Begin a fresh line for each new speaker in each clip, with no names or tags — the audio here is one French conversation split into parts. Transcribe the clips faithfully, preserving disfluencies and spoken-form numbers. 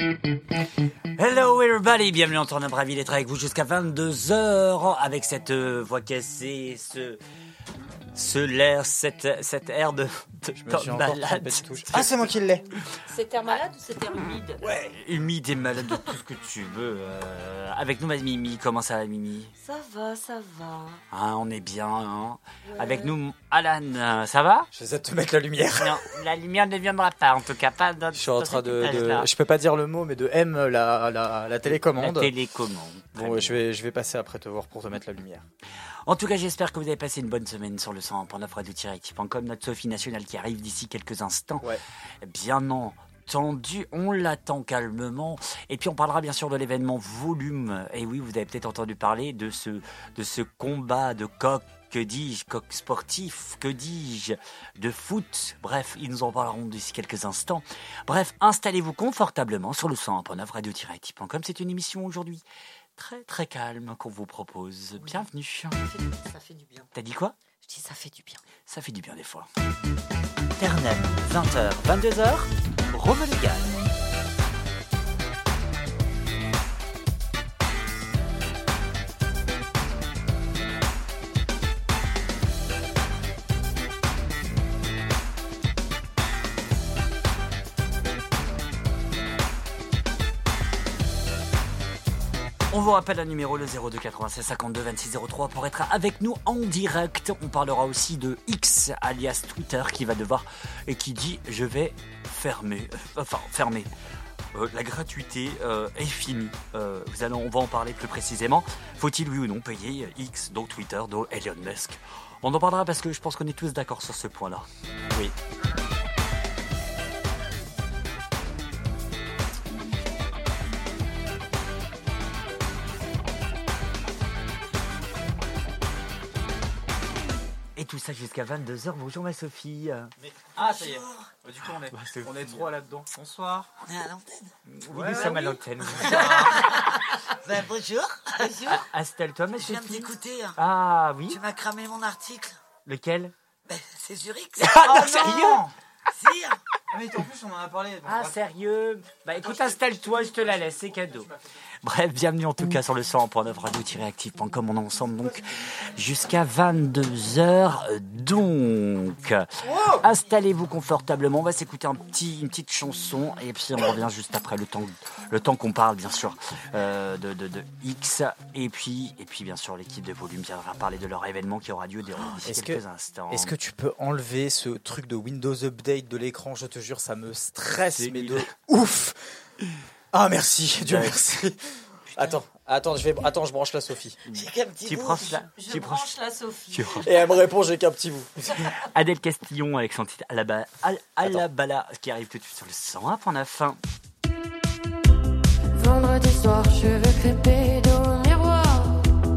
Hello everybody, bienvenue en Tourne Braville, être avec vous jusqu'à vingt-deux heures avec cette euh, voix cassée, ce ce l'air, cette cette air de, de
Je me suis encore trompé
malade.
de touche. Ah, c'est moi qui l'ai.
C'est air malade ou c'est air humide?
Ouais, humide et malade de tout ce que tu veux. Euh, avec nous, ma Mimi, comment ça va, Mimi?
Ça va, ça va.
Hein, on est bien. Hein.
Ouais.
Avec nous, Alan, euh, ça va?
J'essaie de te mettre la lumière.
Non, la lumière ne viendra pas, en tout cas pas dans
Je suis en
dans
train
cet
de,
étage-là.
de- je peux pas dire le mot, mais de M la la, la télécommande.
La télécommande. Très
Bon,
bien.
je vais je vais passer après te voir pour te mettre la lumière.
En tout cas, j'espère que vous avez passé une bonne semaine sur le cent un point neuf radio-actif point com. Notre Sophie nationale qui arrive d'ici quelques instants.
Ouais.
Bien entendu, on l'attend calmement. Et puis on parlera bien sûr de l'événement Volume. Et oui, vous avez peut-être entendu parler de ce, de ce combat de coq. Que dis-je, coq sportif, que dis-je, de foot. Bref, ils nous en parleront d'ici quelques instants. Bref, installez-vous confortablement sur le cent un point neuf radio-actif point com. C'est une émission aujourd'hui très très calme qu'on vous propose. Bienvenue.
Ça fait du, ça fait du bien.
T'as dit quoi?
Je dis ça fait du bien.
Ça fait du bien des fois. Ternel, vingt heures, vingt-deux heures, Rome Légal. On vous rappelle un numéro, le zéro deux quatre-vingt-seize cinquante-deux vingt-six zéro trois pour être avec nous en direct. On parlera aussi de X, alias Twitter, qui va devoir et qui dit « je vais fermer ». Enfin, fermer. Euh, la gratuité euh, est finie. Euh, vous allez, on va en parler plus précisément. Faut-il, oui ou non, payer X, donc Twitter, donc Elon Musk? On en parlera parce que je pense qu'on est tous d'accord sur ce point-là. Oui. Et tout ça jusqu'à vingt-deux heures. Bonjour ma Sophie.
Mais... Ah, ça y est. Bah, du coup, on est, on est trois là-dedans. Bonsoir.
On est à l'antenne.
Oui,
Ouais,
nous sommes
oui.
à l'antenne.
Ben, bonjour. Bonjour.
Ah, Installe-toi ma
Je viens de
Sophie.
t'écouter. hein.
Ah oui.
Tu m'as cramé mon article.
Lequel?
Ben, c'est Zurich.
Ah non,
non.
sérieux?
Si, hein.
Ah, mais en plus, on en a parlé. donc,
Ah
bref.
sérieux? Bah écoute, installe-toi, je te la laisse, c'est cadeau. Bref, bienvenue en tout cas sur le cent un point neuf radio-actif point com. On est ensemble donc jusqu'à vingt-deux heures. Donc, installez-vous confortablement. On va s'écouter un petit, une petite chanson et puis on revient juste après le temps, le temps qu'on parle bien sûr euh, de, de, de X et puis, et puis bien sûr l'équipe de Volume viendra parler de leur événement qui aura lieu d'ici
Est-ce
quelques
que-
instants.
Est-ce que tu peux enlever ce truc de Windows Update de l'écran? Je te jure, ça me stresse,
C'est
mais
nul.
de ouf. Ah merci, Dieu
Ouais.
merci. Attends, attends, je vais, attends, je branche la Sophie.
J'ai qu'un petit
Tu
bout.
branches la-
Je,
tu
je
branches-
branche la Sophie.
Tu branches-
Et elle me répond, j'ai qu'un petit bout.
Adèle Castillon avec son titre à la, ba- à, à la bala qui arrive tout de suite sur le cent un point neuf.
Vendredi soir, je veux crêper dans le miroir.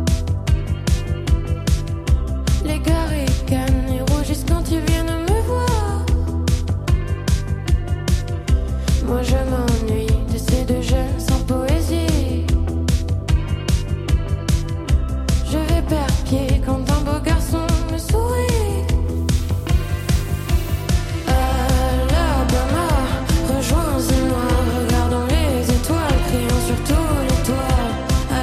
Les gars ricanent et rougissent quand ils viennent me voir. Moi je m'ennuie de ces deux jeunes sans poésie. Je vais perdre pied quand un beau garçon me sourit. Alabama, rejoins-moi, regardons les étoiles, crions sur tous les toits.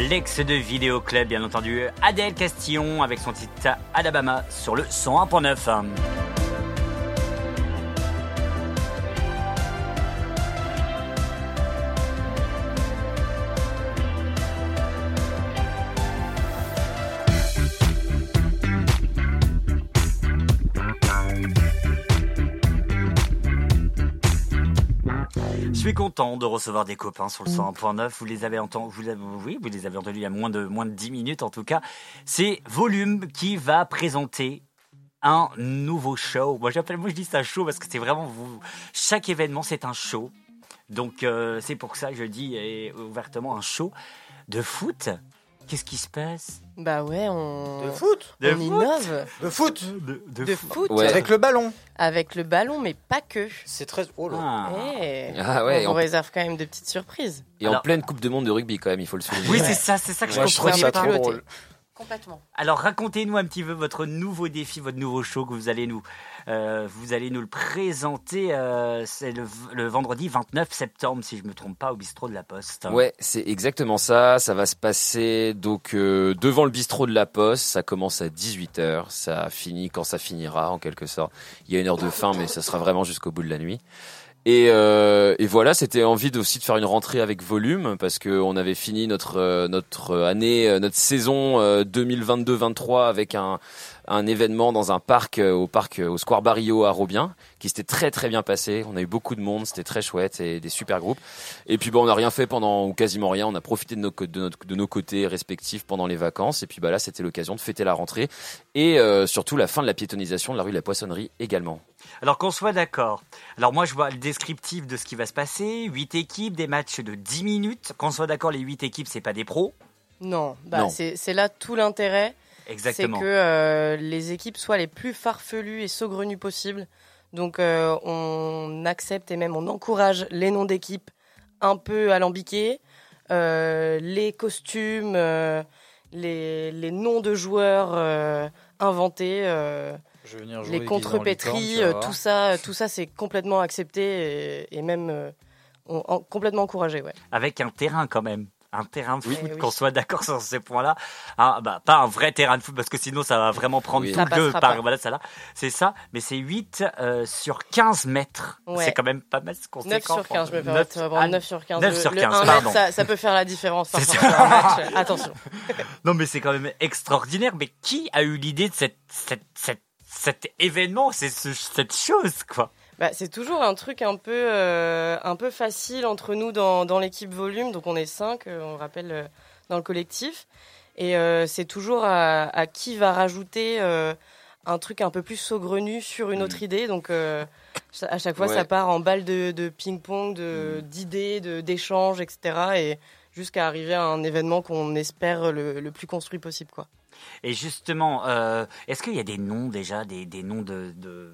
l'ex de Vidéo Club, bien entendu, Adèle Castillon avec son titre Alabama sur le cent un point neuf. Je suis content de recevoir des copains sur le cent un point neuf. Vous les avez entendus, vous l'avez- oui, vous les avez entendus il y a moins de, moins de dix minutes en tout cas. C'est Volume qui va présenter un nouveau show. Moi, j'appelle, moi je dis ça show parce que c'est vraiment vous. Chaque événement, c'est un show. Donc, euh, c'est pour ça que je dis eh, ouvertement un show de foot. Qu'est-ce qui se passe?
Bah ouais, on,
De foot
De
on
foot
innove.
De foot
De, de
De
foot.
foot,
Ouais.
Avec le ballon.
avec le ballon, mais pas que.
C'est très... Oh là.
Ah.
Eh,
Ah ouais,
on
en-
réserve quand même de petites surprises.
Et
Alors-
en pleine Coupe du Monde de rugby quand même, il faut le souligner.
Oui, c'est ça, c'est ça que
Moi,
je
je trouve
comprenais
ça
pas.
trop
piloté.
drôle.
Complètement.
Alors racontez-nous un petit peu votre nouveau défi, votre nouveau show que vous allez nous, euh, vous allez nous le présenter. Euh, c'est le, le vendredi vingt-neuf septembre, si je me trompe pas, au bistrot de la Poste.
Ouais, c'est exactement ça. Ça va se passer donc euh, devant le bistrot de la Poste. Ça commence à dix-huit heures. Ça finit quand ça finira, en quelque sorte. Il y a une heure de fin, mais ça sera vraiment jusqu'au bout de la nuit. Et, euh, et voilà, c'était envie de, aussi de faire une rentrée avec Volume parce que on avait fini notre euh, notre année, euh, notre saison euh, deux mille vingt-deux vingt-trois avec un un événement dans un parc euh, au parc euh, au Square Barrio à Robien qui s'était très très bien passé. On a eu beaucoup de monde, c'était très chouette et des super groupes. Et puis bon, on n'a rien fait pendant ou quasiment rien. On a profité de nos co- de, notre, de nos côtés respectifs pendant les vacances. Et puis bah là, c'était l'occasion de fêter la rentrée et euh, surtout la fin de la piétonisation de la rue de la Poissonnerie également.
Alors qu'on soit d'accord. Alors moi je vois le descriptif de ce qui va se passer. huit équipes, des matchs de dix minutes. Qu'on soit d'accord, les huit équipes, c'est pas des pros.
Non, bah
Non.
C'est, c'est là tout l'intérêt.
Exactement.
C'est que euh, les équipes soient les plus farfelues et saugrenues possibles. Donc euh, on accepte et même on encourage les noms d'équipes un peu alambiqués, euh, les costumes, euh, les, les noms de joueurs euh, inventés, euh,
Je vais venir jouer
les
déguisé en
contrepétries,
licorne, tu vas
euh,
voir.
tout ça, tout ça c'est complètement accepté et, et même euh, on- en- complètement encouragé. Ouais.
Avec un terrain quand même. Un terrain de foot,
Oui, oui.
qu'on soit d'accord sur ces points-là. Ah, bah, pas un vrai terrain de foot, parce que sinon ça va vraiment prendre
Oui.
tout
Ça
le jeu
passera
par
pas.
voilà, ça là. C'est ça, mais c'est huit euh, sur quinze mètres.
Ouais.
C'est quand même pas mal ce conséquent.
neuf sur quinze, je me
Neuf-
permets de prendre
ah,
neuf sur quinze.
neuf
Le-
sur
le
quinze,
un
pardon.
mètre, ça, ça peut faire la différence
C'est
parfois sur un match. Attention.
Non, mais c'est quand même extraordinaire. Mais qui a eu l'idée de cette, cette, cette, cet événement, c'est ce- cette chose, quoi?
Bah, c'est toujours un truc un peu, euh, un peu facile entre nous dans, dans l'équipe Volume. Donc on est cinq, euh, on le rappelle, euh, dans le collectif. Et euh, c'est toujours à, à qui va rajouter euh, un truc un peu plus saugrenu sur une autre idée. Donc euh, cha- à chaque fois,
Ouais.
ça part en balle de, de ping-pong, de, d'idées, de, d'échanges, et cetera. Et jusqu'à arriver à un événement qu'on espère le, le plus construit possible, quoi.
Et justement, euh, est-ce qu'il y a des noms déjà, des, des noms de, de,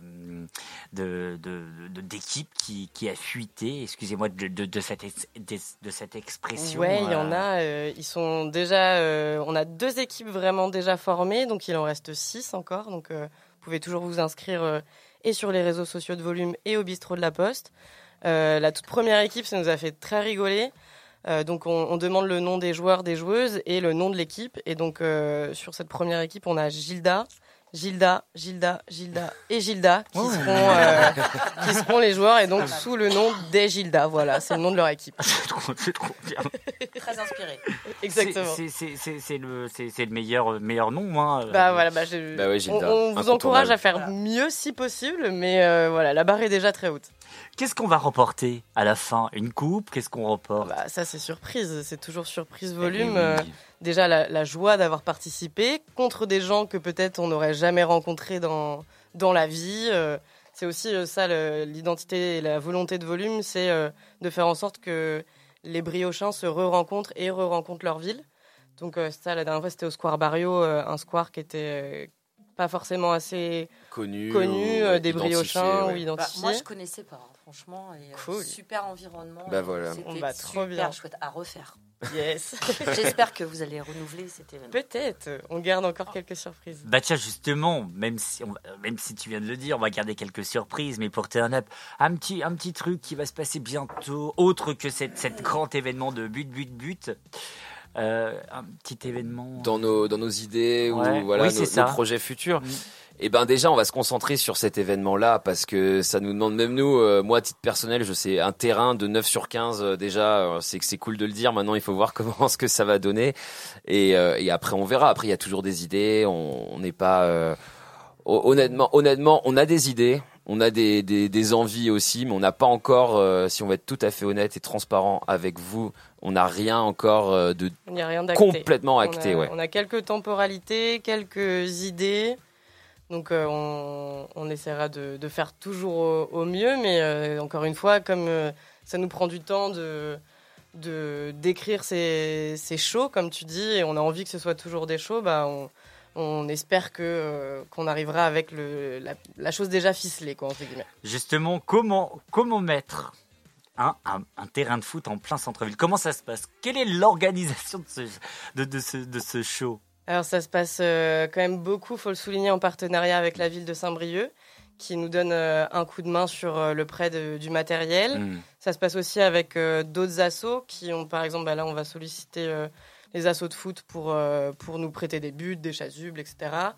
de, de- de- d'équipes qui, qui a fuité, excusez-moi de, de, de, cette, ex- de, de cette expression?
Ouais, il y en
euh,
a. euh, ils sont déjà. euh, on a deux équipes vraiment déjà formées, donc il en reste six encore. Donc euh, vous pouvez toujours vous inscrire euh, et sur les réseaux sociaux de Volume et au bistrot de la Poste. Euh, la toute première équipe, ça nous a fait très rigoler. Euh, donc on, on demande le nom des joueurs, des joueuses et le nom de l'équipe. Et donc euh, sur cette première équipe, on a Gilda, Gilda, Gilda, Gilda et Gilda qui, seront, euh, qui seront les joueurs et donc sous le nom des Gilda. Voilà, c'est le nom de leur équipe.
C'est trop, c'est trop bien.
Très inspiré.
Exactement.
C'est, c'est, c'est, c'est le, c'est, c'est le meilleur, meilleur nom. Hein.
Bah voilà, bah, je-
Bah ouais,
on,
Gilda,
on vous
incontournable.
encourage à faire
Voilà.
mieux si possible, mais euh, voilà, la barre est déjà très haute.
Qu'est-ce qu'on va remporter à la fin? Une coupe? Qu'est-ce qu'on remporte?
Bah, ça c'est surprise, c'est toujours surprise
Eh
volume.
oui.
Euh, déjà la, la joie d'avoir participé contre des gens que peut-être on n'aurait jamais rencontrés dans, dans la vie. Euh, c'est aussi euh, ça le- l'identité et la volonté de volume, c'est euh, de faire en sorte que les Briochins se re-rencontrent et re-rencontrent leur ville. Donc euh, ça, la dernière fois c'était au Square Barrio, euh, un square qui était... euh, pas forcément assez
Connu,
connu
ou,
euh, des
identifié,
Briochins ou
ouais.
Bah,
identifiés.
moi, je connaissais pas, hein, franchement. Et, euh,
Cool.
Super environnement.
Bah
euh,
voilà.
C'était
On va trop
super
bien.
chouette à refaire.
Yes.
J'espère que vous allez renouveler cet événement.
Peut-être. On garde encore quelques surprises.
Bah tiens, justement, même si, on, même si tu viens de le dire, on va garder quelques surprises, mais pour turn up, un petit, un petit truc qui va se passer bientôt, autre que cette, cette grand événement de but, but, but. euh, un petit événement
dans nos dans nos idées
ouais.
ou voilà
oui,
nos, nos projets futurs. Mmh. Et ben déjà on va se concentrer sur cet événement-là parce que ça nous demande même nous, euh, moi à titre personnel, je sais un terrain de neuf sur quinze euh, déjà, euh, c'est que c'est cool de le dire. Maintenant il faut voir comment ce que ça va donner et, euh, et après on verra. Après il y a toujours des idées, on n'est pas euh, honnêtement honnêtement on a des idées, on a des des, des envies aussi, mais on n'a pas encore, euh, si on va être tout à fait honnête et transparent avec vous, on n'a rien encore euh, de
il y a rien d'acté.
Complètement acté.
On a,
ouais.
on a quelques temporalités, quelques idées. Donc euh, on, on essaiera de, de faire toujours au, au mieux, mais euh, encore une fois, comme euh, ça nous prend du temps de, de d'écrire ces, ces shows, comme tu dis, et on a envie que ce soit toujours des shows, bah on, on espère que euh, qu'on arrivera avec le, la, la chose déjà ficelée, quoi, entre guillemets.
Justement, comment comment mettre un, un, un terrain de foot en plein centre-ville? Comment ça se passe? Quelle est l'organisation de ce de, de ce de ce show?
Alors ça se passe euh, quand même beaucoup, faut le souligner, en partenariat avec la ville de Saint-Brieuc, qui nous donne euh, un coup de main sur euh, le prêt de, du matériel. Mmh. Ça se passe aussi avec euh, d'autres assos qui ont, par exemple, bah là on va solliciter euh, les assos de foot pour, euh, pour nous prêter des buts, des chasubles, et cetera.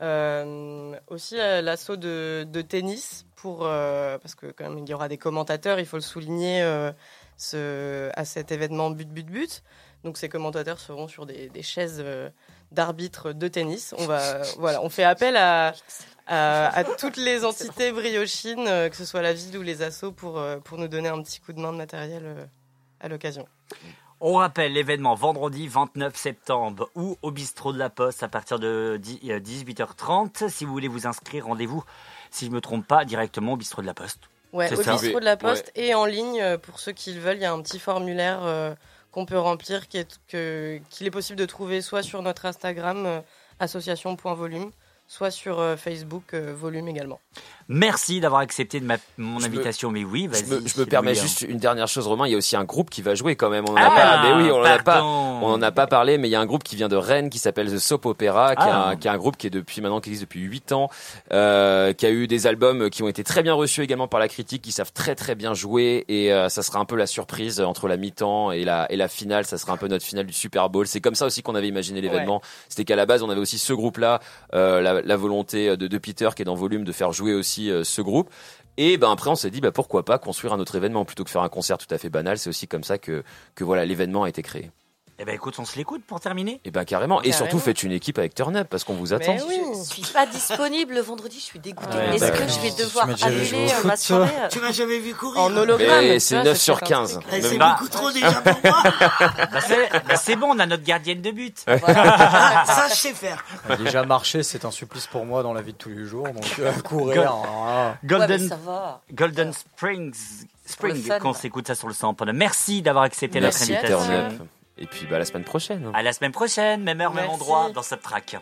Euh, aussi euh, l'asso de, de tennis, pour, euh, parce que quand même il y aura des commentateurs, il faut le souligner, euh, ce, à cet événement but, but, but. Donc ces commentateurs seront sur des, des chaises euh, d'arbitres de tennis. On va, voilà, on fait appel à, à, à toutes les entités briochines, euh, que ce soit la ville ou les assos, pour, euh, pour nous donner un petit coup de main de matériel euh, à l'occasion.
On rappelle l'événement vendredi vingt-neuf septembre ou au bistrot de la Poste à partir de dix-huit heures trente. Si vous voulez vous inscrire, rendez-vous, si je ne me trompe pas, directement au bistrot de la Poste.
Ouais,
C'est
au
ça.
bistrot de la Poste
Ouais.
et en ligne, euh, pour ceux qui le veulent, il y a un petit formulaire euh, qu'on peut remplir, qui est, que, qu'il est possible de trouver soit sur notre Instagram, euh, association point volume, soit sur euh, Facebook, euh, Volume également.
Merci d'avoir accepté de ma, mon
Je
invitation, mais oui, vas-y.
Je me, je me
c'est
permets
Louis, hein.
juste une dernière chose, Romain. Il y a aussi un groupe qui va jouer quand même. On en
Ah,
a pas, mais oui, on en a pas,
pardon.
on en a pas parlé, mais il y a un groupe qui vient de Rennes qui s'appelle The Soap Opera, qui,
Ah.
est un, qui est un groupe qui est depuis maintenant qui existe depuis huit ans, euh, qui a eu des albums qui ont été très bien reçus également par la critique, qui savent très très bien jouer, et euh, ça sera un peu la surprise entre la mi-temps et la et la finale. Ça sera un peu notre finale du Super Bowl. C'est comme ça aussi qu'on avait imaginé l'événement.
Ouais.
C'était qu'à la base on avait aussi ce groupe-là, euh, la, la volonté de, de Peter qui est dans Volume de faire jouer aussi euh, ce groupe. Et ben après on s'est dit bah pourquoi pas construire un autre événement plutôt que faire un concert tout à fait banal. C'est aussi comme ça que que voilà l'événement a été créé.
Eh ben écoute, on se l'écoute pour terminer.
Et ben carrément. Et
Carrément.
surtout faites une équipe avec Turn Up parce qu'on vous attend.
Mais oui.
Je suis pas disponible le vendredi, je suis dégoûtée.
Ouais,
Est-ce
d'accord.
que je vais
Tu
devoir
m'as déjà vu jouer
annuler
au
euh, ma
foot,
soirée
Tu m'as jamais vu courir.
En hologramme.
Mais
tu
c'est
vois,
neuf
ça
sur
peut être un
quinze.
truc.
Eh, C'est
Bah.
beaucoup trop déjà pour moi.
Bah c'est, bah c'est bon, on a notre gardienne de but.
Ça, je sais faire.
Déjà marcher, c'est un supplice pour moi dans la vie de tous les jours. Donc euh, courir. hein,
Ouais,
Golden,
mais ça va.
Golden Springs,
Pour le
Spring,
fun.
qu'on s'écoute ça sur le cent. Merci d'avoir accepté
Merci
notre
à
invitation.
toi.
Turn Up. Et puis bah la semaine prochaine.
À la semaine prochaine, même heure, même
Merci.
endroit, dans cette track.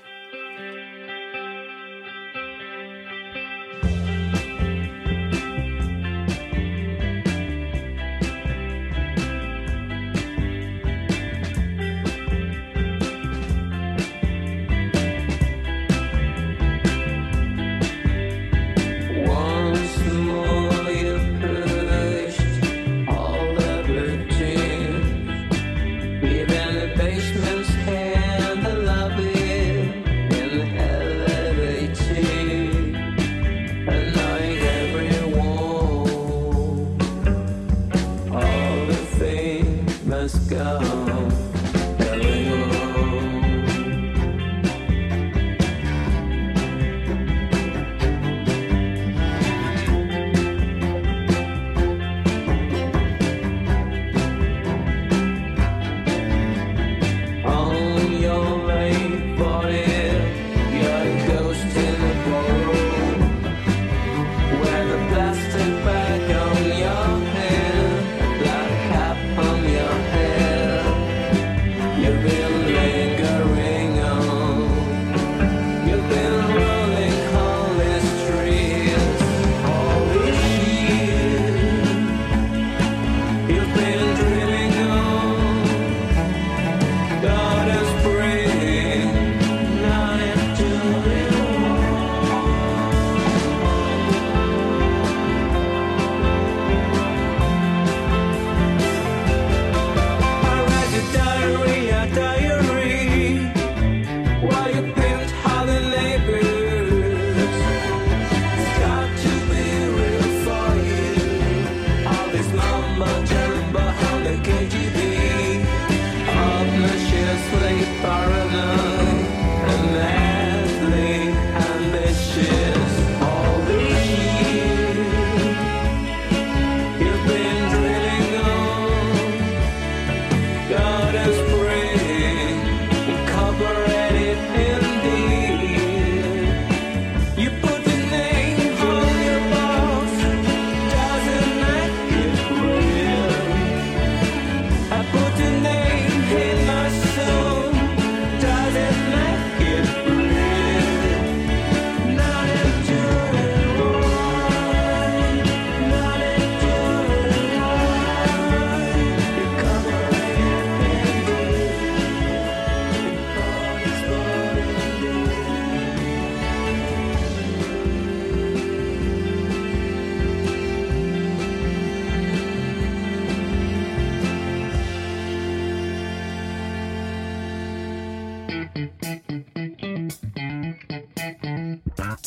Once more you pushed all the routine, even the basement's and the lobby.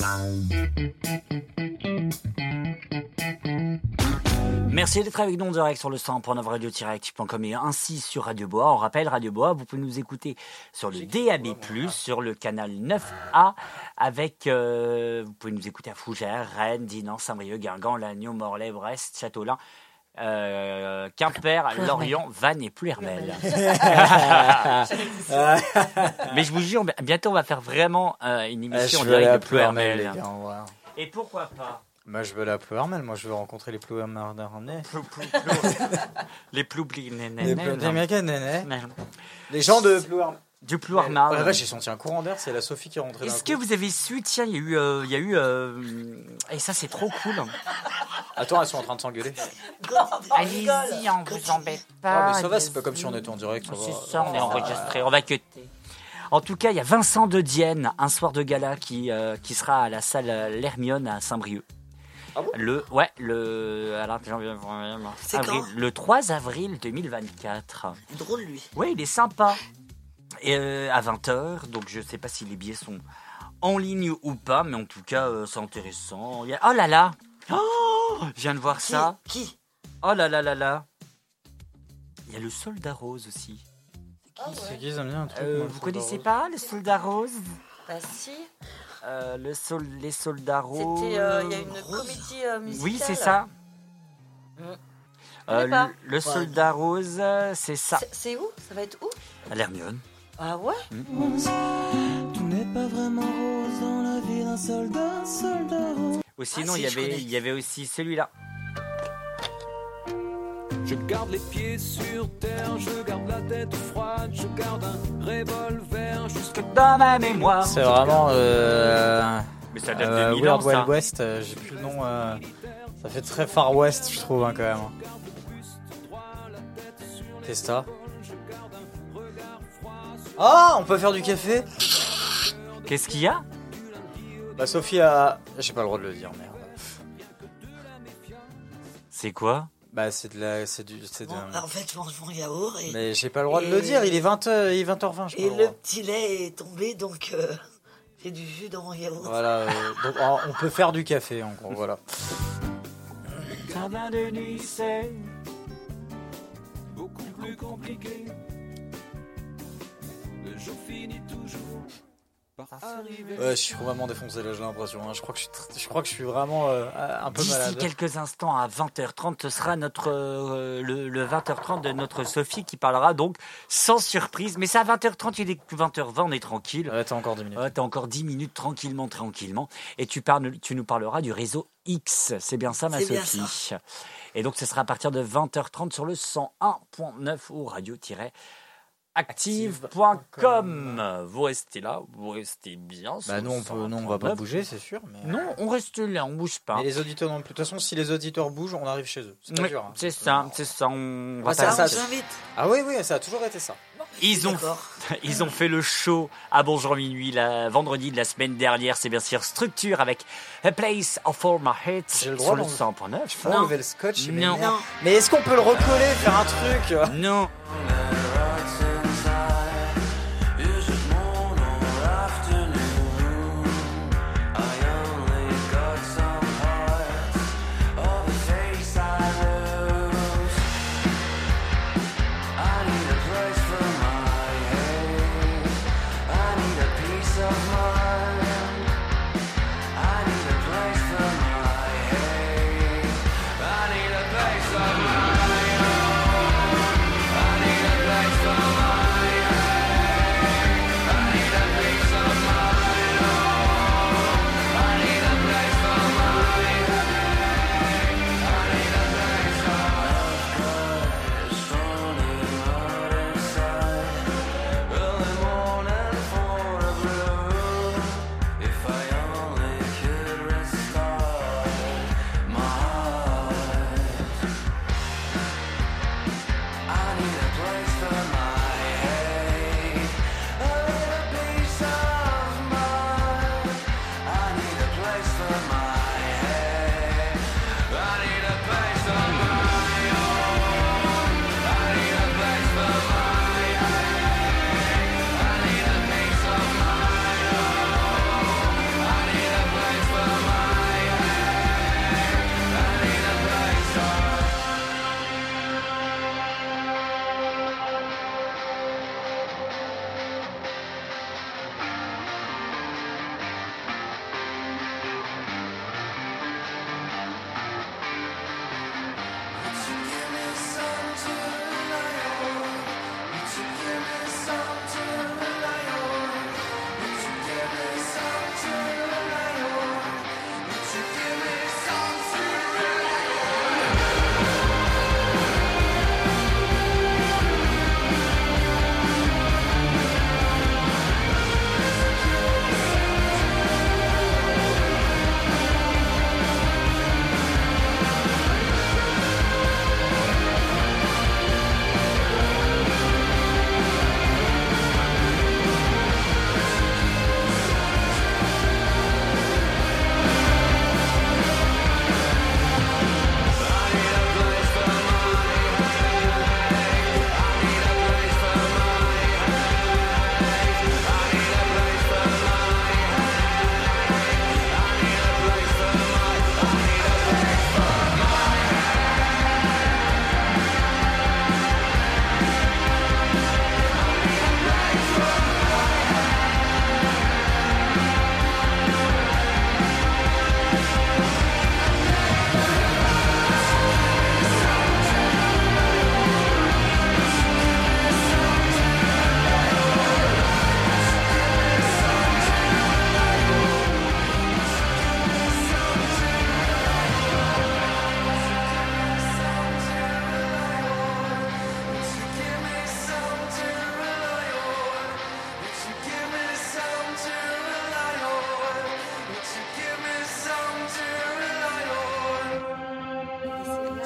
Merci d'être avec nous en direct sur le cent point neuf radio-active point com et ainsi sur Radio Boa. On rappelle, Radio Boa, vous pouvez nous écouter sur le D A B plus, sur le canal neuf A, avec, euh, vous pouvez nous écouter à Fougères, Rennes, Dinan, Saint-Brieuc, Guingamp, Lannion, Morlaix, Brest, Châteaulin, euh, Quimper, Lorient, Vannes et Plouermel. Mais je vous jure, bientôt on va faire vraiment euh, une émission
Ah,
en
je veux aller
direct
à
de Plouermel.
Plouermel, les gars, on va.
Et pourquoi pas?
Moi, je veux aller à Plouermel. Moi, je veux rencontrer les Plouermelnais.
Plou, plou, plou. Les ploubli
Les Plouermelnais.
Merde.
Les gens de Plouermel.
Du Plouermel.
Oh la vache, j'ai senti un courant d'air. C'est la Sophie qui est rentrée.
Est-ce que vous avez su, tiens, il y a eu, euh, il y a eu, euh, et ça c'est trop cool.
Attends, elles sont en train de s'engueuler.
Allez-y, on vous embête pas.
Ah, mais ça va, c'est pas comme si on était en direct. Ça
C'est
va.
ça, on est enregistré, on va cutter. En tout cas, il y a Vincent de Dienne, un soir de gala qui, euh, qui sera à la salle L'Hermione à Saint-Brieuc.
Ah bon
le, ouais, le, alors,
C'est
avril,
quand
le trois avril deux mille vingt-quatre.
Drôle, lui.
Oui, il est sympa. Et, euh, à vingt heures, donc je sais pas si les billets sont en ligne ou pas, mais en tout cas, euh, c'est intéressant. Il y a... Oh là là, oh, je viens de voir
Qui
ça.
Qui
Oh là là là là. Il y a le soldat rose aussi.
C'est qui, ça me dit un truc.
Euh,
moi,
vous
le
connaissez
soldat
pas le soldat rose?
Bah si,
Euh, le sol, les soldats roses.
c'était, euh, il y a une comédie euh, musicale.
Oui, c'est ça.
Mm.
Euh,
connais pas.
le, le soldat rose, euh, c'est ça.
C'est- C'est où? Ça va être où?
À l'Hermione.
Ah ouais?
Tout n'est pas vraiment rose dans la vie d'un soldat, soldat rose.
Ou sinon,
Ah,
il y
si, je
avait,
connais.
il y avait aussi celui-là.
Je garde les pieds sur terre, je garde la tête froide, je garde un revolver jusqu'à
Dans ma mémoire.
C'est vraiment. Euh...
Mais ça date de
euh,
mille
Weird
ans, ça.
Wild West. euh, J'ai plus le nom. euh, Ça fait très Far West, je trouve, hein, quand même. Qu'est-ce que ça? Ah, on peut faire du café?
Qu'est-ce qu'il y a?
Bah, Sophie a. J'ai pas le droit de le dire, merde.
C'est quoi?
Bah, c'est de la. C'est du. C'est de...
Bon, bah, en fait, je mange mon yaourt et,
Mais j'ai pas le droit de
Et-
le dire, il est vingt heures, il est vingt heures vingt, j'ai pas
et
le
le
droit.
petit lait est tombé, donc euh, j'ai du jus dans mon yaourt.
Voilà, euh, donc on on peut faire du café, en gros, voilà.
Jardin de nuit, c'est
beaucoup plus compliqué. Le jour finit toujours par arriver.
Ouais, je suis complètement défoncé là, j'ai l'impression. hein. Je crois que je suis, tr- je crois que je suis vraiment euh, un peu
D'ici
malade.
quelques instants à vingt heures trente, ce sera notre euh, le, le vingt heures trente de notre Sophie qui parlera donc sans surprise. Mais c'est à vingt heures trente, il est vingt heures vingt, on est tranquille.
Ouais, t'as encore dix minutes.
Ouais, t'as encore dix minutes tranquillement, tranquillement. Et tu, parles, tu nous parleras du réseau X. C'est bien ça, ma
C'est bien
Sophie. Et donc, ce sera à partir de vingt heures trente sur le cent un point neuf ou radio-active point com. Vous restez là, vous restez bien. sur
Bah, nous, on,
le
peut, nous, on va
cent un
pas
point neuf.
bouger, c'est sûr. Mais...
Non, on reste là, on bouge pas.
Mais les auditeurs non plus. De toute façon, si les auditeurs bougent, on arrive chez eux. C'est pas
Oui,
dur. hein.
c'est ça, c'est ça. On va
Ouais, ça-
pas-
Ça,
ça-
on s'invite.
Ah oui, oui, ça a toujours été ça.
Ils ont,
D'accord.
ils ont fait le show à Bonjour Minuit la vendredi de la semaine dernière. C'est bien sûr Structure avec A Place of All My Hits
J'ai le droit
sur le
d'en-
cent point neuf.
Faut enlever le scotch. mais
Non.
merde. Mais est-ce qu'on peut le recoller, faire un truc?
Non.
I need a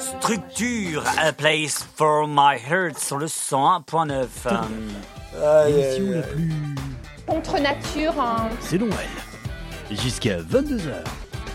Structure, A Place for My Heart sur le cent un point neuf.
L'émission la plus contre nature. Hein.
C'est Noël. Jusqu'à vingt-deux heures.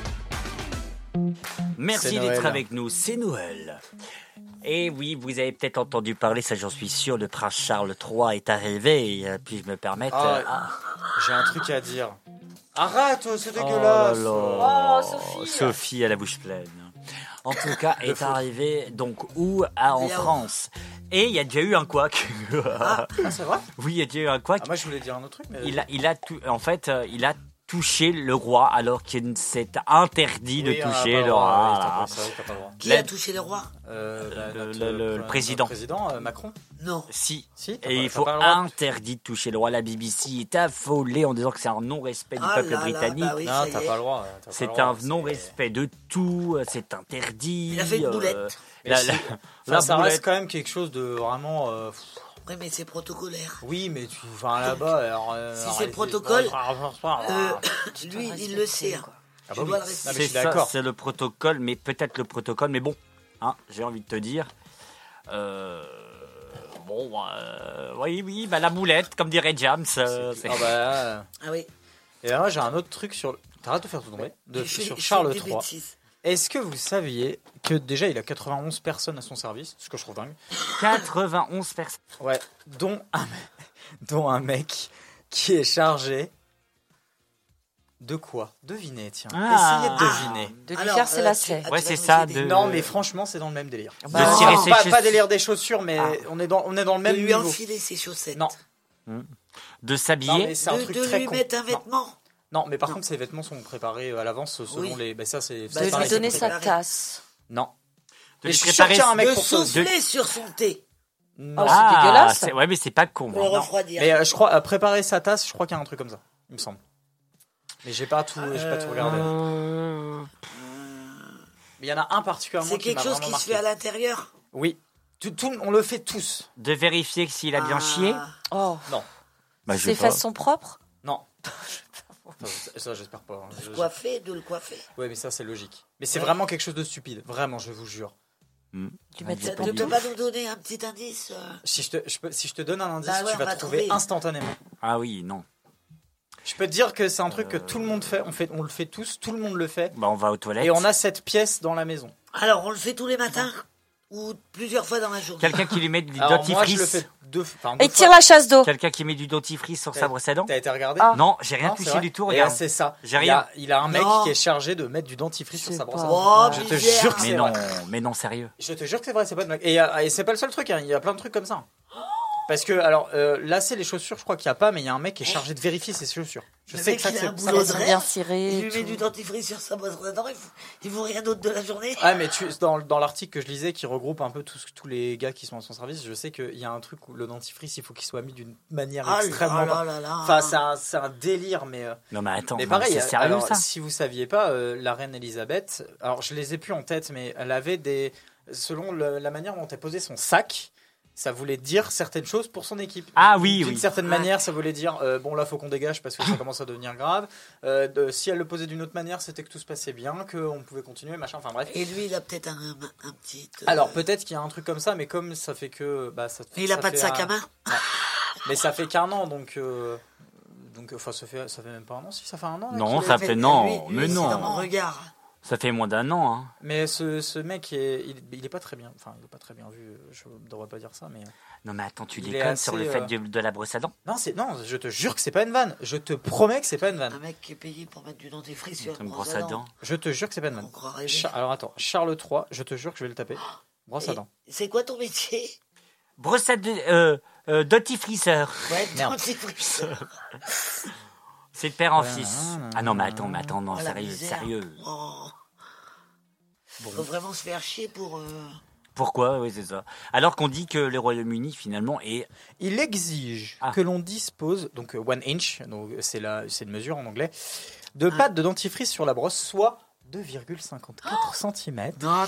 Merci
C'est
d'être
Noël.
avec nous, c'est Noël. Et oui, vous avez peut-être entendu parler, ça j'en suis sûr, le prince Charles trois est arrivé. Et, euh, puis-je me permettre
Ah,
euh, ah.
J'ai un truc à dire. Arrête, c'est
Oh
dégueulasse.
là là.
Oh, Sophie.
Sophie à la bouche pleine. En tout cas, est arrivé donc où à, En
Bien.
France. Et il y a déjà eu un couac.
Ah, c'est vrai.
Oui, il y a déjà eu un couac.
Ah, moi, je voulais dire un autre truc, mais
Il a, il a tout, en fait, euh, il a touché le roi alors qu'il s'est interdit de
Oui, on a
toucher
pas
le
le droit,
roi.
oui, t'as pas- c'est vrai que t'as pas le droit.
Qui
La-
a touché le roi?
Euh, bah,
Le-
notre,
le- le-
euh,
le président.
notre président euh, Macron.
Non.
Si.
Si. t'as
Et
pas-
il
t'as
faut
pas le droit de-
interdit de toucher le roi. La B B C est affolée en disant que c'est un non-respect du
Ah
peuple
là là,
britannique.
bah oui,
Non,
ça y
t'as
est.
pas le droit. t'as pas le
C'est
droit,
un
c'est-
non-respect de tout, c'est interdit.
Il a fait une
euh,
boulette.
Mais
la-
si-
la-
Enfin,
la
ça
boulette.
reste quand même quelque chose de vraiment. euh, pff,
Oui, mais c'est protocolaire.
Oui, mais tu. Enfin, là-bas. Alors, euh,
Si
arrêtez-
c'est protocole,
Ah,
Euh,
Tu dois
lui,
le
il le
respecter,
sait. hein.
quoi.
bah
Tu
oui.
dois le
Non, mais je
respecter.
suis
C'est ça,
d'accord.
c'est le protocole, mais peut-être le protocole, mais bon, hein, j'ai envie de te dire. Euh, bon, euh, oui, oui, bah la boulette, comme dirait James. euh, c'est-
Ah bah. euh,
Ah oui.
Et là, j'ai un autre truc sur. le- T'arrêtes de faire tout tomber. De,
Je fais-
sur
je fais
Charles
des
trois.
bêtises.
Est-ce que vous saviez que déjà il a quatre-vingt-onze personnes à son service, ce que je trouve dingue.
quatre-vingt-onze personnes.
Ouais, dont un, dont un mec qui est chargé de quoi? Devinez, tiens.
Ah.
Essayez de deviner.
De lui
Alors,
faire ses
euh,
lacets.
tu-
Ouais,
tu
c'est
vas nous
ça,
aider.
de-
Non, mais franchement, c'est dans le même délire.
De
Bah,
cirer
non,
ses
pas,
chaussures.
pas délire des chaussures, mais
Ah.
on, est dans, on est dans le
De
même
lui
niveau.
enfiler ses chaussettes.
Non,
De
non,
s'habiller.
mais c'est un
De,
truc
de
très
lui
con.
mettre un
Non.
vêtement.
Non, mais par
Non.
contre, ces vêtements sont préparés à l'avance selon
Oui.
les. Ben ça, c'est.
Bah,
c'est
De lui
pareil,
donner
c'est
sa
préparé.
tasse.
Non.
De
Mais
lui
je suis
préparer-
sûr qu'il y a un mec
De
pour ça.
souffler sur son thé.
Non.
Oh, c'est dégueulasse.
c'est- Ouais, mais c'est pas con.
Pour le
hein.
refroidir.
Mais euh, je crois, à préparer sa tasse, je crois qu'il y a un truc comme ça, il me semble. Mais j'ai pas tout, j'ai pas tout regardé.
Euh,
Mais il y en a un particulièrement
C'est
qui m'a
quelque chose
vraiment
qui se fait à
marqué.
l'intérieur.
Oui. Tout, tout- on le fait tous.
De vérifier s'il a bien
Ah.
chié.
Oh,
Non.
Bah, je
ses
sais pas.
fesses sont propres.
Non. Enfin, ça, ça, j'espère pas. hein. Je- je-
Coiffé, de le coiffer.
Ouais, mais ça, c'est logique. Mais c'est
Ouais.
vraiment quelque chose de stupide. Vraiment, je vous jure.
Hmm.
Tu vas te
Tu
dire
ne peux pas nous donner un petit indice euh
Si je te, je peux- si je te donne un indice,
Bah ouais,
tu
on
vas
va
trouver
trouver.
instantanément.
Ah oui, non.
Je peux te dire que c'est un truc que tout le monde fait. On, fait. on le fait tous, tout le monde le fait.
Bah, on va aux toilettes.
Et on a cette pièce dans la maison.
Alors, on le fait tous les matins ou plusieurs fois dans la journée.
Quelqu'un qui lui met du
Alors moi, je
dentifrice.
le fais deux, enfin, deux
Et
fois.
tire la chasse d'eau.
Quelqu'un qui met du dentifrice sur
T'as-
sa brosse à dents.
T'as été regardé
Ah.
Non, j'ai rien
Non, c'est
touché
vrai.
du tout.
Et
Regarde.
là, c'est ça.
J'ai
Il y a-
rien.
Il a un mec
Non.
qui est chargé de mettre du dentifrice sur
C'est
sa brosse à
pas
dents.
Oh,
Je te
misère.
jure que
Mais
c'est
non,
vrai.
mais non, sérieux.
Je te jure que c'est vrai, c'est pas de blague. Et, euh, et c'est pas le seul truc, hein, il y a plein de trucs comme ça. Parce que, alors, euh, lasser les chaussures, je crois qu'il n'y a pas, mais il y a un mec qui est chargé de vérifier ses chaussures. Je
Le
sais
mec,
que ça,
il a
c'est
un
ça
boulot
va-
de
Elles sont
rêve.
bien
Il
cirées.
lui met
tout.
du dentifrice sur sa brosse à dents. Il faut, il faut rien d'autre de la journée.
Ah, mais tu, dans, dans l'article que je lisais qui regroupe un peu tous, tous les gars qui sont à son service, je sais qu'il y a un truc où le dentifrice, il faut qu'il soit mis d'une manière
Ah
extrêmement.
là là là.
Enfin, c'est un, c'est un délire, mais. euh,
Non, mais attends,
Mais
non,
pareil,
c'est sérieux
alors,
ça
si vous saviez pas, euh, la reine Elisabeth, alors je les ai plus en tête, mais elle avait des, selon le- la manière dont elle posait son sac, ça voulait dire certaines choses pour son équipe.
Ah oui,
D'une
oui.
certaine
Ouais.
manière, ça voulait dire euh, bon là faut qu'on dégage parce que ça commence à devenir grave. Euh, de- si elle le posait d'une autre manière, c'était que tout se passait bien, qu'on pouvait continuer, machin. Enfin bref.
Et lui, il a peut-être un, un petit. euh,
Alors peut-être qu'il y a un truc comme ça, mais comme ça fait que bah ça.
Mais il
ça
a pas de
fait
sac
un-
à main.
Mais ça fait qu'un an, donc. euh, Donc, enfin, ça fait, ça fait même pas un an, si ça fait un an. là,
Non,
qu'il
ça
est-
fait non,
Lui- lui,
mais
c'est
non.
dans mon regard.
Ça fait moins d'un an. Hein.
Mais ce, ce mec, est, il, il est pas très bien. Enfin, il est pas très bien vu. Je devrais pas dire ça, mais.
Non, mais attends, tu
Il est
déconnes
assez,
sur le
euh,
fait de, de la brosse à dents.
Non, c'est non. Je te jure que c'est pas une vanne. Je te promets que c'est pas une vanne.
Un mec qui est payé pour mettre du dentifrice sur
Une
une
brosse à dents.
Je te jure que c'est pas une vanne.
On croirait
Cha- alors attends, Charles trois. Je te jure que je vais le taper. Brosse à
Et
dents.
C'est quoi ton métier?
Brosse à dents, euh, euh, dentifriçeur.
Ouais,
Merde.
dentifrice.
C'est de père en
Ouais,
fils.
non, non,
Ah non, mais attends, mais attends, non,
Oh, la
sérieux,
misère.
sérieux.
Oh. Faut vraiment se faire chier pour. euh,
Pourquoi? Oui, c'est ça. Alors qu'on dit que le Royaume-Uni, finalement, est...
Il exige
Ah.
que l'on dispose donc euh, one inch, donc c'est la, c'est une mesure en anglais, de
Ah.
pâte de dentifrice sur la brosse, soit deux virgule cinquante-quatre centimètres.
Non,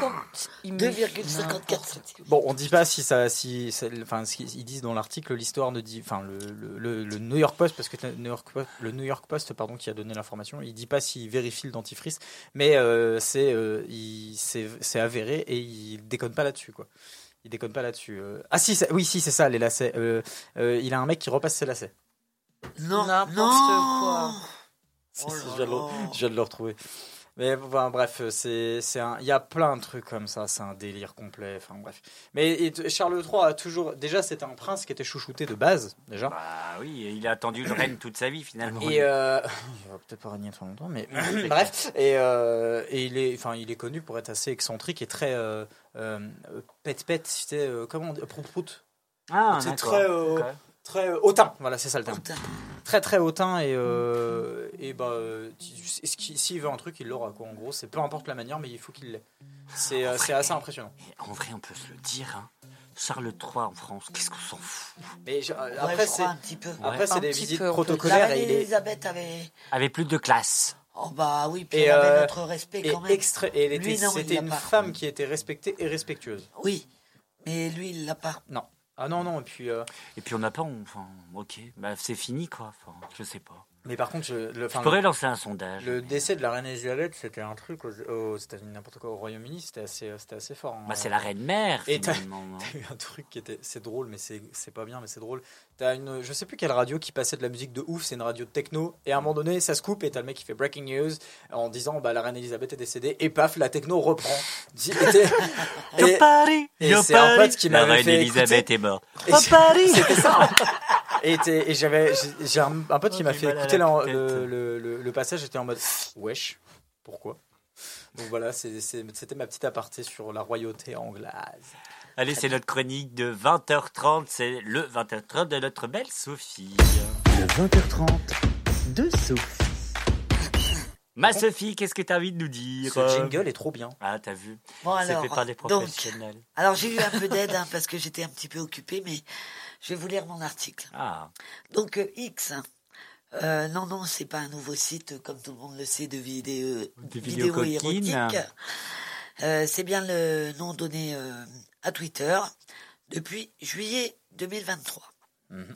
deux virgule cinquante-quatre centimètres.
Bon, on dit pas si ça, si, ça- enfin, ce qu'ils disent dans l'article, l'histoire ne dit, enfin, le, le, le- le New York Post, parce que le New York Post, le New York Post, pardon, qui a donné l'information, il dit pas s'il vérifie le dentifrice, mais euh, c'est, euh, il, c'est, c'est avéré et il déconne pas là-dessus, quoi. Il déconne pas là-dessus. euh. Ah si, c'est- oui, si, c'est ça, les lacets. Euh, euh, il a un mec qui repasse ses lacets.
Non,
N'importe
non.
quoi.
Si,
Oh
si,
là
je, viens de le,
là.
je viens de le retrouver. Mais enfin, bref, c'est, c'est un, il y a plein de trucs comme ça, c'est un délire complet. Enfin bref. Mais et, Charles trois a toujours, déjà c'était un prince qui était chouchouté de base déjà.
Bah oui, il a attendu le règne toute sa vie finalement.
Et euh, il va peut-être pas régner trop longtemps, mais bref. Et, euh, et il est, enfin, il est connu pour être assez excentrique et très euh, euh, pète pète. Tu sais, euh, comment on dit, prout prout.
Ah,
C'est
d'accord.
très euh,
Ok.
très euh, hautain. Voilà, c'est ça le terme.
Putain.
Très très hautain et euh, et bah euh, tu- ce qui- s'il veut un truc il l'aura quoi. En gros, c'est peu importe la manière, mais il faut qu'il l'ait. C'est euh, c'est assez impressionnant.
En vrai, on peut se le dire. Hein. Charles trois en France, qu'est-ce qu'on s'en fout?
Mais je-
Ouais,
après
je
c'est
crois un petit peu.
après c'est
Un
des
petit
visites
peu, on peut-
La
protocolaires
reine
et il est
Elisabeth avait.
Avec plus de classe.
Oh bah oui, puis
Et,
elle avait
euh,
notre respect
et
quand même.
extrait et elle était-
Lui, non, il
c'était
l'a
une
pas.
femme qui était respectée et respectueuse.
Oui, mais lui, il l'a pas.
Non. Ah non non et puis euh,
Et puis on n'a pas, on- enfin, ok, bah c'est fini quoi. Enfin, je sais pas.
mais par contre je, le, enfin,
Je pourrais lancer un sondage.
le décès de la reine Elisabeth c'était un truc aux, aux États-Unis n'importe quoi au Royaume-Uni c'était assez c'était assez fort. Hein.
Bah c'est la reine mère.
Et t'as-
finalement.
T'as eu un truc qui était, c'est drôle, mais c'est, c'est pas bien, mais c'est drôle. T'as une, je sais plus quelle radio qui passait de la musique de ouf, c'est une radio de techno, et à un moment donné, ça se coupe, et t'as le mec qui fait breaking news en disant, bah, la reine Elisabeth est décédée, et paf, la techno reprend. Dis- Et, t'es-
Yo
et-
Paris,
et
yo
c'est un
Paris.
pote qui
La
m'avait
reine
fait
Elisabeth
écouter.
est morte.
Et
Oh
j'ai-
Paris.
C'était ça. Et, t'es- et j'avais, j'ai, j'ai un, un pote qui
Oh,
m'a
j'ai
fait
mal à
écouter
la
la-
tête.
le, le, le, le passage, j'étais en mode, wesh, pourquoi? Donc voilà, c'est, c'est, c'était ma petite aparté sur la royauté anglaise.
Allez, c'est notre chronique de vingt heures trente. C'est le vingt heures trente de notre belle Sophie.
Le vingt heures trente de Sophie.
Ma Sophie, qu'est-ce que tu as envie de nous dire?
Ce jingle est trop bien.
Ah, t'as vu?
Bon
C'est
alors,
fait par des
donc,
professionnels.
alors j'ai eu un peu d'aide hein, parce que j'étais un petit peu occupée, mais je vais vous lire mon article.
Ah,
Donc euh, X, euh, non non, c'est pas un nouveau site euh, comme tout le monde le sait de vidéos,
Des vidéos coquines.
érotiques. Euh, c'est bien le nom donné euh, à Twitter depuis juillet deux mille vingt-trois.
Mhm.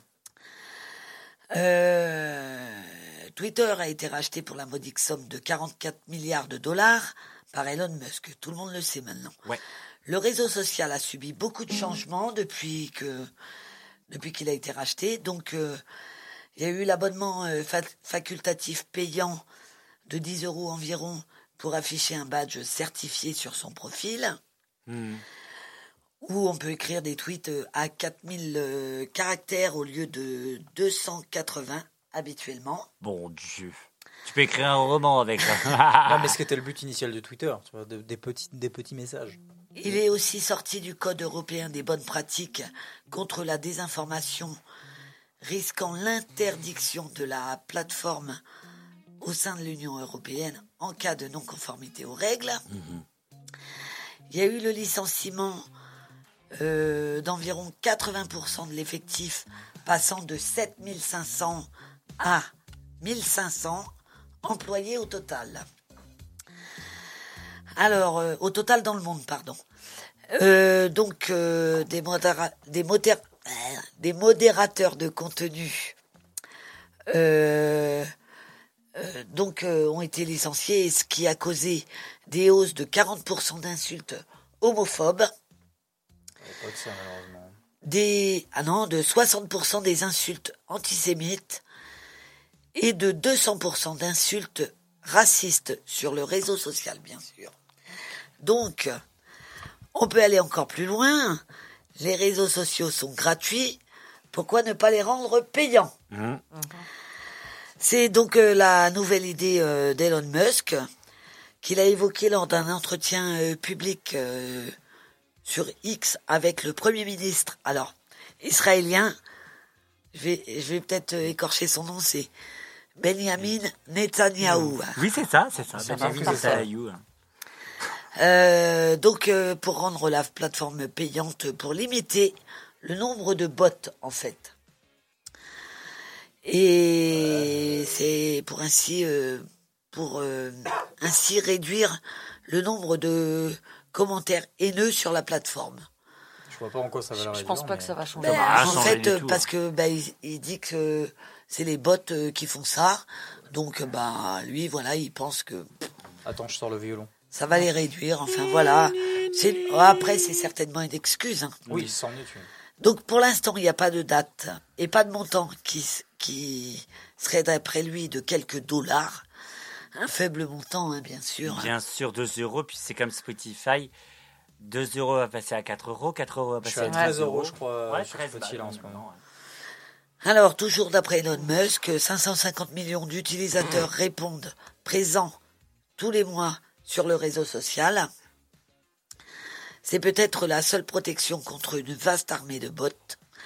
Euh, Twitter a été racheté pour la modique somme de quarante-quatre milliards de dollars par Elon Musk. Tout le monde le sait maintenant.
ouais.
Le réseau social a subi beaucoup de changements depuis que depuis qu'il a été racheté. Donc, euh, il y a eu l'abonnement euh, fa- facultatif payant de dix euros environ pour afficher un badge certifié sur son profil,
Hmm.
où on peut écrire des tweets euh, à quatre mille euh, caractères au lieu de deux cent quatre-vingts habituellement.
Bon Dieu. Tu peux écrire un roman avec
Non,
ça.
mais ce qui était le but initial de Twitter, tu vois, de- des, petits, des petits messages.
Il est aussi sorti du Code européen des bonnes pratiques contre la désinformation, risquant l'interdiction de la plateforme au sein de l'Union européenne en cas de non-conformité aux règles. Il y a eu le licenciement euh, d'environ quatre-vingts pour cent de l'effectif, passant de sept mille cinq cents à mille cinq cents employés au total. Alors, euh, au total dans le monde, pardon. Euh, donc, euh, des, modéra- des, modér- euh, des modérateurs de contenu euh, euh, donc, euh, ont été licenciés, ce qui a causé des hausses de quarante pour cent d'insultes homophobes,
Pas que ça, malheureusement.
des, ah non, de soixante pour cent des insultes antisémites et de deux cents pour cent d'insultes racistes sur le réseau social, bien sûr. Donc, on peut aller encore plus loin. Les réseaux sociaux sont gratuits. Pourquoi ne pas les rendre payants?
Hmm.
C'est donc euh, la nouvelle idée euh, d'Elon Musk qu'il a évoquée lors d'un entretien euh, public euh, sur X avec le Premier ministre, alors, israélien. Je vais, je vais peut-être euh, écorcher son nom, c'est Benjamin Netanyahou.
Oui, c'est ça, c'est ça.
C'est
Benjamin
ça, c'est ça.
Netanyahu.
Euh, donc, euh, pour rendre la plateforme payante, pour limiter le nombre de bots, en fait. Et c'est pour ainsi euh, pour euh, ainsi réduire le nombre de commentaires haineux sur la plateforme.
Je vois pas en quoi ça va la réduire.
Je pense pas
mais...
que ça va changer.
Ben,
Ah,
en
changer
fait,
du
euh,
tout.
parce que ben, il, il dit que c'est les bots euh, qui font ça, donc bah lui, voilà, il pense que
Attends, je sors le violon.
ça va les réduire. Enfin voilà. C'est... Après, c'est certainement une excuse. Hein.
Oui, c'en est une.
Donc pour l'instant, il n'y a pas de date et pas de montant qui, qui serait d'après lui de quelques dollars. Un faible montant, hein, bien sûr.
Bien sûr, deux euros, puis c'est comme Spotify. deux euros va passer à quatre euros, quatre euros va
Je suis
passer
à
à
treize
treize
euros, je crois,
Ouais,
sur
treize
Spotify,
balles,
là, en ce moment.
Alors, toujours d'après Elon Musk, cinq cent cinquante millions d'utilisateurs répondent présents tous les mois sur le réseau social. C'est peut-être la seule protection contre une vaste armée de bots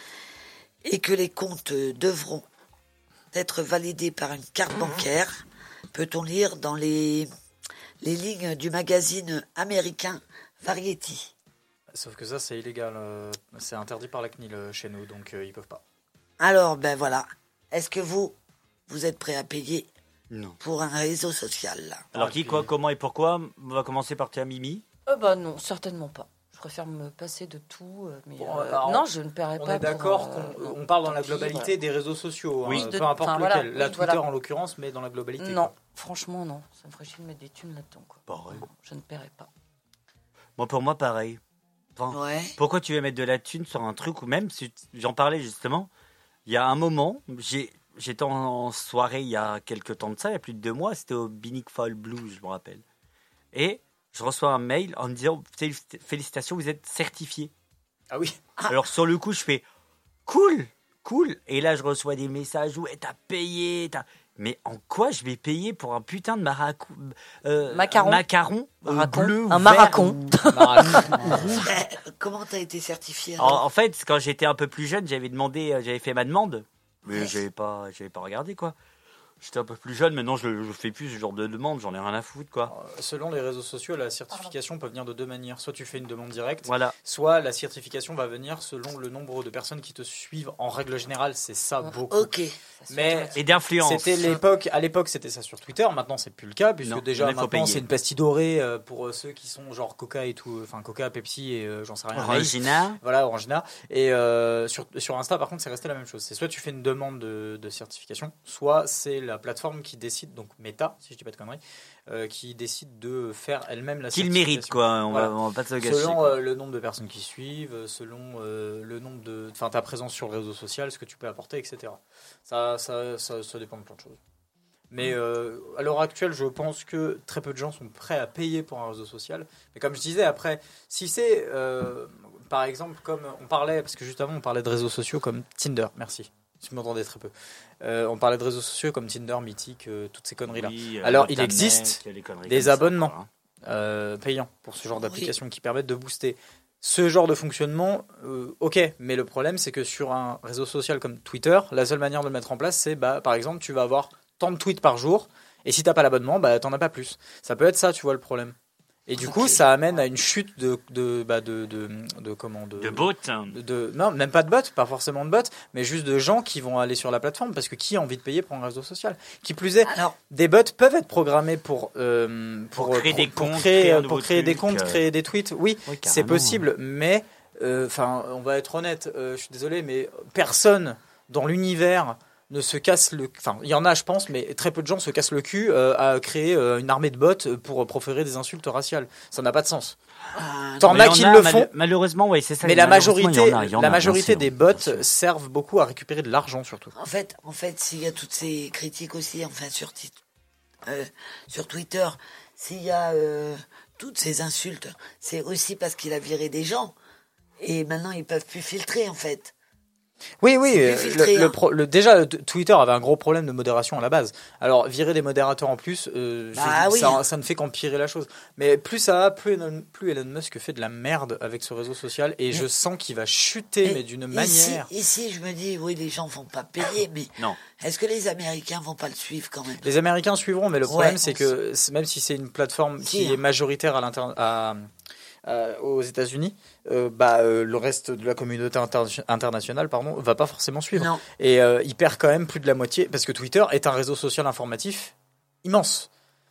et que les comptes devront être validés par une carte bancaire, peut-on lire dans les, les lignes du magazine américain Variety.
Sauf que ça, c'est illégal. euh, C'est interdit par la C N I L euh, chez nous, donc euh, ils peuvent pas.
Alors, ben voilà. Est-ce que vous, vous êtes prêt à payer
Non.
pour un réseau social là
Alors qui, quoi, comment et pourquoi? On va commencer par Tia Mimi.
Euh, bah non, certainement pas. Je préfère me passer de tout. euh, Mais
Bon,
euh,
alors,
non, je ne paierai
On
pas.
est d'accord
pour, euh,
qu'on
non,
on parle dans
tant
la
pis,
globalité
voilà.
des réseaux sociaux,
Oui,
hein,
de-
peu importe
enfin,
lequel.
voilà,
la
oui,
Twitter
voilà.
en l'occurrence, mais dans la globalité.
Non,
quoi.
franchement, non. Ça me ferait chier de mettre des thunes là-dedans. Quoi.
Pareil.
Non, je ne paierai pas.
Moi, pour moi, pareil. Enfin,
Ouais.
Pourquoi tu veux mettre de la thune sur un truc, ou même, si j'en parlais justement, il y a un moment, j'ai, j'étais en soirée il y a quelques temps de ça, il y a plus de deux mois, c'était au Binic Fall Blues, je me rappelle. Et je reçois un mail en me disant Félicit- félicitations, vous êtes certifié.
Ah oui.
Alors sur le coup, je fais cool, cool. Et là, je reçois des messages où t'as payé, t'as... Mais en quoi je vais payer pour un putain de maracou... euh,
Macaron.
macaron euh,
Maracon.
bleu ou
Un
vert
maracon.
ou-
Eh, comment t'as été certifié
En,
alors
en fait, quand j'étais un peu plus jeune, j'avais demandé, euh, j'avais fait ma demande, mais j'avais pas, j'avais pas regardé quoi. J'étais un peu plus jeune, maintenant je, je fais plus ce genre de demande, j'en ai rien à foutre quoi.
Selon les réseaux sociaux, la certification peut venir de deux manières. Soit tu fais une demande directe,
Voilà.
soit la certification va venir selon le nombre de personnes qui te suivent. En règle générale, c'est ça beaucoup.
Ok.
Mais
Et d'influence.
c'était l'époque. À l'époque, c'était ça sur Twitter. Maintenant, c'est plus le cas puisque
Non,
déjà
maintenant, il faut
maintenant
payer.
c'est une pastille dorée euh, pour euh, ceux qui sont genre Coca et tout, enfin Coca, Pepsi et euh, j'en sais rien. Lay's.
Orangina.
Voilà, Orangina. Et euh, sur, sur Insta, par contre, c'est resté la même chose. C'est soit tu fais une demande de, de certification, soit c'est la plateforme qui décide, donc Meta, si je dis pas de conneries, euh, qui décide de faire elle-même la
Qu'il
certification.
mérite quoi, on,
Voilà.
va, on va pas se le gâcher.
Selon
quoi.
euh, le nombre de personnes qui suivent, euh, selon euh, le nombre de, enfin ta présence sur le réseau social, ce que tu peux apporter, et cetera. Ça, ça, ça, ça dépend de plein de choses. Mais euh, à l'heure actuelle, je pense que très peu de gens sont prêts à payer pour un réseau social. Mais comme je disais, après, si c'est, euh, par exemple, comme on parlait, parce que juste avant, on parlait de réseaux sociaux comme Tinder, merci. Tu m'entendais très peu. Euh, on parlait de réseaux sociaux comme Tinder, Mythique, euh, toutes ces conneries-là.
Oui, euh,
Alors, il
Internet,
existe
les conneries
des
comme ça,
abonnements
quoi, hein.
euh, payants pour ce genre
Oui.
d'applications qui permettent de booster. Ce genre de fonctionnement, euh, ok, mais le problème c'est que sur un réseau social comme Twitter, la seule manière de le mettre en place, c'est bah, par exemple, tu vas avoir tant de tweets par jour, et si t'as pas l'abonnement, bah t'en as pas plus. Ça peut être ça, tu vois le problème. Et du coup, ça amène à une chute de de bah, de, de, de comment de,
De bots.
de, de- non, même pas de bots, pas forcément de bots, mais juste de gens qui vont aller sur la plateforme parce que qui a envie de payer pour un réseau social? Qui plus est,
Alors,
des bots peuvent être programmés pour euh,
Pour créer
euh,
des
pour
comptes,
créer,
créer un
pour
nouveau
créer des
truc,
comptes,
euh.
créer des tweets. Oui,
Oui,
c'est
carrément.
possible, mais enfin, on va être honnête. euh, je suis désolé, mais personne dans l'univers ne se casse le. Enfin, il y en a, je pense, mais très peu de gens se cassent le cul euh, à créer euh, une armée de bots pour proférer des insultes raciales. Ça n'a pas de sens.
euh,
T'en
Mais
as
il y
qui
en a,
le
mal-
font.
Malheureusement, oui, c'est ça.
Mais la
malheureusement,
majorité,
il y en a, il y en
la
a, bien
majorité
sûr,
des
bien
bots
sûr.
servent beaucoup à récupérer de l'argent surtout.
en fait, en fait, s'il y a toutes ces critiques aussi, enfin sur, ti- euh, sur Twitter, s'il y a euh, toutes ces insultes, c'est aussi parce qu'il a viré des gens. Et maintenant, ils peuvent plus filtrer, en fait.
Oui, oui.
C'est
euh,
plus filtré,
le, le
hein.
pro- le- déjà, t- Twitter avait un gros problème de modération à la base. Alors, virer des modérateurs en plus, euh,
Bah
je-
oui.
ça, ça ne fait qu'empirer la chose. Mais plus ça va, plus Elon, plus Elon Musk fait de la merde avec ce réseau social. Et je sens qu'il va chuter, mais d'une
Ici,
manière.
ici, je me dis, oui, les gens vont pas payer, mais
Non.
est-ce que les Américains vont pas le suivre quand même?
Les Américains suivront, mais le
Ouais,
problème,
on
c'est que c'est- même si c'est une plateforme
Si,
qui
hein.
est majoritaire à l'inter- à- à- aux États-Unis, euh, bah, euh, le reste de la communauté inter- internationale, pardon, va pas forcément suivre.
Non.
Et euh, il perd quand même plus de la moitié parce que Twitter est un réseau social informatif immense.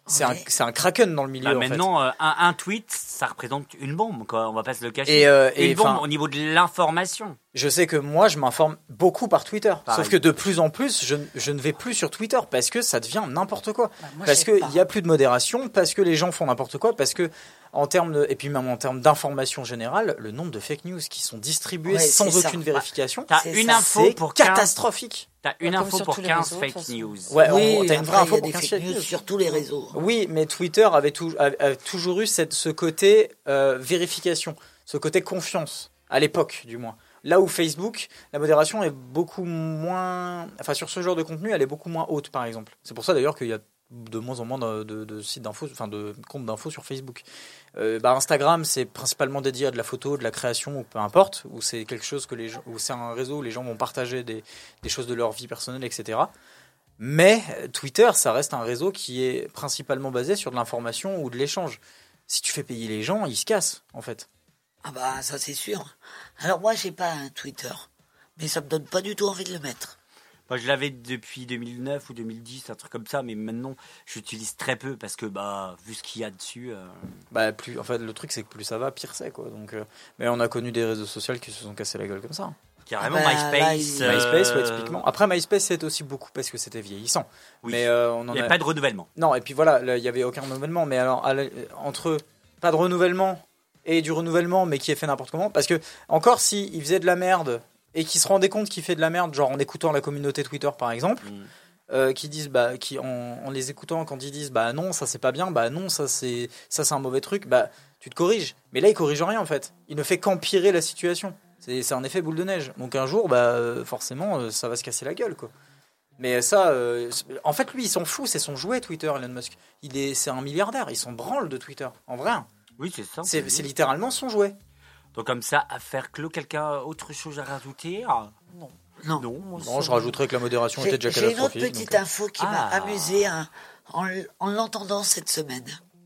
C'est un, c'est un kraken dans le milieu.
Bah,
en
maintenant,
fait.
euh, un, un tweet, ça représente une bombe, quoi. On va pas se le cacher.
Et, euh,
une
et,
bombe
enfin,
au niveau de l'information.
Je sais que moi, je m'informe beaucoup par Twitter.
Pareil.
Sauf que de plus en plus, je, je ne vais plus sur Twitter parce que ça devient n'importe quoi.
Bah, moi,
parce
je sais
qu'il n'y a plus de modération, parce que les gens font n'importe quoi, parce que en termes de, et puis même en termes d'information générale, le nombre de fake news qui sont distribuées
Ouais,
sans
c'est
aucune
ça.
vérification,
T'as
C'est
une
ça.
info
c'est
pour quinze...
catastrophique.
T'as une
Comme
info
sur
pour
tous les
quinze
réseaux, de
fake
toute façon.
news.
Ouais,
Oui,
on- t'as une vraie
après,
info
il y a
pour
des
quinze
fake
fake
news
news.
sur tous les réseaux.
Oui, mais Twitter avait, tout, a, a toujours eu cette, ce côté euh, vérification, ce côté confiance, à l'époque du moins. Là où Facebook, la modération est beaucoup moins... Enfin, sur ce genre de contenu, elle est beaucoup moins haute, par exemple. C'est pour ça d'ailleurs qu'il y a de moins en moins de, de, de sites d'infos, enfin de comptes d'infos sur Facebook. Euh, bah Instagram, c'est principalement dédié à de la photo, de la création, ou peu importe, où c'est quelque chose que les gens, où c'est un réseau où les gens vont partager des, des choses de leur vie personnelle, et cetera. Mais Twitter, ça reste un réseau qui est principalement basé sur de l'information ou de l'échange. Si tu fais payer les gens, ils se cassent, en fait.
Ah bah ça c'est sûr. Alors moi j'ai pas un Twitter, mais ça me donne pas du tout envie de le mettre.
Moi, je l'avais depuis deux mille neuf ou deux mille dix, un truc comme ça, mais maintenant, j'utilise très peu parce que, bah, vu ce qu'il y a dessus. Euh...
Bah, plus, en fait, le truc, c'est que plus ça va, pire c'est, quoi. Donc, euh, mais on a connu des réseaux sociaux qui se sont cassés la gueule comme ça.
Carrément,
Ah bah, là,
MySpace.
il-
euh,
MySpace, ouais, typiquement. Après, MySpace, c'est aussi beaucoup parce que c'était vieillissant.
Oui.
Mais euh, on en
Il n'y a
a...
pas de renouvellement.
Non, et puis voilà, là, il n'y avait aucun renouvellement. Mais alors, à la- entre pas de renouvellement et du renouvellement, mais qui est fait n'importe comment, parce que, encore, si il faisait de la merde et qui se rendait compte qu'il fait de la merde, genre en écoutant la communauté Twitter, par exemple,
Mm.
euh, qui disent, bah, qui, en, en les écoutant, quand ils disent, bah non, ça c'est pas bien, bah non, ça c'est, ça c'est un mauvais truc, bah tu te corriges. Mais là, il corrige rien, en fait. Il ne fait qu'empirer la situation. C'est, c'est un effet boule de neige. Donc un jour, bah, euh, forcément, euh, ça va se casser la gueule, quoi. Mais ça, euh, c'est- en fait, lui, il s'en fout, c'est son jouet, Twitter, Elon Musk. Il est, c'est un milliardaire, il s'en branle de Twitter, en vrai.
Oui, c'est ça.
C'est, c'est littéralement son jouet.
Donc, comme ça, à faire clos, quelqu'un autre chose à rajouter ah,
Non.
Non.
Non.
Moi,
Non, je
ça-
rajouterais que la modération
J'ai
était déjà
j'ai une autre
catastrophique.
petite
donc, euh,
info qui
Ah.
m'a amusée hein, en, l- en l'entendant cette semaine.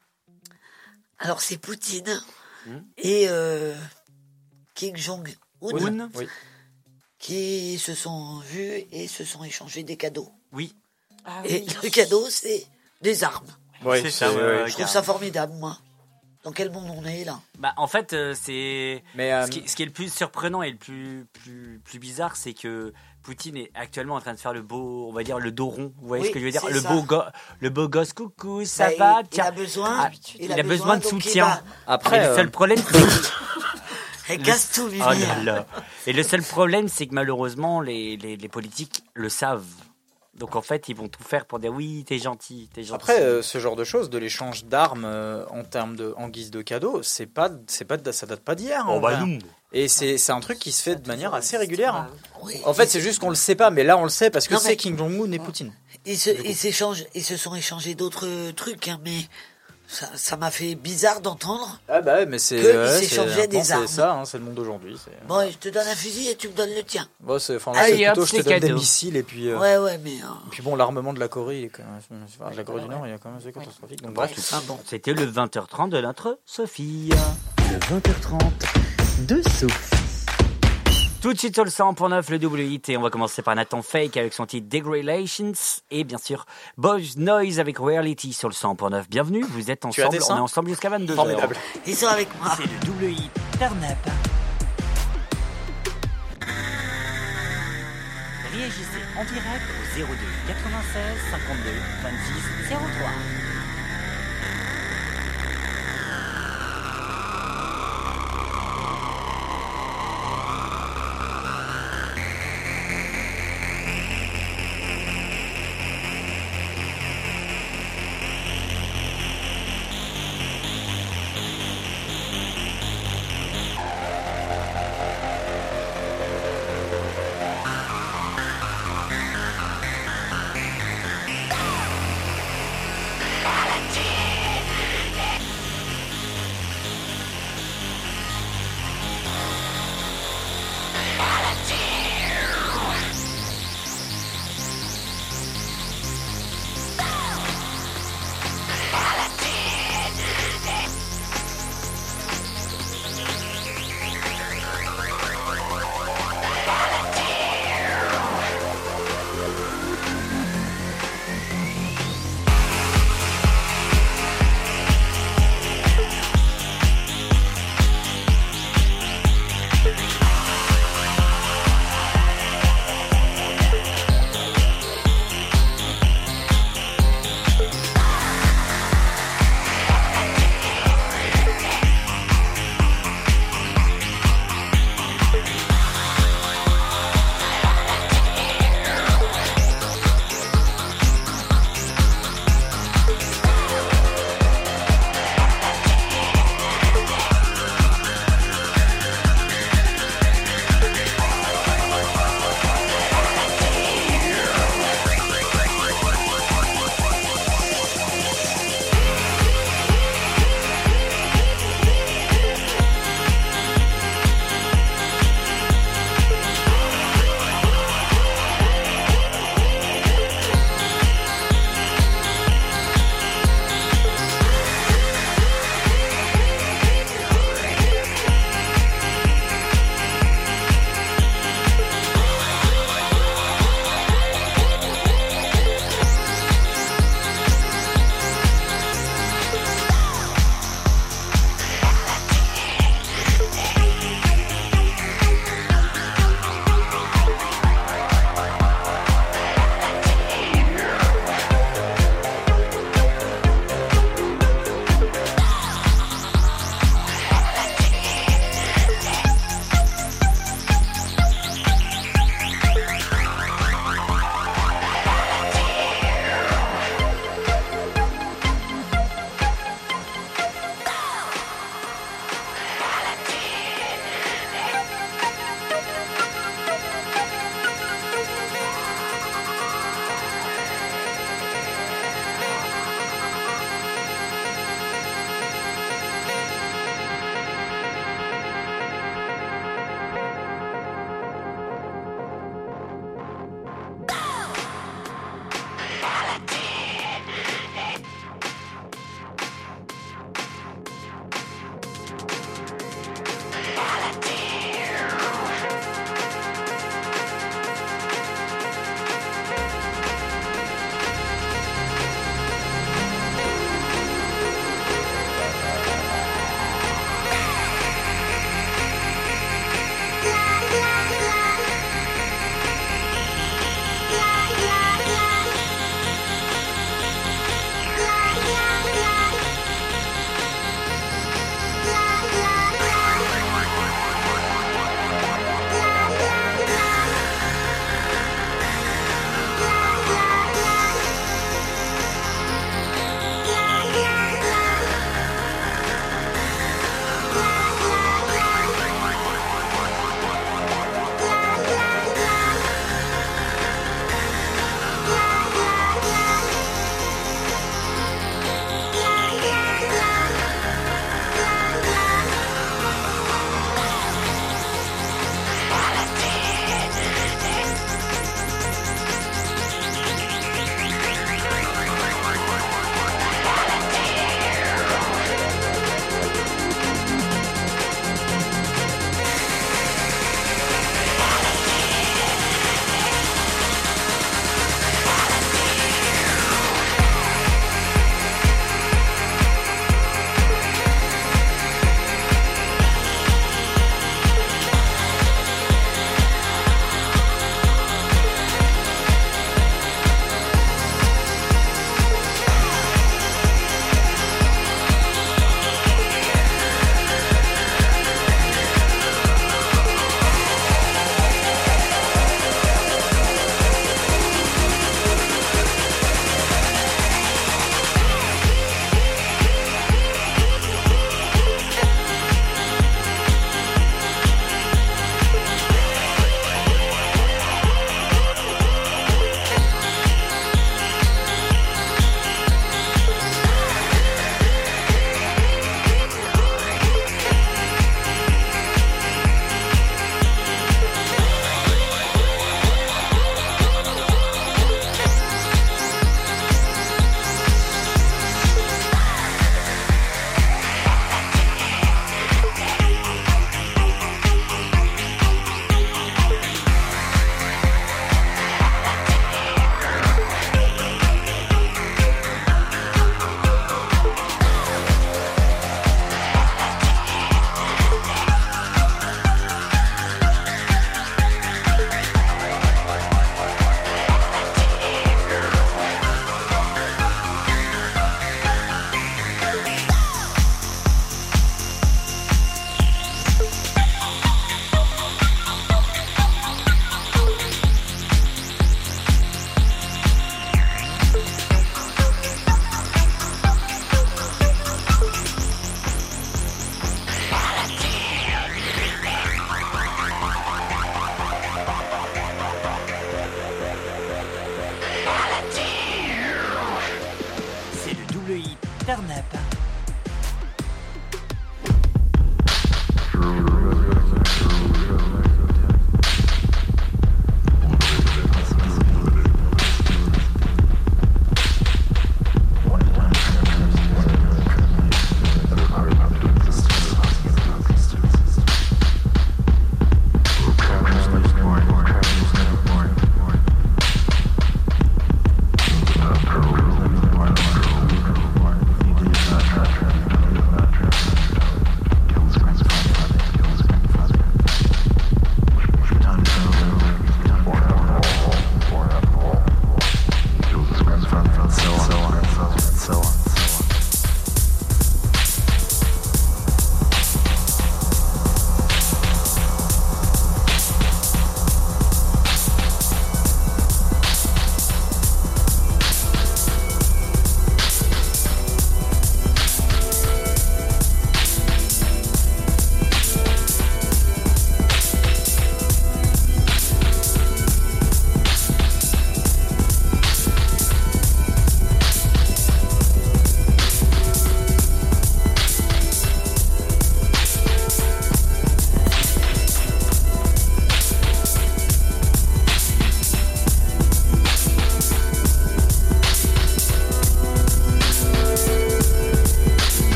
Alors c'est Poutine
Hmm.
et euh, Kim Jong-un
Un.
oui.
qui se sont vus et se sont échangés des cadeaux.
Oui.
Ah
Et
oui.
le cadeau, c'est des armes.
Ouais,
C'est ça, ouais,
ouais.
ouais.
Je trouve ça formidable, moi. Dans quel monde on est, là?
Bah, en fait, euh, c'est.
Mais euh,
Ce qui, ce qui est le plus surprenant et le plus, plus, plus bizarre, c'est que Poutine est actuellement en train de faire le beau, on va dire, le dos rond. Vous voyez
Oui,
ce que je veux dire?
c'est
Le
ça.
beau, go- le beau gosse, coucou, ça
Bah,
va?
il, il
Tiens.
a besoin,
Ah,
il,
il a besoin de
donc il
soutien.
va-
après,
Et le
euh,
seul problème, c'est
Elle casse tout, Mimi.
Oh là là. Et le seul problème, c'est que malheureusement, les, les, les politiques le savent. Donc en fait, ils vont tout faire pour dire oui, t'es gentil, t'es gentil.
Après, euh, ce genre de choses, de l'échange d'armes euh, en termes de, en guise de cadeau, c'est pas, c'est pas, de- ça date pas d'hier.
Oh
en
bah
vrai.
non.
Et c'est, c'est un truc qui se fait de manière assez régulière. hein.
Oui.
En fait, c'est juste qu'on le sait pas, mais là, on le sait parce que
Non,
c'est
mais-
Kim Jong-un et Poutine.
Ils se, ils s'échangent, ils se sont échangés d'autres trucs, hein, mais ça, ça m'a fait bizarre d'entendre.
Ah bah ouais, mais c'est,
Que ils
ouais,
s'échangeaient
c'est,
des
c'est
armes.
ça, hein, c'est le monde d'aujourd'hui. C'est...
Bon, je te donne un fusil et tu me donnes le tien.
Bon, c'est, enfin, là,
Allez,
c'est
hop,
plutôt, je te
c'est
donne des
cadeau.
missiles et puis, euh,
Ouais, ouais, mais. euh,
et puis bon, l'armement de la Corée, il est quand même, enfin, de la Corée du Nord, il est quand même assez catastrophique. Donc bref.
ah bon.
C'était le vingt heures trente de notre Sophie.
Le vingt heures trente de Sophie.
Tout de suite sur le cent point neuf, le double hit, et on va commencer par Nathan Fake avec son titre Degradations, et bien sûr Boys Noise avec Reality sur le cent point neuf. Bienvenue, vous êtes
Tu as
ensemble,
des
on
seins
est ensemble jusqu'à vingt-deux heures.
Formidable.
Ils sont avec moi.
C'est le double hit Turn Up. Réagissez en direct au zéro deux quatre-vingt-seize cinquante-deux vingt-six zéro trois.
Thank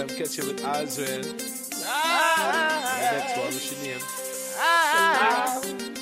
them catch you with Azrael. Ah, the next one, what's your name? Ah.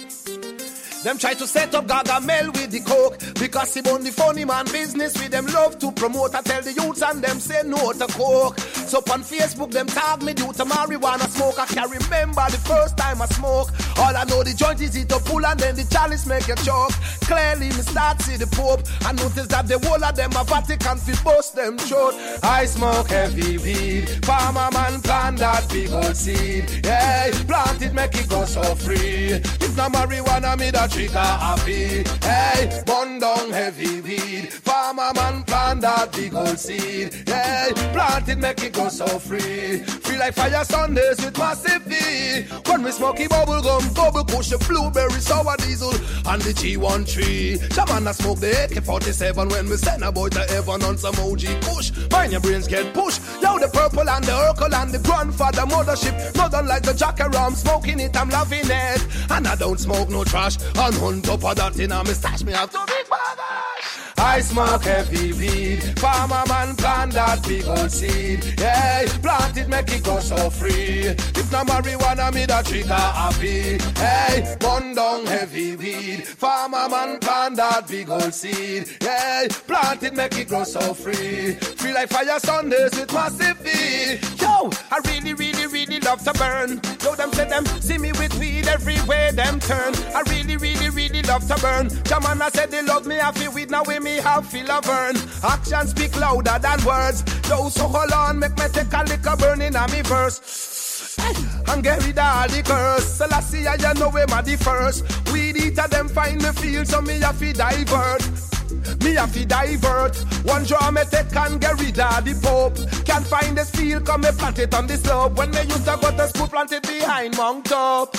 Them try to set up Gargamel with the coke because he bun the funny man business with them love to promote. I tell the youths and them say no to coke. So on Facebook them tag me due to marijuana smoke. I can't remember the first time I smoke. All I know the joint is it to pull and then the chalice make you choke. Clearly me start see the Pope. I notice that the whole of them a Vatican fi bust them throat. I smoke heavy weed. Farmer man plant that big old seed. Yeah, plant it make it go so free. If not marijuana me that trigger happy. Hey, bun down heavy weed. Farmer man plant that big old seed. Hey, plant it make it go so free. Feel like fire Sundays with massive V. When we smoky bubble gum, bubble push the blueberry sour diesel and the G thirteen. Shaman a smoke the A K forty-seven when we send a boy to heaven on some O G push. Mind your brains get pushed. Yo, the purple and the Urkel and the grandfather mothership. No don't like the jack around smoking it, I'm loving it. And I don't smoke no trash. And on top of that in a mustache, me have to big bagage. I smoke heavy weed. Farmer man plant that big old seed. Yeah, plant it make it go so free. If not marijuana me that trigger happy. Hey, bun down heavy weed. Farmer man plant that big old seed. Yeah, plant it make it go so free. Feel like fire Sundays with massive V. Yo, I really, really, really love to burn. Yo, them say them see me with weed everywhere them turn. I really, really, really love to burn. Jamana said they love me, I feel weed now with me have feel a burn. Actions speak louder than words. Yo, so hold on, make me take a lick of burning on me verse. And get rid of all the curse. Selassie, I you know him at the first. Weed eater them find the field, so me have to divert. Me have to divert. One draw me take and get rid of the Pope. Can't find this field, come me plant it on the slope. When me used to go to school, plant it behind Mount Top.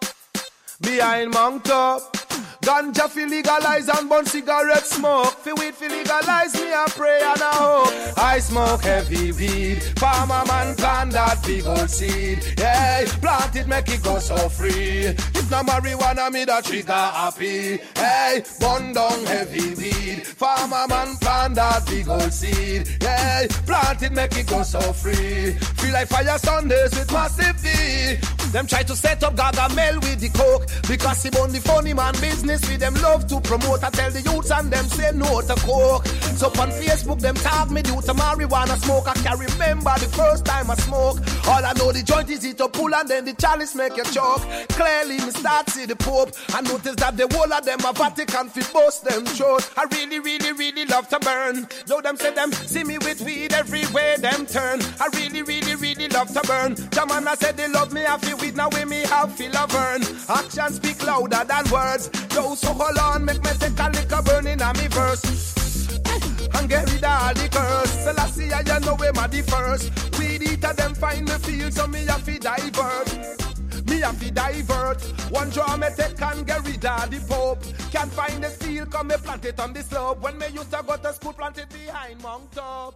Behind Mount Top. Ganja fi legalize and burn cigarette smoke. Fi weed fi legalize, me a pray and a hope. I smoke heavy weed. Farmer man plant that big old seed. Yeah, plant it make it go so free. If not marijuana me that trigger happy. Hey, burn down heavy weed. Farmer man plant that big old seed. Yeah, plant it make it go so free. Feel like fire Sundays with massive V. Them try to set up Gargamel with the coke because he bun the funny man business. With them love to promote. I tell the youths and them say no to coke. So on Facebook them tag me due to marijuana smoke. I can't remember the first time I smoke. All I know the joint is it to pull and then the chalice make you choke. Clearly me start see the Pope. I notice that the whole of them a Vatican fi bust them throat. I really really really love to burn. Though them say them see me with weed everywhere them turn. I really really really love to burn. Jamana said they love me I feel weed now with me have feel a burn. Actions speak louder than words. Yo, so hold on, make me take a lick of burning on me verse. And get rid of all the curse. Selassie, I you know him at the first. Weed eater them find the field, so me have to divert. Me have to divert. One draw me take and get rid of the Pope. Can't find the field, come me plant it on the slope. When me used to go to school, plant it behind Mount Top.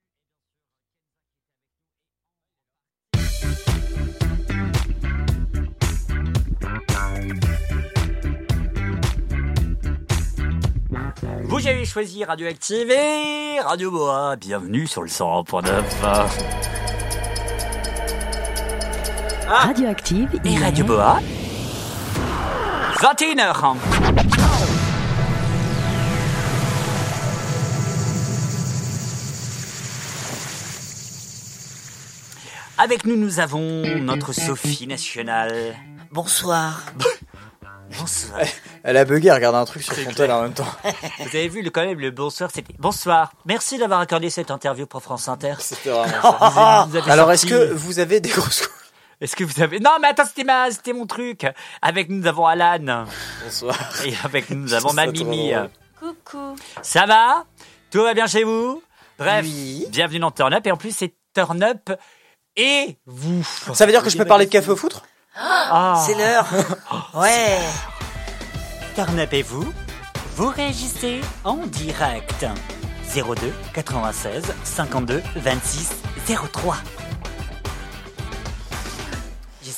Vous avez choisi Radioactive et Radio Boa. Bienvenue sur le cent un point neuf. Ah.
Radioactive
et Radio Boa. vingt et une heures. Avec nous, nous avons notre Sophie nationale.
Bonsoir.
Bonsoir.
Elle a bugué, elle regarde un truc sur son tel en même temps.
Vous avez vu le, quand même le bonsoir, c'était bonsoir. Merci d'avoir accordé cette interview pour France Inter.
C'était vraiment ça. Vous avez, vous avez Alors sorti... est-ce que vous avez des grosses
Est-ce que vous avez... Non mais attends, c'était, ma... c'était mon truc. Avec nous, nous avons Alan.
Bonsoir.
Et avec nous, nous avons ma Mimi.
Coucou.
Ça va? Tout va bien chez vous? Bref,
oui.
Bienvenue dans Turn Up. Et en plus, c'est Turn Up et vous.
Ça veut dire que je peux parler de café au foutre?
Ah, c'est l'heure. Ouais.
Turn Up et vous, vous réagissez en direct. zéro deux quatre-vingt-seize cinquante-deux vingt-six zéro trois.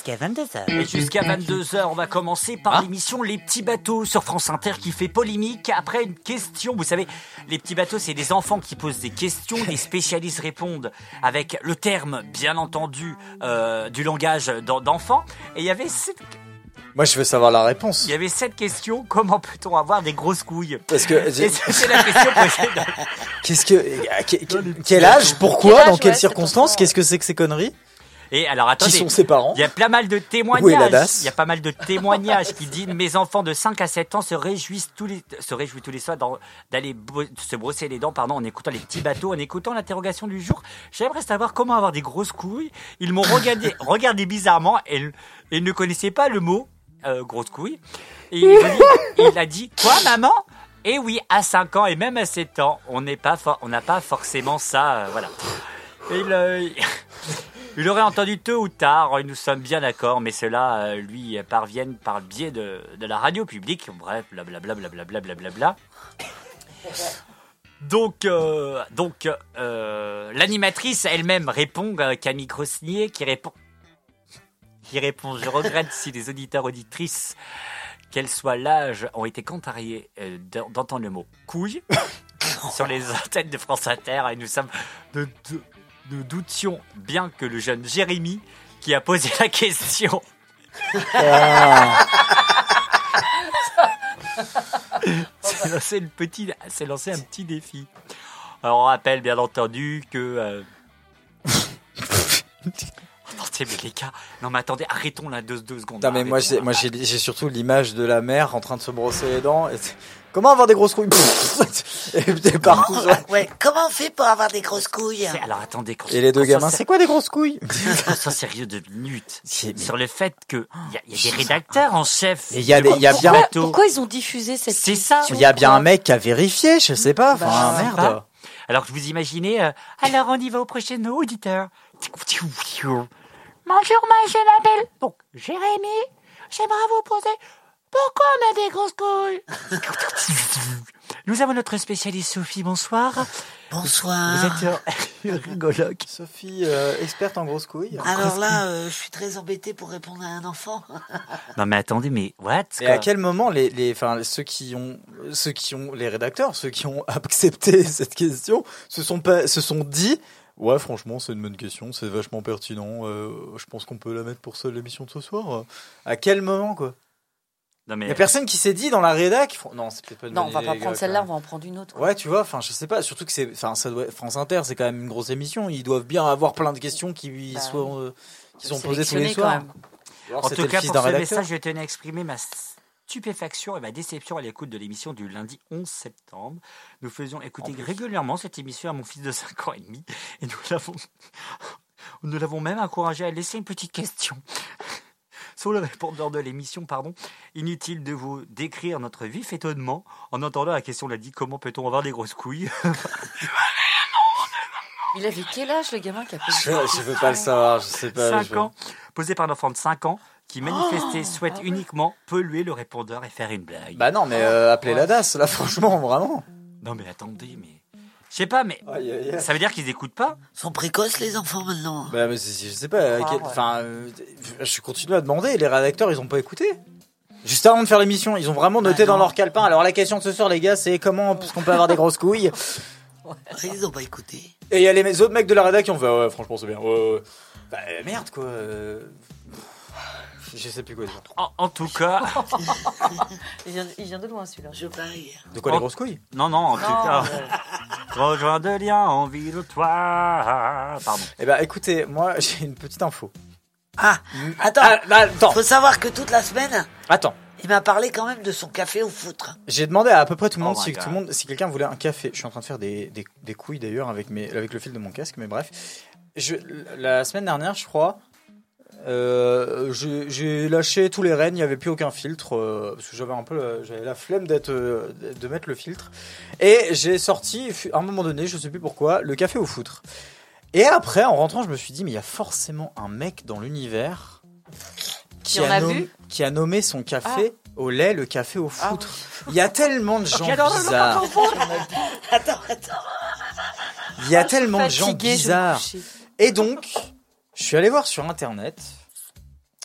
jusqu'à vingt-deux heures. Et jusqu'à vingt-deux heures, on va commencer par ah. l'émission Les Petits Bateaux sur France Inter qui fait polémique après une question. Vous savez, Les Petits Bateaux, c'est des enfants qui posent des questions, des spécialistes répondent avec le terme, bien entendu, euh, du langage d'enfants. Et il y avait cette...
Moi, je veux savoir la réponse.
Il y avait cette question, comment peut-on avoir des grosses couilles?
Parce que
c'est, c'est la question posée.
Qu'est-ce que quel âge, pourquoi, quel âge, dans quelles ouais, circonstances, qu'est-ce que c'est que ces conneries?
Et alors attendez,
qui sont ses parents?
Il y a pas mal de témoignages. Il y a pas mal de témoignages qui disent mes enfants de cinq à sept ans se réjouissent tous les se réjouissent tous les soirs dans, d'aller bo- se brosser les dents pardon en écoutant Les Petits Bateaux, en écoutant l'interrogation du jour. J'aimerais savoir comment avoir des grosses couilles. Ils m'ont regardé regardé bizarrement et, et ne connaissaient pas le mot euh, grosse couille. Et il, dit, il a dit quoi maman? Et oui, à cinq ans et même à sept ans, on n'est pas for- on n'a pas forcément ça euh, voilà. Et il, euh, il aurait entendu tôt ou tard, nous sommes bien d'accord, mais cela euh, lui parviennent par le biais de, de la radio publique. Bref, blablabla, blablabla, blablabla. Donc, euh, donc euh, l'animatrice elle-même répond, euh, Camille Crosnier, qui répond, qui répond, je regrette si les auditeurs auditrices, quel soit l'âge, ont été contrariés euh, d'entendre le mot couille sur les antennes de France Inter, et nous sommes de, de Nous doutions bien que le jeune Jérémy, qui a posé la question, ah. s'est lancé une petite, s'est lancé un petit défi. Alors on rappelle bien entendu que. Euh... Attendez, mais les gars, non mais attendez, arrêtons là deux, deux secondes.
Non mais moi, j'ai, moi j'ai, j'ai surtout l'image de la mère en train de se brosser les dents. Et comment avoir des grosses couilles? Et t'es partout.
Comment, ouais, comment on fait pour avoir des grosses couilles?
C'est, alors attendez.
Et les deux gamins, c'est quoi des grosses couilles?
Ça sérieux de minutes sur le fait que il y, y a des rédacteurs en chef.
Il y a, il y a bien.
Pourquoi, pourquoi ils ont diffusé cette
C'est ça.
Il y a bien un mec qui a vérifié, je sais pas. Enfin, bah, merde.
Pas. Alors que vous imaginez. Euh, alors on y va au prochain auditeur. Bonjour, moi je m'appelle donc Jérémy. J'aimerais vous poser pourquoi on a des grosses couilles. Nous avons notre spécialiste Sophie. Bonsoir.
Bonsoir.
Vous êtes euh, rigologue.
Sophie, euh, experte en grosses couilles.
Alors là, euh, je suis très embêtée pour répondre à un enfant.
Non mais attendez, mais what?
Et à quel moment les, les, enfin ceux qui ont, ceux qui ont, les rédacteurs, ceux qui ont accepté cette question, se sont pas, se sont dit. Ouais, franchement, c'est une bonne question, c'est vachement pertinent. Euh, je pense qu'on peut la mettre pour seule l'émission de ce soir. À quel moment, quoi? Non, mais... Il y a personne qui s'est dit dans la rédac. Non, c'est peut-être pas une
Non,
bonne
on va
idée,
pas
les
prendre
gars,
celle-là, on va en prendre une autre. Quoi.
Ouais, tu vois, enfin, je sais pas. Surtout que c'est, enfin, ça doit. France Inter, c'est quand même une grosse émission. Ils doivent bien avoir plein de questions qui bah, soient, euh, qui sont posées tous les soirs.
Alors, en tout cas, pour ce message, je tenais à exprimer ma stupéfaction et ma déception à l'écoute de l'émission du lundi onze septembre. Nous faisions écouter régulièrement cette émission à mon fils de cinq ans et demi et nous l'avons, nous l'avons même encouragé à laisser une petite question sur le répondeur de l'émission. Pardon. Inutile de vous décrire notre vif étonnement en entendant la question l'a dit comment peut-on avoir des grosses couilles?
Il avait quel âge le gamin qui a posé?
Je, je veux pas le savoir, je sais pas.
cinq ans, posé par un enfant de cinq ans. Qui manifestait oh, souhaite ah ouais. uniquement polluer le répondeur et faire une blague.
Bah non, mais euh, appelez ouais. la D A S, là, franchement, vraiment.
Non, mais attendez, mais. Je sais pas, mais. Aïe, aïe, aïe. Ça veut dire qu'ils écoutent pas?
Ils sont précoces, les enfants, maintenant.
Bah, mais c'est, je sais pas. Enfin, ah, ouais. euh, je continue à demander. Les rédacteurs, ils ont pas écouté. Juste avant de faire l'émission, ils ont vraiment noté ah, dans leur calepin. Alors, la question de ce soir, les gars, c'est comment, parce qu'on peut avoir des grosses couilles.
Ouais. Ils ont pas écouté.
Et il y a les autres mecs de la rédac qui ont fait, ouais, franchement, c'est bien. Ouais, ouais. Bah, merde, quoi. Euh... Je sais plus quoi dire.
En, en tout cas.
il, vient, il vient de loin celui-là.
Je paye.
De quoi, en... les grosses couilles?
Non, non, en non, tout cas. Rejoins de liens, envie de toi. Pardon.
Eh ben, écoutez, moi, j'ai une petite info.
Ah, attends. Ah, bah, attends. Faut savoir que toute la semaine.
Attends.
Il m'a parlé quand même de son café au foutre.
J'ai demandé à à peu près tout le monde, oh si, tout le monde si quelqu'un voulait un café. Je suis en train de faire des, des, des couilles d'ailleurs avec, mes, avec le fil de mon casque, mais bref. Je, la semaine dernière, je crois. Euh, j'ai, j'ai lâché tous les rênes, il n'y avait plus aucun filtre euh, parce que j'avais un peu la, j'avais la flemme d'être, euh, de mettre le filtre et j'ai sorti à un moment donné, je sais plus pourquoi, le café au foutre. Et après en rentrant je me suis dit mais il y a forcément un mec dans l'univers qui, a, nom, qui a nommé son café ah. au lait le café au foutre. Ah, oui. Il y a tellement de gens bizarres.
Attends, attends.
Il y a tellement de gens bizarres. Et donc je suis allé voir sur internet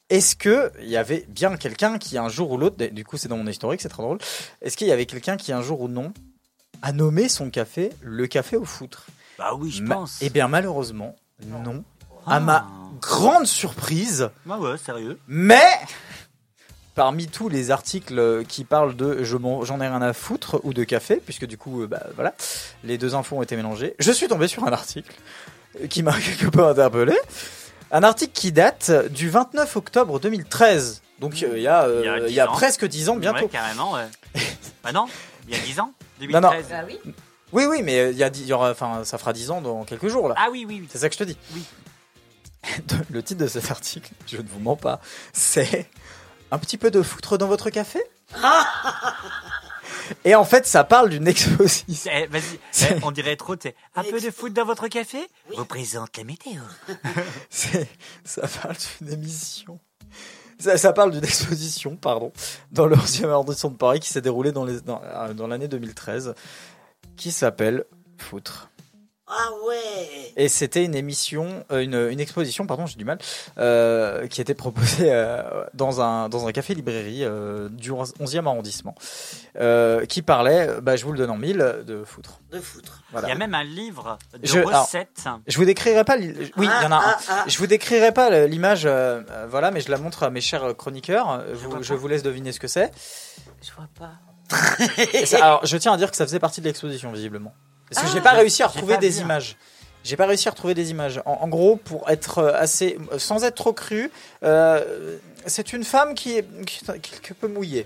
est-ce que il y avait bien quelqu'un qui un jour ou l'autre, du coup c'est dans mon historique, c'est très drôle, est-ce qu'il y avait quelqu'un qui un jour ou non a nommé son café le café au foutre?
Bah oui, je
Ma-
pense.
Eh bien malheureusement, non.
Ah.
À ma grande surprise,
Bah ouais, sérieux.
mais parmi tous les articles qui parlent de je m'en, j'en ai rien à foutre ou de café, puisque du coup, euh, bah, voilà, les deux infos ont été mélangées, je suis tombé sur un article qui m'a quelque peu interpellé. Un article qui date du vingt-neuf octobre deux mille treize. Donc euh, il y a, euh,
Il y a
il y a
dix ans.
presque dix ans bientôt.
Ouais, carrément, ouais. Bah non, il y a dix ans, deux mille
Non, non.
treize.
Bah oui.
Oui, oui, mais euh, il y a, dix- il y aura, enfin, ça fera dix ans dans quelques jours là.
Ah oui, oui, oui.
C'est ça que je te dis.
Oui.
Le titre de cet article, je ne vous mens pas, c'est un petit peu de foutre dans votre café. Et en fait, ça parle d'une exposition.
Eh, vas-y,
C'est-
eh, on dirait trop, t'es un peu de foot dans votre café représente la météo.
C'est, ça parle d'une émission. Ça, ça parle d'une exposition, pardon, dans le onzième arrondissement de Paris qui s'est déroulée dans, les, dans, euh, dans l'année deux mille treize, qui s'appelle Foutre.
Ah ouais.
Et c'était une émission, euh, une, une exposition, pardon, j'ai du mal, euh, qui était proposée euh, dans un dans un café librairie euh, du onzième arrondissement, euh, qui parlait, bah, je vous le donne en mille, de foutre.
De foutre.
Il
Voilà.
y a même un livre de
Je- alors,
recettes.
Je vous décrirai pas. l'i- Oui, il y en a un.
Ah, ah, ah.
Je vous décrirai pas le- l'image, euh, euh, voilà, mais je la montre à mes chers chroniqueurs. Je, vous, je vous laisse deviner ce que c'est.
Je vois pas.
Et ça- alors, je tiens à dire que ça faisait partie de l'exposition, visiblement. Parce que
Ah,
j'ai pas réussi à
j'ai
retrouver
pas
des
vu.
images. J'ai pas réussi à retrouver des images. En, en gros, pour être euh, assez, sans être trop cru, euh, c'est une femme qui est, qui est quelque peu mouillée.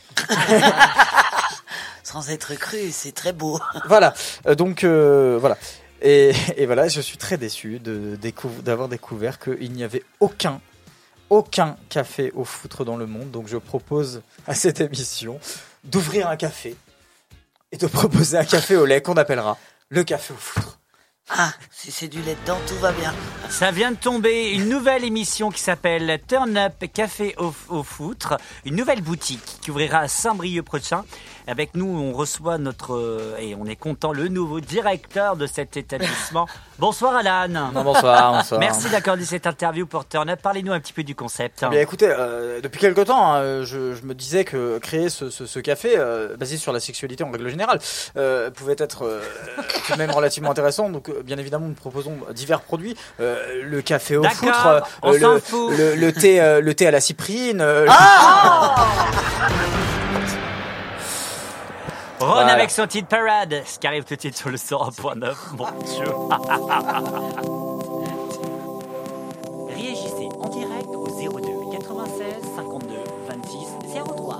Sans être cru, c'est très beau.
Voilà. Euh, donc euh, voilà. Et, et voilà, je suis très déçu de décou- d'avoir découvert qu'il n'y avait aucun, aucun café au foutre dans le monde. Donc je propose à cette émission d'ouvrir un café et de proposer un café au lait qu'on appellera le café au foutre.
Ah, si c'est du lait dedans, tout va bien.
Ça vient de tomber une nouvelle émission qui s'appelle Turn Up Café au, au Foutre, une nouvelle boutique qui ouvrira à Saint-Brieuc prochain. Avec nous, on reçoit notre, euh, et on est content, le nouveau directeur de cet établissement. Bonsoir Alan.
Non, bonsoir, bonsoir.
Merci d'accorder cette interview pour Turn Up. Parlez-nous un petit peu du concept.
Eh bien, écoutez, euh, depuis quelque temps, hein, je, je me disais que créer ce, ce, ce café, euh, basé sur la sexualité en règle générale, euh, pouvait être euh, tout de même relativement intéressant. Donc, euh, bien évidemment, nous proposons divers produits. Euh, le café au
D'accord,
foutre, euh,
on
le,
s'en fout.
le, le thé, euh, le thé à la cyprine. euh,
Ron
Voilà.
avec son titre Parade, ce qui arrive tout de suite sur le cent un point neuf. Mon Dieu. Réagissez en direct au zéro deux quatre-vingt-seize cinquante-deux vingt-six zéro trois.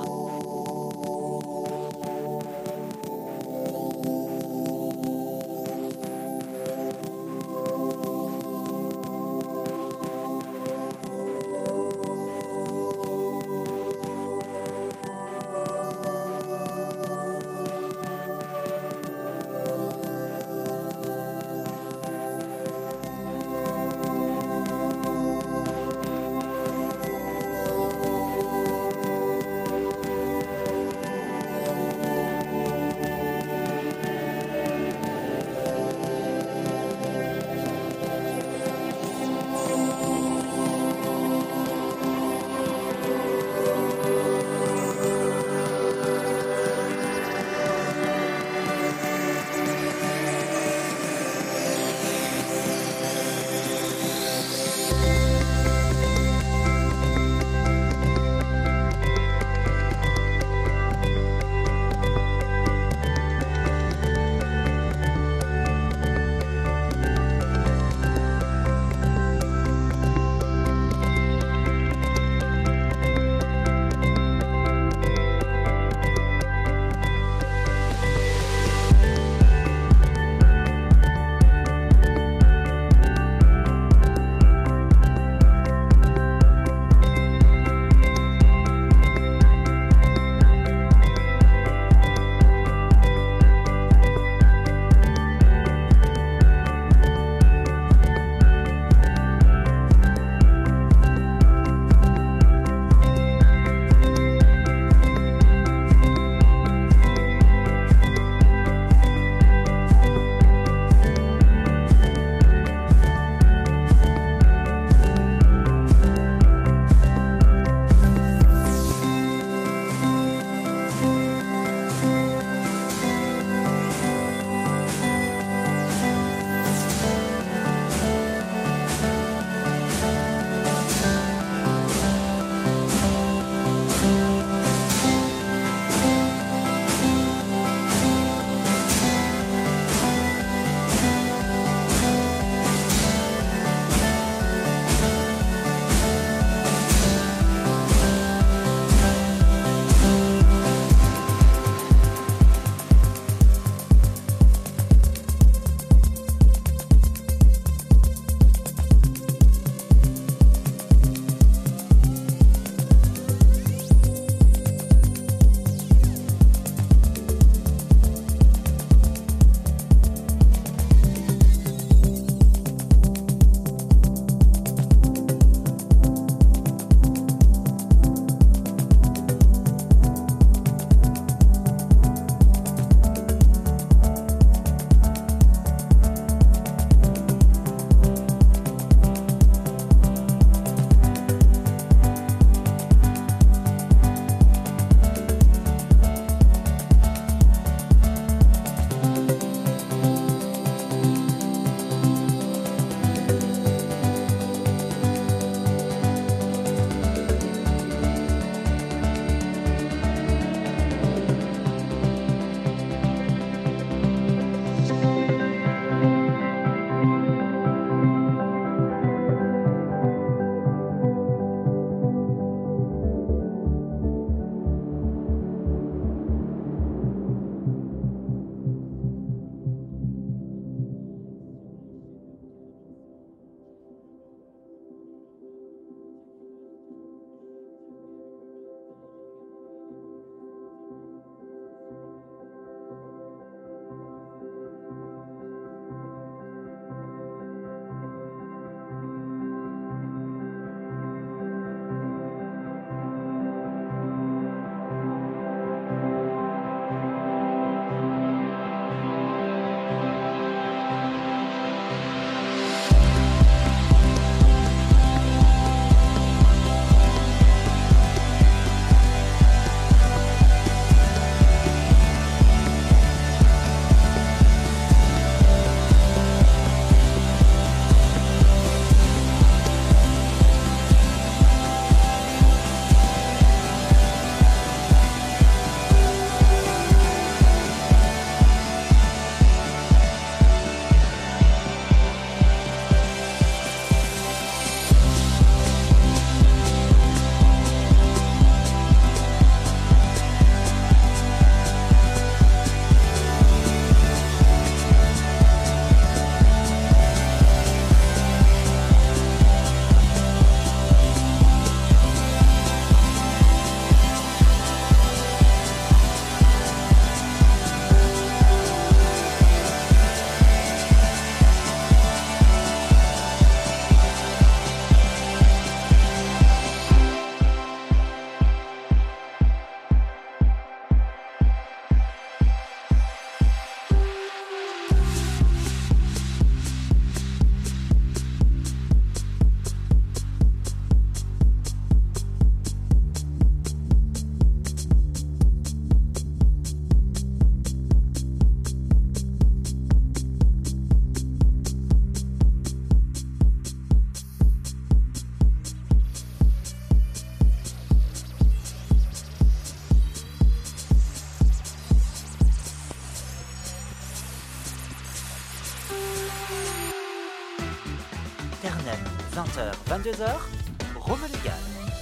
vingt heures, vingt-deux heures, Rome Légal.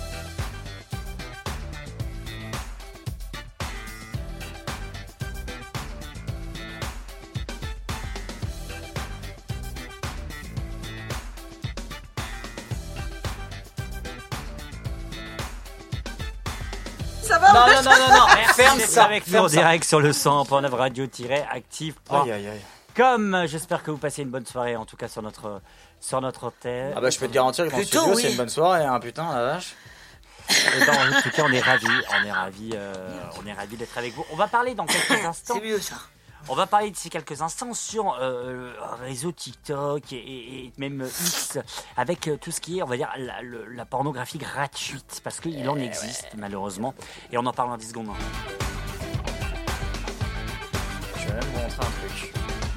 Ça va,
Non,
on
non,
reste-
non, non, non.
Merci
Ferme
d'être
ça,
avec nous
ferme
en
ça.
direct sur le cent point neuf radio-active.
Aïe, aïe, aïe.
Comme j'espère que vous passez une bonne soirée, en tout cas sur notre sur notre hôtel.
Ah bah je peux te garantir que dans le
Plutôt,
studio
oui.
c'est une bonne soirée, hein, putain la vache.
Eh ben, en tout cas, on est ravis, on est ravis, euh, on est ravis d'être avec vous. On va parler dans quelques instants.
C'est mieux ça.
On va parler d'ici quelques instants sur euh, le réseau TikTok et, et- et même X, avec euh, tout ce qui est, on va dire, la, le- la pornographie gratuite, parce qu'il en existe malheureusement. Et on en parle en dix secondes.
Je vais même vous montrer un truc.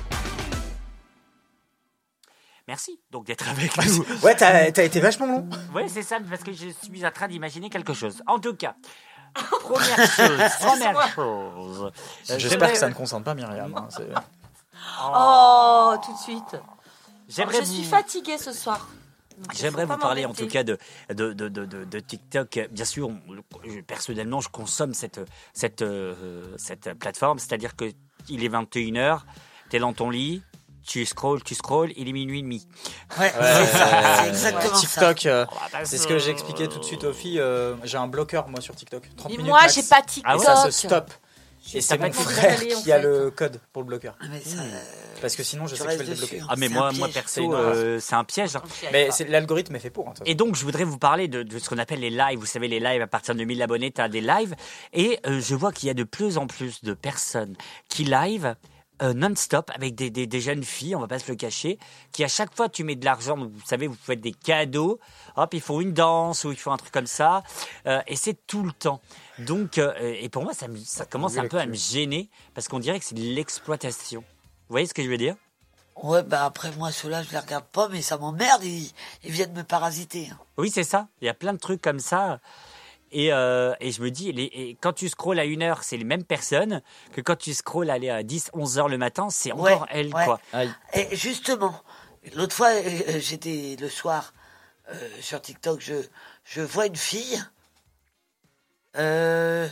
Merci donc d'être avec nous.
Ouais, t'as t'as été vachement long.
Oui, c'est ça, parce que je suis en train d'imaginer quelque chose. En tout cas, première chose, première chose. euh,
J'espère
j'aimerais-
que ça ne concerne pas Myriam. hein, c'est-
Oh, tout de suite.
J'aimerais
Je suis
vous-
fatiguée ce soir. Donc, il
J'aimerais
faut pas
vous parler en
m'embêter.
tout cas de, de, de, de, de- de TikTok. Bien sûr, on- je- personnellement, je consomme cette, cette, euh, cette plateforme. C'est-à-dire qu'il est vingt et une heures, tu es dans ton lit, tu scrolls, tu scrolls, il est minuit et demi.
Ouais,
Ouais,
c'est ça,
euh,
c'est exactement
TikTok,
ça.
euh,
bah,
c'est ce que j'expliquais tout de suite aux filles. euh, j'ai un bloqueur moi sur TikTok. trente
Mais
minutes
moi,
max.
j'ai pas TikTok.
Ah ouais, ça se stoppe.
Je
Et
sais
c'est
pas
mon
comment
frère
aller, en
qui a
fait.
le code pour le bloqueur.
Mais ça,
Parce que sinon, je
tu
sais que je vais
restes
le débloquer.
dessus.
Ah mais
C'est
moi,
un
moi
piège.
C'est
perso,
une
euh, c'est un piège. hein.
Mais c'est- l'algorithme est fait pour. hein, de toute
Et donc, je voudrais vous parler de, de ce qu'on appelle les lives. Vous savez, les lives, à partir de mille abonnés, tu as des lives. Et euh, je vois qu'il y a de plus en plus de personnes qui live euh, non-stop avec des, des, des jeunes filles, on va pas se le cacher, qui à chaque fois tu mets de l'argent, vous savez, vous faites des cadeaux, hop, ils font une danse ou ils font un truc comme ça, euh, et c'est tout le temps. Donc, euh, et pour moi, ça, me- ça commence un peu à me gêner, parce qu'on dirait que c'est de l'exploitation. Vous voyez ce que je veux dire?
Ouais, bah après, moi, ceux-là, je les regarde pas, mais ça m'emmerde, ils, ils viennent me parasiter. hein.
Oui, c'est ça. Il y a plein de trucs comme ça. Et, euh, et je me dis, les, et quand tu scrolles à une heure, c'est les mêmes personnes que quand tu scrolles allez, à dix, onze heures le matin, c'est encore
Ouais,
elles,
ouais.
quoi.
Et justement, l'autre fois, euh, j'étais le soir euh, sur TikTok, je, je vois une fille. Euh,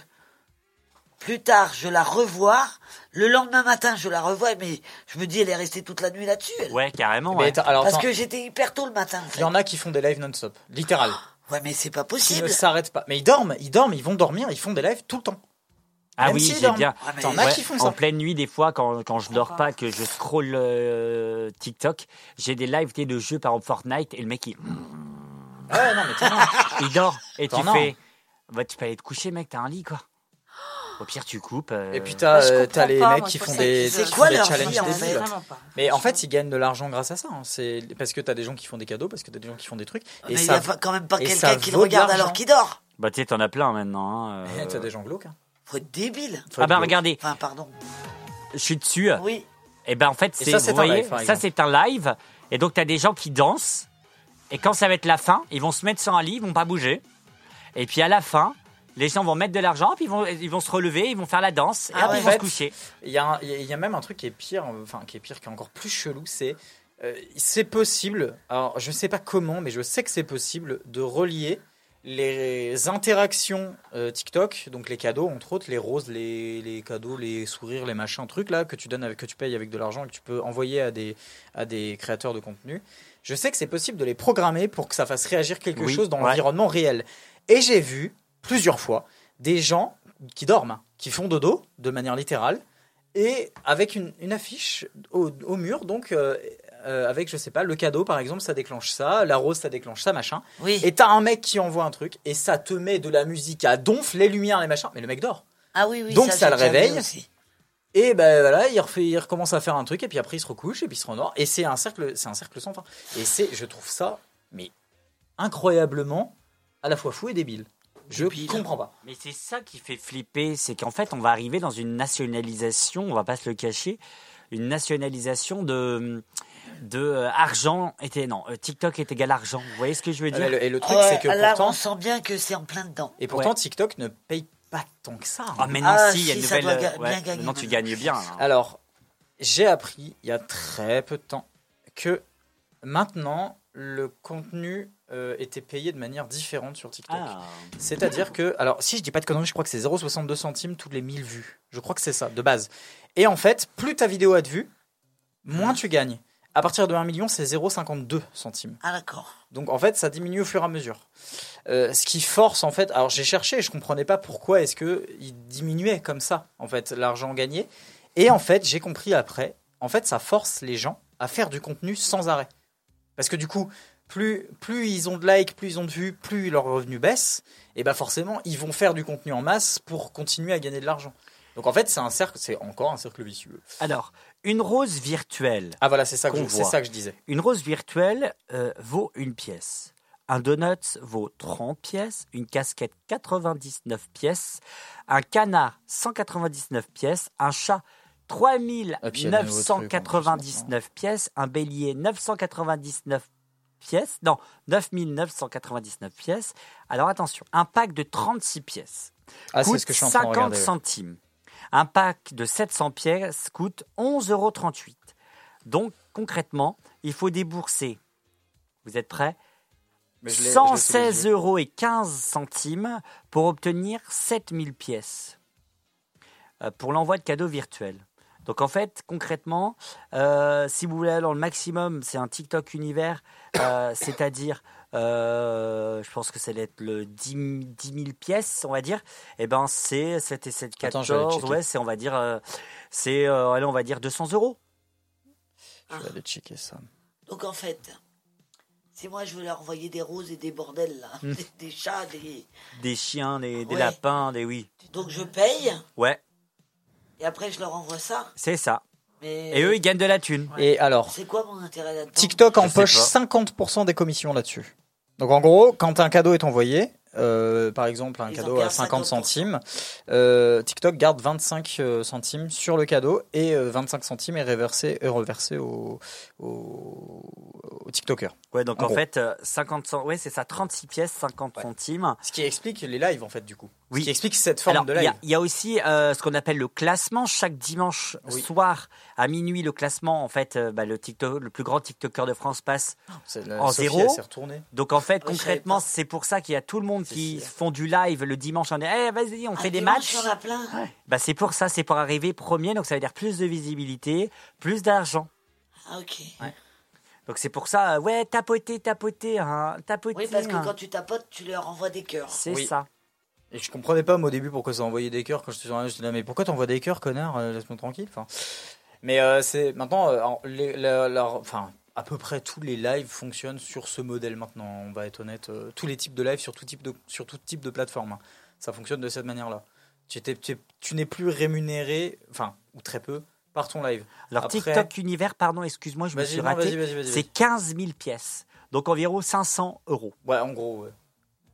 plus tard, je la revois. Le lendemain matin, je la revois, mais je me dis, elle est restée toute la nuit là-dessus. elle.
Ouais, carrément.
Mais
ouais.
attends, alors,
Parce
attends,
que j'étais hyper tôt le matin. en fait.
il y en a qui font des lives non-stop, littéral.
Ouais, mais c'est pas
Qui ne
possible.
s'arrêtent pas. Mais ils dorment, ils dorment, ils vont dormir, ils font des lives tout le temps.
Ah
Même
oui,
s'ils
j'ai
dorment.
bien.
Ah, mais-
T'en as
Ouais,
qui font
en
ça.
pleine nuit, des fois, quand, quand je dors pas, que je scroll euh, TikTok, j'ai des lives tu sais, de jeux, par exemple Fortnite, et le mec, il,
Ouais, non, mais t'en as.
il dort. Et tu
T'en as.
fais, bah, tu peux aller te coucher, mec, t'as un lit, quoi. Au pire, tu coupes. euh,
Et puis t'as
Bah, je
euh,
comprends
t'as les
pas,
mecs
moi,
qui
je
font
pense
des,
que
c'est
qui
quoi
font des
leur
challenges
vie, en
débiles.
fait
Vraiment pas.
Mais en fait, ils gagnent de l'argent grâce à ça. hein. C'est parce que t'as des gens qui font des cadeaux, parce que t'as des gens qui font des trucs.
Mais
Et
il
ça,
n'y a quand même pas
et
quelqu'un
ça
qui le
vaut de
regarde
l'argent.
alors qu'il dort.
Bah, tu sais, t'en as plein maintenant. hein, euh.
t'as des gens glauques. hein.
Faut être débile.
Faut
Ah
être
bah,
glauque.
regardez,
Enfin, pardon.
je suis dessus.
Oui.
Et ben en fait,
Et
c'est
ça,
vous
c'est un
voyez,
live, par
ça
exemple.
c'est un live. Et donc, tu as des gens qui dansent. Et quand ça va être la fin, ils vont se mettre sur un lit, ils vont pas bouger. Et puis à la fin, les gens vont mettre de l'argent, puis ils vont, ils vont se relever, ils vont faire la danse, et
Ah
hop,
ouais.
ils vont se
En fait,
coucher.
Il y, a un- il y a- il y a même un truc qui est pire, enfin qui est pire, qui est encore plus chelou, c'est euh, c'est possible. Alors je sais pas comment, mais je sais que c'est possible de relier les interactions euh, TikTok, donc les cadeaux entre autres, les roses, les, les cadeaux, les sourires, les machins, trucs là que tu donnes, avec, que tu payes avec de l'argent et que tu peux envoyer à des à des créateurs de contenu. Je sais que c'est possible de les programmer pour que ça fasse réagir quelque
Oui,
chose dans
ouais.
l'environnement réel. Et j'ai vu plusieurs fois des gens qui dorment, qui font dodo de manière littérale, et avec une, une affiche au, au mur, donc euh, euh, avec, je sais pas, le cadeau par exemple, ça déclenche ça, la rose ça déclenche ça, machin.
Oui.
Et t'as un mec qui envoie un truc, et ça te met de la musique à donf, les lumières, les machins, mais le mec dort.
Ah oui, oui.
Donc
ça,
ça
j'ai
le
déjà vu
réveille.
aussi.
Et ben voilà, il, refait, il recommence à faire un truc, et puis après il se recouche, et puis il se rendort, et c'est un cercle, c'est un cercle sans fin. Et c'est, je trouve ça, mais incroyablement, à la fois fou et débile. Je
Débile.
comprends pas.
Mais c'est ça qui fait flipper, c'est qu'en fait, on va arriver dans une nationalisation, on va pas se le cacher, une nationalisation de de euh, argent était non, euh, TikTok est égal argent. Vous voyez ce que je veux dire?
Et le, et le truc,
Ouais,
c'est que
là,
pourtant,
on sent bien que c'est en plein dedans.
et pourtant
Ouais.
TikTok ne paye pas tant que ça. hein.
Ah mais non,
Ah,
si, il y a
si,
une
ça
nouvelle.
doit ga-
ouais,
bien gagner
maintenant, tu
maintenant.
gagnes bien. hein.
Alors, j'ai appris il y a très peu de temps que maintenant, le contenu euh, était payé de manière différente sur TikTok.
Ah.
C'est-à-dire que, alors si je dis pas de conneries, je crois que c'est zéro virgule soixante-deux centimes toutes les mille vues. Je crois que c'est ça, de base. Et en fait, plus ta vidéo a de vues, moins tu gagnes. À partir de un million, c'est zéro virgule cinquante-deux centimes.
Ah d'accord.
Donc en fait, ça diminue au fur et à mesure. Euh, ce qui force en fait. Alors j'ai cherché, et je comprenais pas pourquoi est-ce que il diminuait comme ça en fait l'argent gagné. Et en fait, j'ai compris après. En fait, ça force les gens à faire du contenu sans arrêt. Parce que du coup, plus plus ils ont de likes, plus ils ont de vues, plus leurs revenus baissent. Et ben forcément, ils vont faire du contenu en masse pour continuer à gagner de l'argent. Donc en fait, c'est un cercle, c'est encore un cercle vicieux.
Alors, une rose virtuelle.
Ah voilà, c'est ça que,
qu'on
je, c'est
voit.
ça que je disais.
Une rose virtuelle euh, vaut une pièce. Un donut vaut trente pièces. Une casquette quatre-vingt-dix-neuf pièces. Un canard cent quatre-vingt-dix-neuf pièces. Un chat trois mille neuf cent quatre-vingt-dix-neuf pièces. Un bélier neuf cent quatre-vingt-dix-neuf pièces. Non, neuf mille neuf cent quatre-vingt-dix-neuf pièces. Alors attention, un pack de trente-six pièces
Ah,
coûte
c'est ce que je suis en train de
cinquante
regarder, ouais.
centimes. Un pack de sept cents pièces coûte onze euros trente-huit. Donc, concrètement, il faut débourser, vous êtes prêts,
Mais je l'ai- je l'ai
cent
sous les
seize
yeux.
euros et quinze centimes pour obtenir sept mille pièces euh, pour l'envoi de cadeaux virtuels. Donc en fait, concrètement, euh, si vous voulez aller dans le maximum, c'est un TikTok univers, euh, c'est-à-dire, euh, je pense que ça va être le dix mille pièces, on va dire. Et ben c'est sept et sept,
Attends, je vais aller
quatorze,
checker.
ouais, c'est on va dire, euh, c'est, euh, allez, on va dire deux cents euros.
Je vais aller checker ça.
Donc en fait, si moi je veux leur envoyer des roses et des bordels, là,
Mm.
des, des chats, des...
Des chiens, des, des
Ouais.
lapins, des oui.
Donc je paye
Ouais,
et après je leur envoie ça.
c'est ça.
Mais
Et eux, ils gagnent de la thune.
Et alors,
c'est quoi mon intérêt là-dedans?
TikTok
Je sais
empoche
pas.
cinquante pour cent des commissions là-dessus. Donc en gros, quand un cadeau est envoyé, euh, par exemple un
Ils en
cadeau à
gardent
cinquante
cinquante pour cent.
centimes, euh, TikTok garde vingt-cinq euh, centimes sur le cadeau et euh, vingt-cinq centimes est reversé, est reversé au, au, au TikToker.
Ouais, donc
En
en,
gros.
fait, euh, cinquante cent... ouais, c'est ça, trente-six pièces, cinquante centimes.
Ce qui explique les lives en fait du coup.
Oui.
Ce qui explique cette forme
Alors,
de
il y
live.
a- il y, a aussi euh, ce qu'on appelle le classement. Chaque dimanche
Oui.
soir à minuit, le classement, en fait, euh, bah, le, TikTok, le plus grand TikToker de France passe
C'est la-
en
Sophie,
zéro.
elle s'est retournée.
Donc en fait,
Ouais, je savais
concrètement,
pas.
c'est pour ça qu'il y a tout le monde
C'est
qui
sûr.
font du live le dimanche. On dit, eh, vas-y, on
Ah,
fait des
dimanche,
matchs.
Il y en a plein.
Bah, c'est pour ça, c'est pour arriver premier. Donc ça veut dire plus de visibilité, plus d'argent.
Ah ok.
Donc c'est pour ça, euh, ouais, tapoter, tapoter, hein, tapoter.
Oui, parce que
hein.
quand tu tapotes, tu leur envoies des cœurs.
C'est
Oui.
ça.
Et je comprenais pas moi, au début pourquoi ça envoyait des cœurs quand j'étais sur un live. Je disais, mais pourquoi t'envoies des cœurs, connard, euh, laisse-moi tranquille. Enfin, mais euh, c'est maintenant, euh, alors, les, la- la- enfin, à peu près tous les lives fonctionnent sur ce modèle maintenant. On va être honnête, euh, tous les types de lives sur tout type de sur tout type de plateforme, hein. Ça fonctionne de cette manière-là. Tu, étais- tu, tu n'es plus rémunéré, enfin ou très peu, par ton live.
Alors
Après-
TikTok Univers, pardon, excuse-moi, je me
Vas-y,
suis
non,
raté.
vas-y, vas-y, vas-y,
C'est
vas-y.
quinze mille pièces. Donc environ cinq cents euros.
Ouais, en gros. Ouais.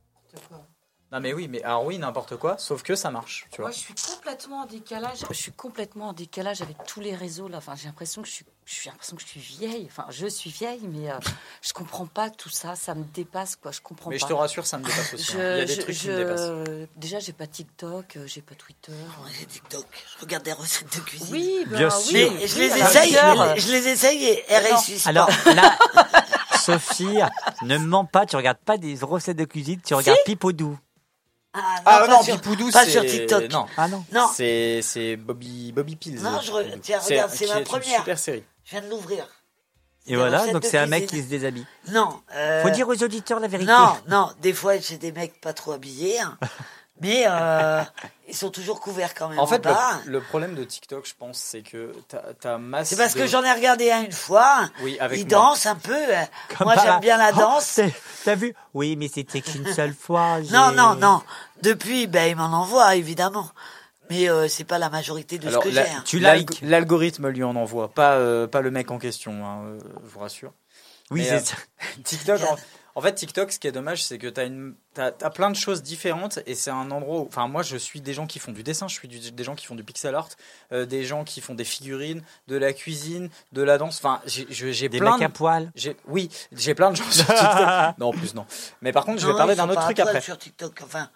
Non mais oui, mais alors oui, n'importe quoi, sauf que ça marche, tu vois.
Moi, je suis complètement en décalage. Je suis complètement en décalage avec tous les réseaux là. Enfin, j'ai l'impression que je suis, j'ai l'impression que je suis vieille. Enfin, je suis vieille, mais euh, je comprends pas tout ça. Ça me dépasse, quoi. Je comprends
Mais
pas.
je te rassure, ça me dépasse aussi.
Je-
hein. Il y a des
je-
trucs qui
je-
me dépassent.
Déjà, j'ai pas TikTok, euh, j'ai pas Twitter.
Ouais, j'ai TikTok. Je regarde des recettes de cuisine.
Oui, ben,
Bien
oui,
sûr.
Mais
oui,
je
à
les
la
essaye,
rigueur.
je les essaye et elles
Non.
réussissent pas.
Alors là, Sophie, ne mens pas, tu regardes pas des recettes de cuisine, tu regardes Pipoudou.
Ah non,
Ah
pas
non,
sur,
Pipoudou,
pas
c'est
sur TikTok.
non,
Ah non.
Non,
c'est c'est Bobby Bobby Pills.
Non, je re-
Pipoudou.
tiens, regarde, c'est
qui
ma
est
première.
Une super série.
je viens de l'ouvrir.
Et
Des
voilà,
recettes
donc
de
c'est un mec qui
cuisine.
se déshabille.
Non. euh,
Faut dire aux auditeurs la vérité.
Non, non, des fois j'ai des mecs pas trop habillés, hein, mais euh, ils sont toujours couverts quand même
En
en,
fait,
bas.
le, le problème de TikTok, je pense, c'est que ta, ta masse.
C'est parce
de-
que j'en ai regardé un une fois.
Oui, avec
il
moi.
danse un peu. euh,
Comme
Moi
par
j'aime
là.
bien la
Oh,
danse.
c'est- T'as vu? Oui, mais c'était qu'une seule fois.
Non,
j'ai-
non, non. Depuis, ben il m'en envoie évidemment, mais euh, c'est pas la majorité de
Alors,
ce que
la-
j'ai. hein.
Tu
l'alg-
likes.
L'algorithme lui en envoie, pas euh, pas le mec en question, hein, euh, je vous rassure.
Oui,
Mais,
c'est
euh,
ça.
TikTok, en, en fait, TikTok, ce qui est dommage, c'est que t'as une, t'as, t'as plein de choses différentes et c'est un endroit où, enfin, moi, je suis des gens qui font du dessin, je suis du- des gens qui font du pixel art, euh, des gens qui font des figurines, de la cuisine, de la danse. Enfin, j'ai, je- j'ai
Des
plein.
mecs
de-
à poil.
J'ai, oui, j'ai plein de gens sur TikTok. Non, en plus non. Mais par contre, je vais
Non,
parler
ils
d'un
sont
autre
pas
truc
à poil
après.
sur TikTok. Enfin,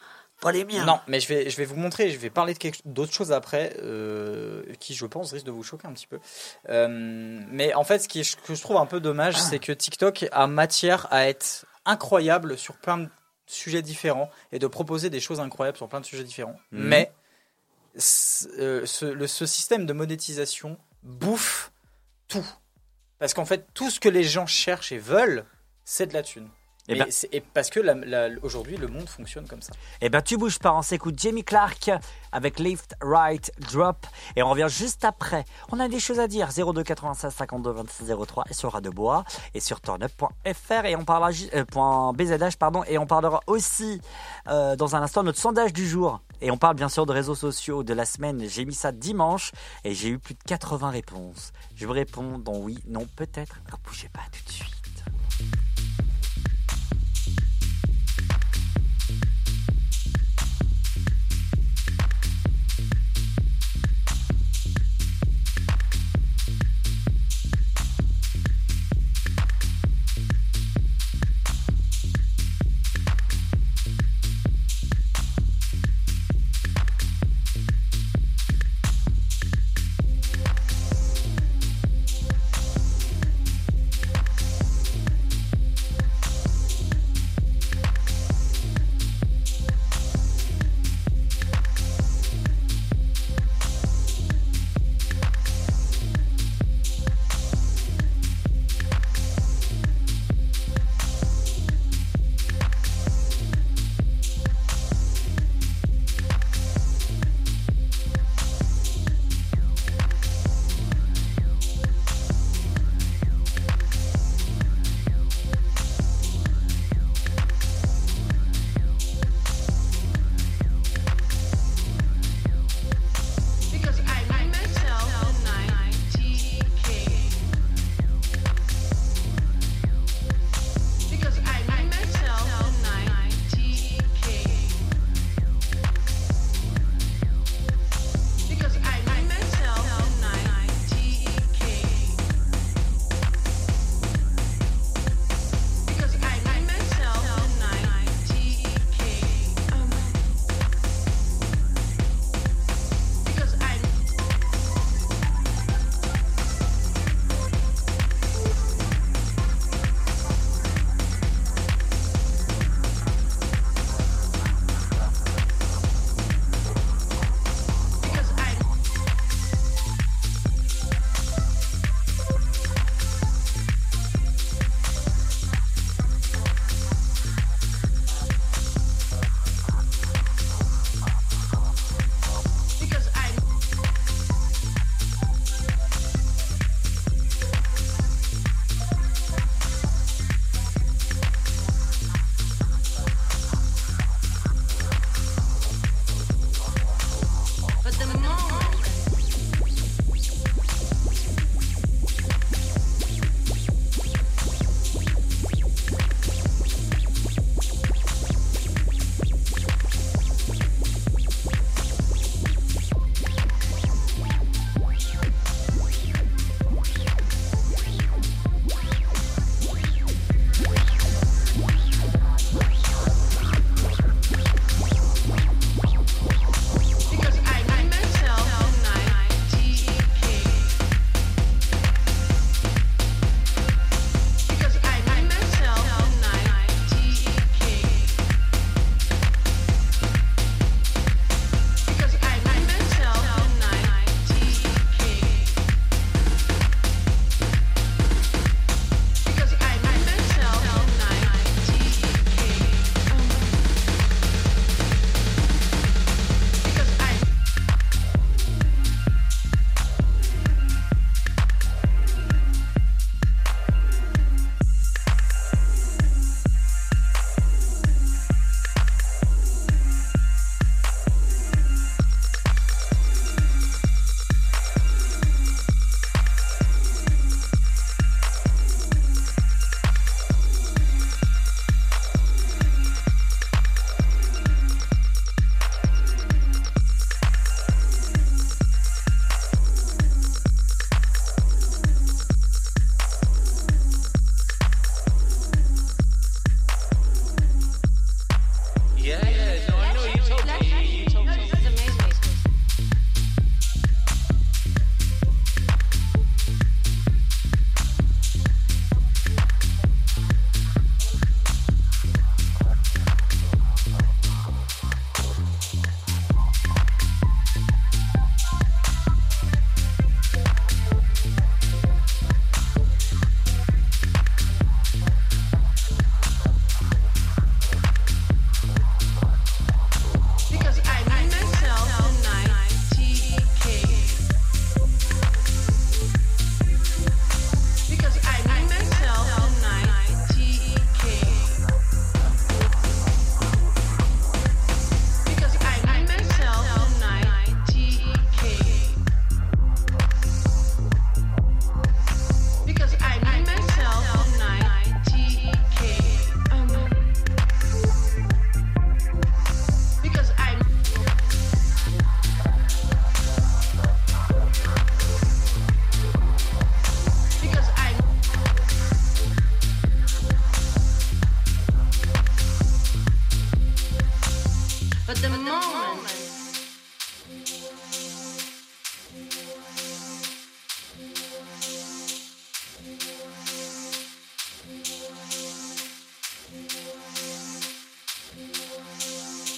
Pas les miens.
Non, mais je vais, je vais vous montrer, je vais parler de quelque, d'autres choses après, euh, qui je pense risque de vous choquer un petit peu. Euh, mais en fait, ce qui est, ce que je trouve un peu dommage, c'est que TikTok a matière à être incroyable sur plein de sujets différents et de proposer des choses incroyables sur plein de sujets différents. Mmh. Mais ce, euh, ce, le, ce système de monétisation bouffe tout. Parce qu'en fait, tout ce que les gens cherchent et veulent, c'est de la thune. Et, ben, et parce que la, la, aujourd'hui, le monde fonctionne comme ça.
Et ben, tu bouges pas, on s'écoute Jamie Clark avec Lift, Right, Drop. Et on revient juste après. On a des choses à dire. zéro deux quatre-vingt-seize cinquante-deux vingt-six zéro trois et sur Radebois et sur turnup point f r et on parlera euh, .bzh pardon et on parlera aussi euh, dans un instant de notre sondage du jour. Et on parle bien sûr de réseaux sociaux de la semaine. J'ai mis ça dimanche et j'ai eu plus de quatre-vingts réponses. Je vous réponds dans oui, non, peut-être. Ne bougez pas tout de suite.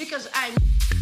because I'm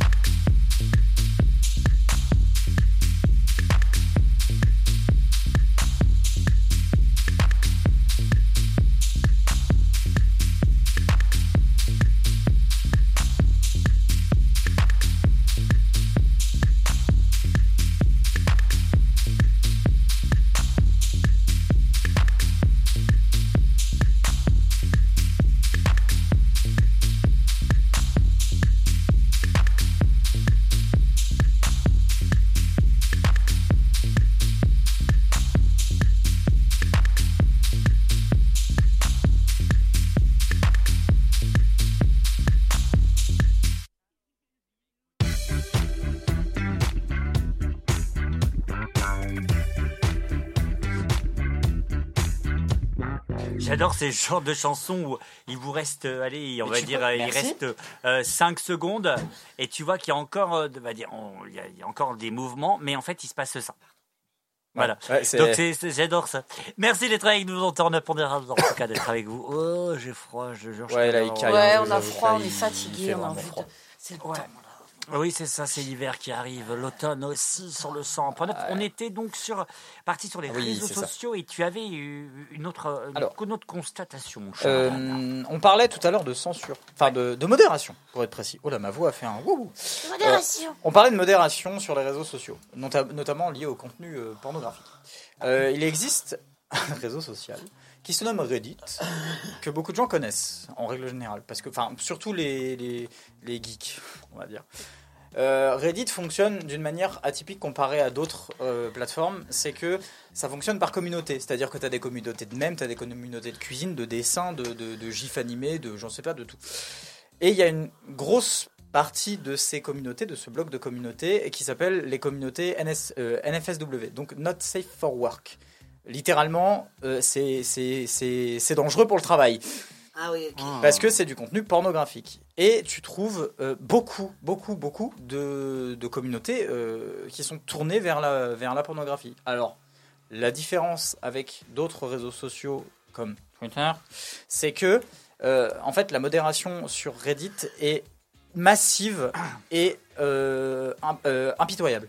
J'adore ces genres de chansons où il vous reste, euh, allez, on
Mais
va
tu
dire,
vois,
euh, il
merci.
reste euh, cinq secondes et tu vois qu'il y a encore, euh, va dire, on- il y, a- il y a encore des mouvements, mais en fait, il se passe ça. Voilà.
Ouais, c'est-
Donc c'est, c'est- j'adore ça. Merci d'être avec nous. On tourne pour en tout cas d'être avec vous. Oh, j'ai froid, je jure. je
Ouais,
suis
là,
pas
il
bien.
caille,
Ouais,
hein,
on
je
a
vous
froid,
avoue,
on
il-
est
il
fatigué,
fait
on a
vraiment
envie
froid.
de... C'est le temps, là.
Oui, c'est ça, c'est l'hiver qui arrive, l'automne aussi sur le cent point neuf. On était donc sur, parti sur les
Oui,
réseaux
c'est ça.
sociaux et tu avais eu une autre, une
Alors,
autre constatation, mon cher Alan.
Euh, on parlait tout à l'heure de censure, enfin de, de modération, pour être précis. Oh là, ma voix a fait un wouhou.
Modération.
Euh, on parlait de modération sur les réseaux sociaux, nota- notamment lié au contenu euh, pornographique. Euh, il existe un réseau social qui se nomme Reddit, que beaucoup de gens connaissent en règle générale, parce que, enfin, surtout les, les, les geeks, on va dire. Euh, Reddit fonctionne d'une manière atypique comparée à d'autres euh, plateformes, c'est que ça fonctionne par communauté, c'est-à-dire que tu as des communautés de mèmes, tu as des communautés de cuisine, de dessin, de, de, de gifs animés, de j'en sais pas, de tout. Et il y a une grosse partie de ces communautés, de ce bloc de communautés, qui s'appelle les communautés N S, euh, N F S W, donc Not Safe for Work. Littéralement, euh, c'est, c'est, c'est, c'est dangereux pour le travail.
Ah oui, ok.
Parce que c'est du contenu pornographique. Et tu trouves euh, beaucoup, beaucoup, beaucoup de, de communautés euh, qui sont tournées vers la, vers la pornographie. Alors, la différence avec d'autres réseaux sociaux comme Twitter, c'est que, euh, en fait, la modération sur Reddit est massive et euh, im- euh, impitoyable.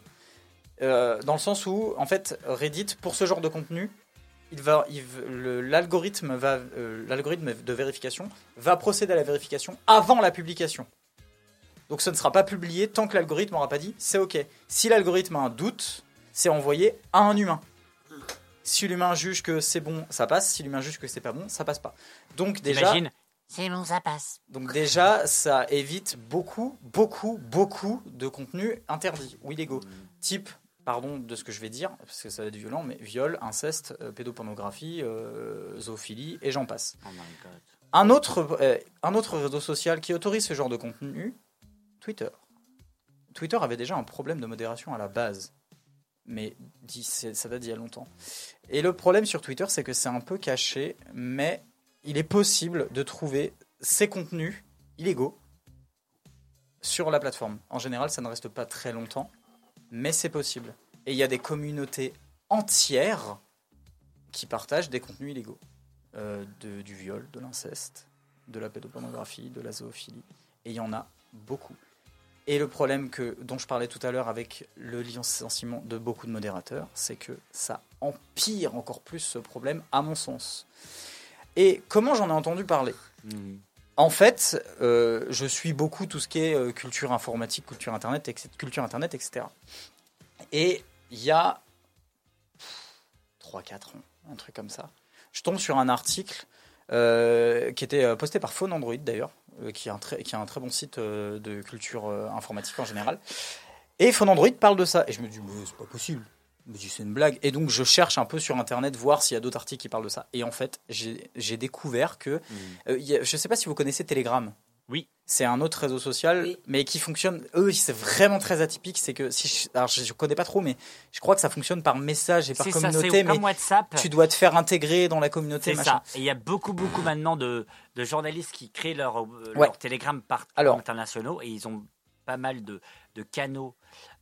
Euh, dans le sens où, en fait, Reddit, pour ce genre de contenu, il va, il, v- le- l'algorithme, va, euh, l'algorithme de vérification va procéder à la vérification avant la publication. Donc ce ne sera pas publié tant que l'algorithme n'aura pas dit c'est OK. Si l'algorithme a un doute, c'est envoyé à un humain. Si l'humain juge que c'est bon, ça passe. Si l'humain juge que c'est pas bon, ça passe pas. Donc déjà,
T'imagines ? C'est bon, ça passe.
donc déjà, ça évite beaucoup, beaucoup, beaucoup de contenus interdits ou illégaux. Type, pardon de ce que je vais dire, parce que ça va être violent, mais viol, inceste, euh, pédopornographie, euh, zoophilie, et j'en passe.
Oh my God.
Un autre, euh, un autre réseau social qui autorise ce genre de contenu, Twitter. Twitter avait déjà un problème de modération à la base. Mais dit- c'est- ça date d'il y a longtemps. Et le problème sur Twitter, c'est que c'est un peu caché, mais il est possible de trouver ces contenus illégaux sur la plateforme. En général, ça ne reste pas très longtemps, mais c'est possible. Et il y a des communautés entières qui partagent des contenus illégaux. Euh, de, du viol, de l'inceste, de la pédopornographie, de la zoophilie. Et il y en a beaucoup. Et le problème que, dont je parlais tout à l'heure avec le licenciement de beaucoup de modérateurs, c'est que ça empire encore plus ce problème, à mon sens. Et comment j'en ai entendu parler ?
Mmh.
En fait, euh, je suis beaucoup tout ce qui est euh, culture informatique, culture internet, et cetera, culture internet, et cetera. Et il y a trois quatre ans, un truc comme ça, je tombe sur un article euh, qui était euh, posté par Phone Android d'ailleurs, euh, qui, est un très, qui est un très bon site euh, de culture euh, informatique en général. Et Phone Android parle de ça. Et je me dis, mais c'est pas possible. Je me dis, c'est une blague. Et donc, je cherche un peu sur Internet, voir s'il y a d'autres articles qui parlent de ça. Et en fait, j'ai, j'ai découvert que... euh, il y a- je sais pas si vous connaissez Telegram.
Oui.
C'est un autre réseau social, mais qui fonctionne... Eux, c'est vraiment très atypique. C'est que... Si je, alors, je ne connais pas trop, mais je crois que ça fonctionne par message et par
C'est ça,
communauté.
c'est
mais
comme WhatsApp.
tu dois te faire intégrer dans la communauté.
C'est
machin.
ça. Et il y a beaucoup, beaucoup maintenant de, de journalistes qui créent leur, euh,
Ouais.
leur Telegram par
Alors.
internationaux et ils ont pas mal de, de canaux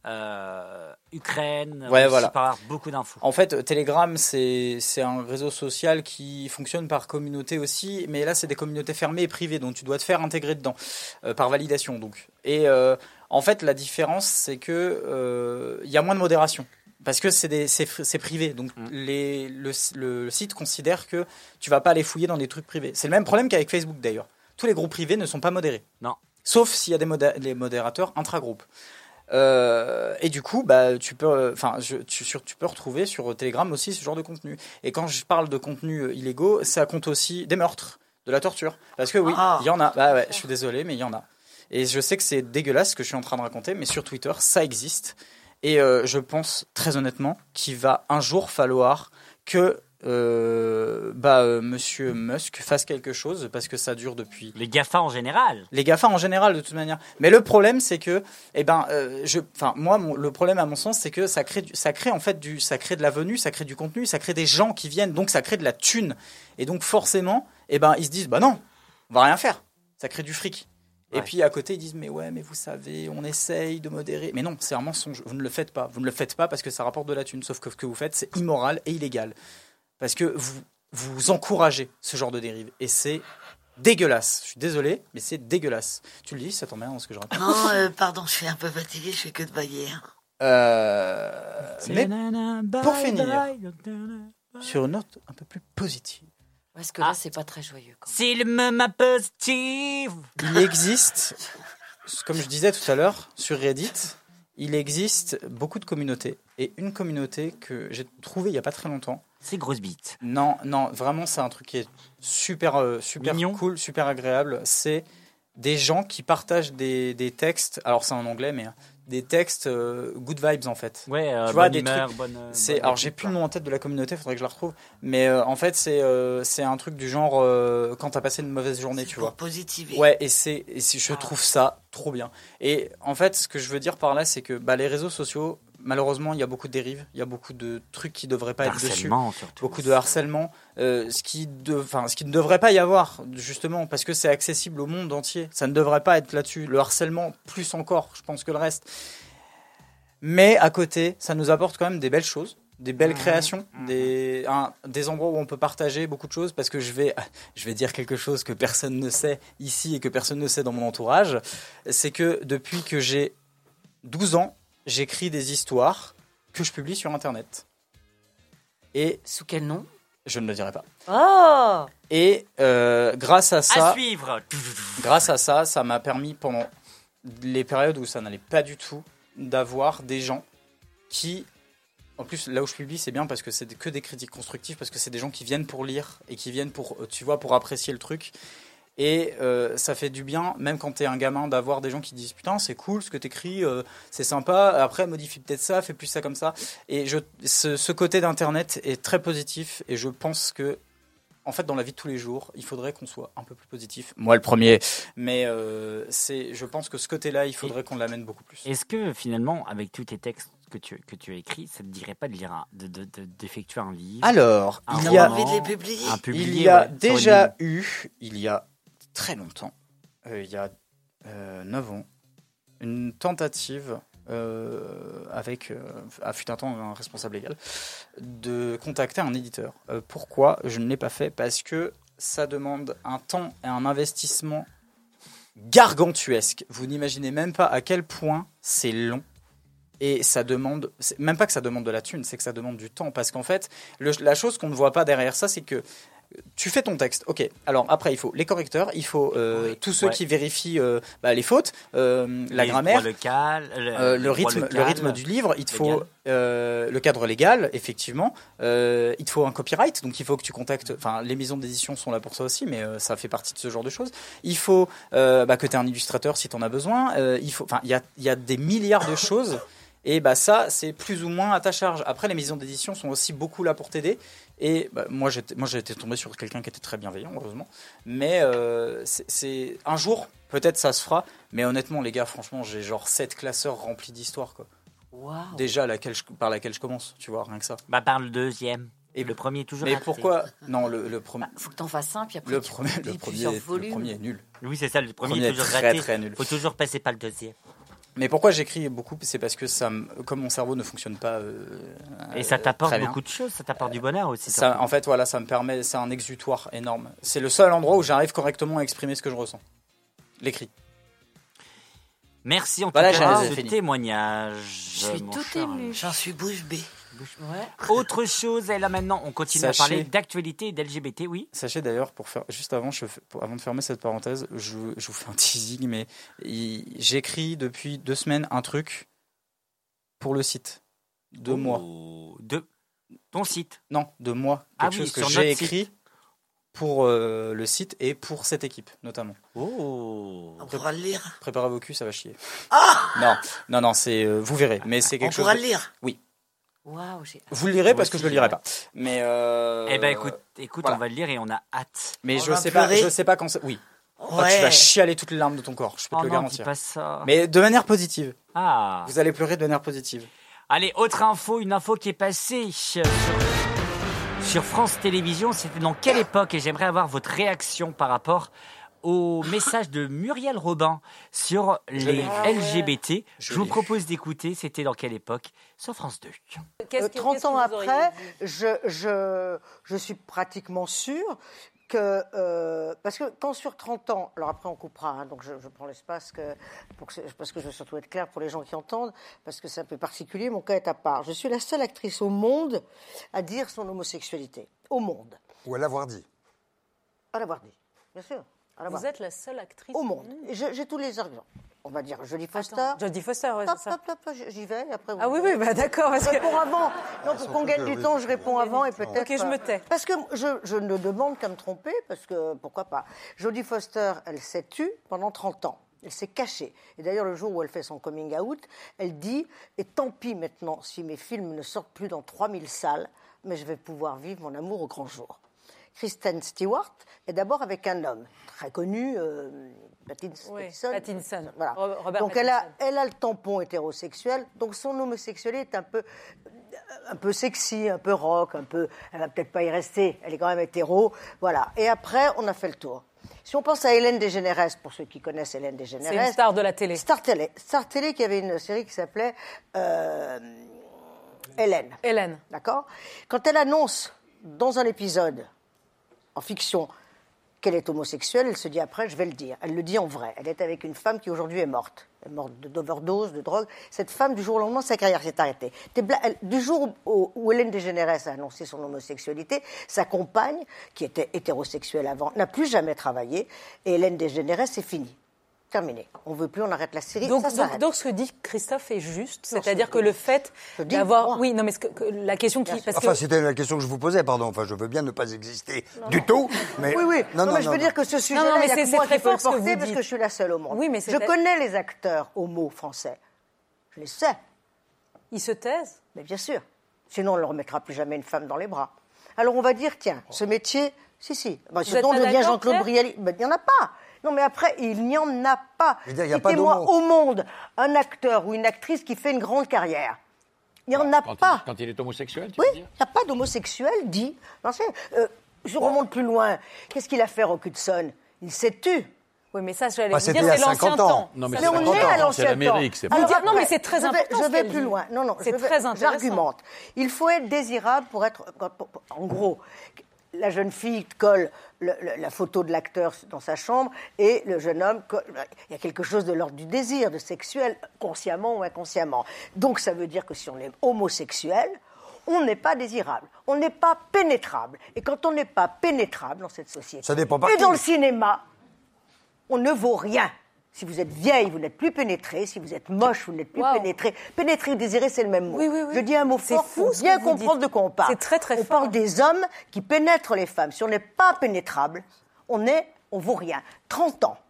euh, Ukraine.
Ouais,
Russie,
voilà.
pour avoir beaucoup d'infos.
En fait, Telegram, c'est, c'est un réseau social qui fonctionne par communauté aussi, mais là, c'est des communautés fermées et privées, donc tu dois te faire intégrer dedans, euh, par validation. Donc. Et euh, en fait, la différence, c'est que euh, y a moins de modération. Parce que c'est, des, c'est, c'est privé, donc mmh. les, le, le site considère que tu vas pas aller fouiller dans des trucs privés. C'est le même problème qu'avec Facebook d'ailleurs. Tous les groupes privés ne sont pas modérés.
Non.
Sauf s'il y a des modé- les modérateurs intra-groupes. Euh, et du coup, bah, tu peux, enfin, tu, tu peux retrouver sur Telegram aussi ce genre de contenu. Et quand je parle de contenus euh, illégaux, ça compte aussi des meurtres, de la torture. Parce que oui, il ah. y en a. Bah ouais, je suis désolé, mais il y en a. Et je sais que c'est dégueulasse ce que je suis en train de raconter, mais sur Twitter, ça existe. Et euh, je pense très honnêtement qu'il va un jour falloir que euh, bah, euh, Monsieur Musk fasse quelque chose parce que ça dure depuis.
Les GAFA en général.
Les GAFA en général de toute manière. Mais le problème c'est que, eh ben, euh, je, enfin moi, mon, le problème à mon sens c'est que ça crée, du, ça crée en fait du, ça crée de la venue, ça crée du contenu, ça crée des gens qui viennent, donc ça crée de la thune. Et donc forcément, eh ben, ils se disent, bah non, on va rien faire. Ça crée du fric. Et ouais. puis à côté, ils disent mais ouais, mais vous savez, on essaye de modérer. Mais non, c'est un mensonge. Vous ne le faites pas. Vous ne le faites pas parce que ça rapporte de la thune. Sauf que ce que vous faites, c'est immoral et illégal. Parce que vous, vous encouragez ce genre de dérive. Et c'est dégueulasse. Je suis désolé, mais c'est dégueulasse. Tu le dis, ça t'emmerde dans ce que je raconte.
Non, euh, pardon, je suis un peu fatigué, je fais que de bailler.
Euh, mais pour finir, sur une note un peu plus positive.
Parce que là, ah. c'est pas très joyeux.
C'est le moment positif.
Il existe, comme je disais tout à l'heure, sur Reddit, il existe beaucoup de communautés. Et une communauté que j'ai trouvée il y a pas très longtemps.
C'est Grosse Bite.
Non, non, vraiment, c'est un truc qui est super, euh, super cool, super agréable. C'est des gens qui partagent des, des textes. Alors, c'est en anglais, mais des textes euh, good vibes en fait.
Ouais, euh,
tu vois,
bonne
des
humeur,
trucs.
Bonne,
c'est,
bonne
alors j'ai plus le nom en tête de la communauté, faudrait que je la retrouve. Mais euh, en fait, c'est euh, c'est un truc du genre euh, quand t'as passé une mauvaise journée,
c'est
tu
pour
vois.
Positiver.
Ouais, et c'est, et c'est je ah. trouve ça trop bien. Et en fait, ce que je veux dire par là, c'est que bah, les réseaux sociaux, malheureusement, il y a beaucoup de dérives, il y a beaucoup de trucs qui devraient pas être dessus,
surtout.
beaucoup de harcèlement, euh, ce qui, de, enfin, ce qui ne devrait pas y avoir justement parce que c'est accessible au monde entier. Ça ne devrait pas être là-dessus. Le harcèlement, plus encore, je pense que le reste. Mais à côté, ça nous apporte quand même des belles choses, des belles mmh, créations, mmh. Des, un, des endroits où on peut partager beaucoup de choses. Parce que je vais, je vais dire quelque chose que personne ne sait ici et que personne ne sait dans mon entourage. C'est que depuis que j'ai douze ans, j'écris des histoires que je publie sur Internet. Et
sous quel nom ?
Je ne le dirai pas.
Oh !
Et euh, grâce à ça,
à suivre.
Grâce à ça, ça m'a permis pendant les périodes où ça n'allait pas du tout, d'avoir des gens qui, en plus là où je publie c'est bien parce que c'est que des critiques constructives, parce que c'est des gens qui viennent pour lire et qui viennent pour, tu vois, pour apprécier le truc. Et euh, ça fait du bien, même quand t'es un gamin, d'avoir des gens qui disent putain c'est cool ce que t'écris, euh, c'est sympa, après modifie peut-être ça, fais plus ça comme ça. Et je, ce, ce côté d'internet est très positif et je pense que en fait, dans la vie de tous les jours, il faudrait qu'on soit un peu plus positif. Moi, le premier. Mais euh, c'est, je pense que ce côté-là, il faudrait et qu'on l'amène beaucoup plus.
Est-ce que, finalement, avec tous tes textes que tu, que tu as écrits, ça ne te dirait pas de lire un, de, de, de, d'effectuer un livre ?
Alors,
un
il
roman,
y a,
envie de les publier.
Un publié,
il y a
ouais,
déjà eu, il y a très longtemps, euh, il y a euh, neuf ans, une tentative... Euh, avec, euh, à fut un temps, un responsable légal, de contacter un éditeur. Euh, pourquoi je ne l'ai pas fait ? Parce que ça demande un temps et un investissement gargantuesque. Vous n'imaginez même pas à quel point c'est long. Et ça demande, c'est même pas que ça demande de la thune, c'est que ça demande du temps. Parce qu'en fait, le, la chose qu'on ne voit pas derrière ça, c'est que tu fais ton texte, ok. Alors après, il faut les correcteurs, il faut euh, oui, tous ceux ouais. qui vérifient euh, bah, les fautes, euh, la
les
grammaire,
local, le,
euh, le, rythme,
local,
le rythme du livre. Il te faut euh, le cadre légal, effectivement. Euh, il te faut un copyright, donc il faut que tu contactes. Enfin, les maisons d'édition sont là pour ça aussi, mais euh, ça fait partie de ce genre de choses. Il faut euh, bah, que tu aies un illustrateur si tu en as besoin. Euh, il faut, enfin, il y a, il y a des milliards de choses. Et bah ça, c'est plus ou moins à ta charge. Après, les maisons d'édition sont aussi beaucoup là pour t'aider. Et bah, moi, j'étais, moi, j'ai été tombé sur quelqu'un qui était très bienveillant, heureusement. Mais euh, c'est, c'est un jour, peut-être ça se fera. Mais honnêtement, les gars, franchement, j'ai genre sept classeurs remplis d'histoires, quoi.
Wow.
Déjà, laquelle je, par laquelle je commence, tu vois, rien que ça.
Bah par le deuxième. Et le premier est toujours.
Mais
raté.
Pourquoi ? Non, le, le premier.
Bah, faut que t'en fasses un, puis après
le
tu
premier, le premier, est, le premier est nul.
Oui, c'est ça. Le premier,
le premier
est toujours
est très,
raté.
très nul.
Faut toujours passer par le deuxième.
Mais pourquoi j'écris beaucoup? C'est parce que ça, me- comme mon cerveau ne fonctionne pas. euh,
Et ça
euh,
t'apporte
très bien.
beaucoup de choses, ça t'apporte du bonheur aussi.
Ça, en fait, voilà, ça me permet, c'est un exutoire énorme. C'est le seul endroit où j'arrive correctement à exprimer ce que je ressens. L'écrit.
Merci en tout
Voilà,
cas
j'ai
de ce
fini.
témoignage.
Je suis
mon
tout
cher.
ému. J'en suis bouche bée.
Autre chose, et là maintenant, on continue
Sachez-
à parler d'actualité et d'L G B T, oui.
Sachez d'ailleurs, pour faire, juste avant, je, fais- pour- avant de fermer cette parenthèse, je, je vous fais un teasing, mais il- j'écris depuis deux semaines un truc pour le site. De
Oh,
moi.
De ton site.
Non, de moi.
Ah
Quelque
oui,
chose que
sur
j'ai
notre
écrit
site.
pour euh, le site et pour cette équipe, notamment.
Oh.
On pourra le lire.
Préparez vos culs, ça va chier.
Ah
Non, non, non, c'est, euh, vous verrez. Mais c'est quelque
On
chose.
pourra
de-
le lire.
Oui.
Waouh, j'ai.
Vous le lirez
Moi
parce que
aussi,
je le lirai pas. Mais. Euh,
Eh ben écoute, écoute,
voilà.
on va le lire et on a hâte.
Mais
On
je
va
sais pas,
pleurer.
je sais pas quand ça. Oui. Oh,
Ouais.
tu vas chialer toutes les larmes de ton corps, je peux
Oh
te le
non, dis
garantir.
pas ça.
Mais de manière positive.
Ah.
Vous allez pleurer de manière positive.
Allez, autre info, une info qui est passée sur, sur France Télévisions. C'était dans quelle époque? Et j'aimerais avoir votre réaction par rapport au message de Muriel Robin sur les
Ah ouais.
L G B T. Je,
Je
vous
l'ai.
propose d'écouter. C'était dans quelle époque? Sur France deux.
Euh, trente ans
qu'est-ce que vous
après,
auriez
je, je, je suis pratiquement sûre que... euh, parce que quand sur trente ans... Alors après, on coupera, hein, donc je, je prends l'espace que, pour que c'est- parce que je veux surtout être clair pour les gens qui entendent, parce que c'est un peu particulier, mon cas est à part. Je suis la seule actrice au monde à dire son homosexualité. Au monde.
Ou à l'avoir dit.
À l'avoir dit, bien sûr. À l'avoir
Vous êtes la seule actrice
au monde. Et je- J'ai tous les arguments. On va dire Jodie Foster.
Attends, Jodie Foster, ouais,
Hop,
c'est ça.
hop, hop, hop, j'y vais. Et après, vous-
Ah oui, oui, bah d'accord, parce
Je
que-
réponds avant. Non, pour
Surtout
qu'on gagne
que
du
oui.
temps, je réponds avant et peut-être.
Ok, je me tais.
Parce que je, je ne demande qu'à me tromper, parce que pourquoi pas. Jodie Foster, elle s'est tue pendant trente ans. Elle s'est cachée. Et d'ailleurs, le jour où elle fait son coming out, elle dit « Et tant pis maintenant si mes films ne sortent plus dans trois mille salles, mais je vais pouvoir vivre mon amour au grand jour. » Kristen Stewart est d'abord avec un homme très connu, euh, Pattinson.
Oui,
Pattinson.
Pattinson.
Voilà.
Ro- Robert
donc elle a,
Pattinson.
elle a le tampon hétérosexuel, donc son homosexualité est un peu, un peu sexy, un peu rock, un peu. Elle va peut-être pas y rester. Elle est quand même hétéro, voilà. Et après, on a fait le tour. Si on pense à Hélène DeGeneres, pour ceux qui connaissent Hélène DeGeneres,
C'est une star de la télé.
Star Télé, Star Télé qui avait une série qui s'appelait euh, Hélène.
Hélène.
D'accord. Quand elle annonce dans un épisode en fiction qu'elle est homosexuelle, elle se dit après, je vais le dire. Elle le dit en vrai. Elle est avec une femme qui aujourd'hui est morte. Elle est morte de- d'overdose, de drogue. Cette femme, du jour au lendemain, sa carrière s'est arrêtée. T'es bla- elle- du jour où, où Hélène DeGeneres a annoncé son homosexualité, sa compagne, qui était hétérosexuelle avant, n'a plus jamais travaillé. Et Hélène DeGeneres, c'est fini. Terminé. On veut plus, on arrête la série.
Donc,
ça
donc,
s'arrête.
donc, ce que dit Christophe est juste,
Non,
c'est-à-dire
c'est-
que le fait
Je dis,
d'avoir,
moi.
oui, non, mais ce que, que la question qui, parce
Enfin,
que
c'était la question que je vous posais, pardon. Enfin, je veux bien ne pas exister du tout, mais...
Oui, oui.
Non, non,
mais je
non,
veux
non.
dire que ce sujet-là,
non, mais
il y a
c'est-
que
c'est
moi
très
qui peux le
fort ce que
porter
vous
parce
dites.
que je suis la seule au monde.
Oui, mais
je
c'est-
connais les acteurs homo français. Je les sais.
ils se taisent.
Mais bien sûr. Sinon, on ne leur remettra plus jamais une femme dans les bras. Alors, on va dire, tiens, ce métier... Si, si. Ben, ce
êtes
dont
pas
je viens
d'accord,
Jean-Claude
Claire
Brialy... Ben, il n'y en a pas. Non, mais après, il n'y en a pas.
Je veux dire, il y a pas
Citez-moi
d'homo.
au monde un acteur ou une actrice qui fait une grande carrière. Il n'y en a
Quand
pas.
il, quand il est homosexuel, tu
Oui,
veux
il
dire
n'y a pas d'homosexuel dit. Non, c'est, euh, je remonte plus loin. Qu'est-ce qu'il a fait, Rock Hudson? Il s'est tu.
Oui, mais ça, j'allais
Bah,
vous
c'était
dire,
il y a
c'est l'ancien
cinquante ans.
temps.
Non, mais
Mais
c'est
on
cinquante
est à
ans, c'est
l'ancien temps.
l'Amérique, c'est pas-
Alors,
Alors
non, mais
après,
c'est très
je vais-
important,
Je
ce
vais
qu'elle
plus
dit.
loin. Non, non,
C'est
je vais-
très intéressant.
J'argumente. Il faut être désirable pour être. quand- En gros, la jeune fille colle le- le- la photo de l'acteur dans sa chambre et le jeune homme colle. Il y a quelque chose de l'ordre du désir, de sexuel, consciemment ou inconsciemment. Donc ça veut dire que si on est homosexuel, on n'est pas désirable, on n'est pas pénétrable. Et quand on n'est pas pénétrable dans cette société,
Ça dépend par
et
qui.
dans le cinéma, on ne vaut rien. Si vous êtes vieille, vous n'êtes plus pénétré. Si vous êtes moche, vous n'êtes plus
Wow.
pénétré. Pénétrer, désirer, c'est le même mot.
Oui, oui, oui.
Je dis un mot
C'est
fort
fou
pour
ce
bien
que vous
comprendre
dites.
de quoi on parle.
C'est très, très
on
fort.
parle des hommes qui pénètrent les femmes. Si on n'est pas pénétrable, on est, on vaut rien. trente ans.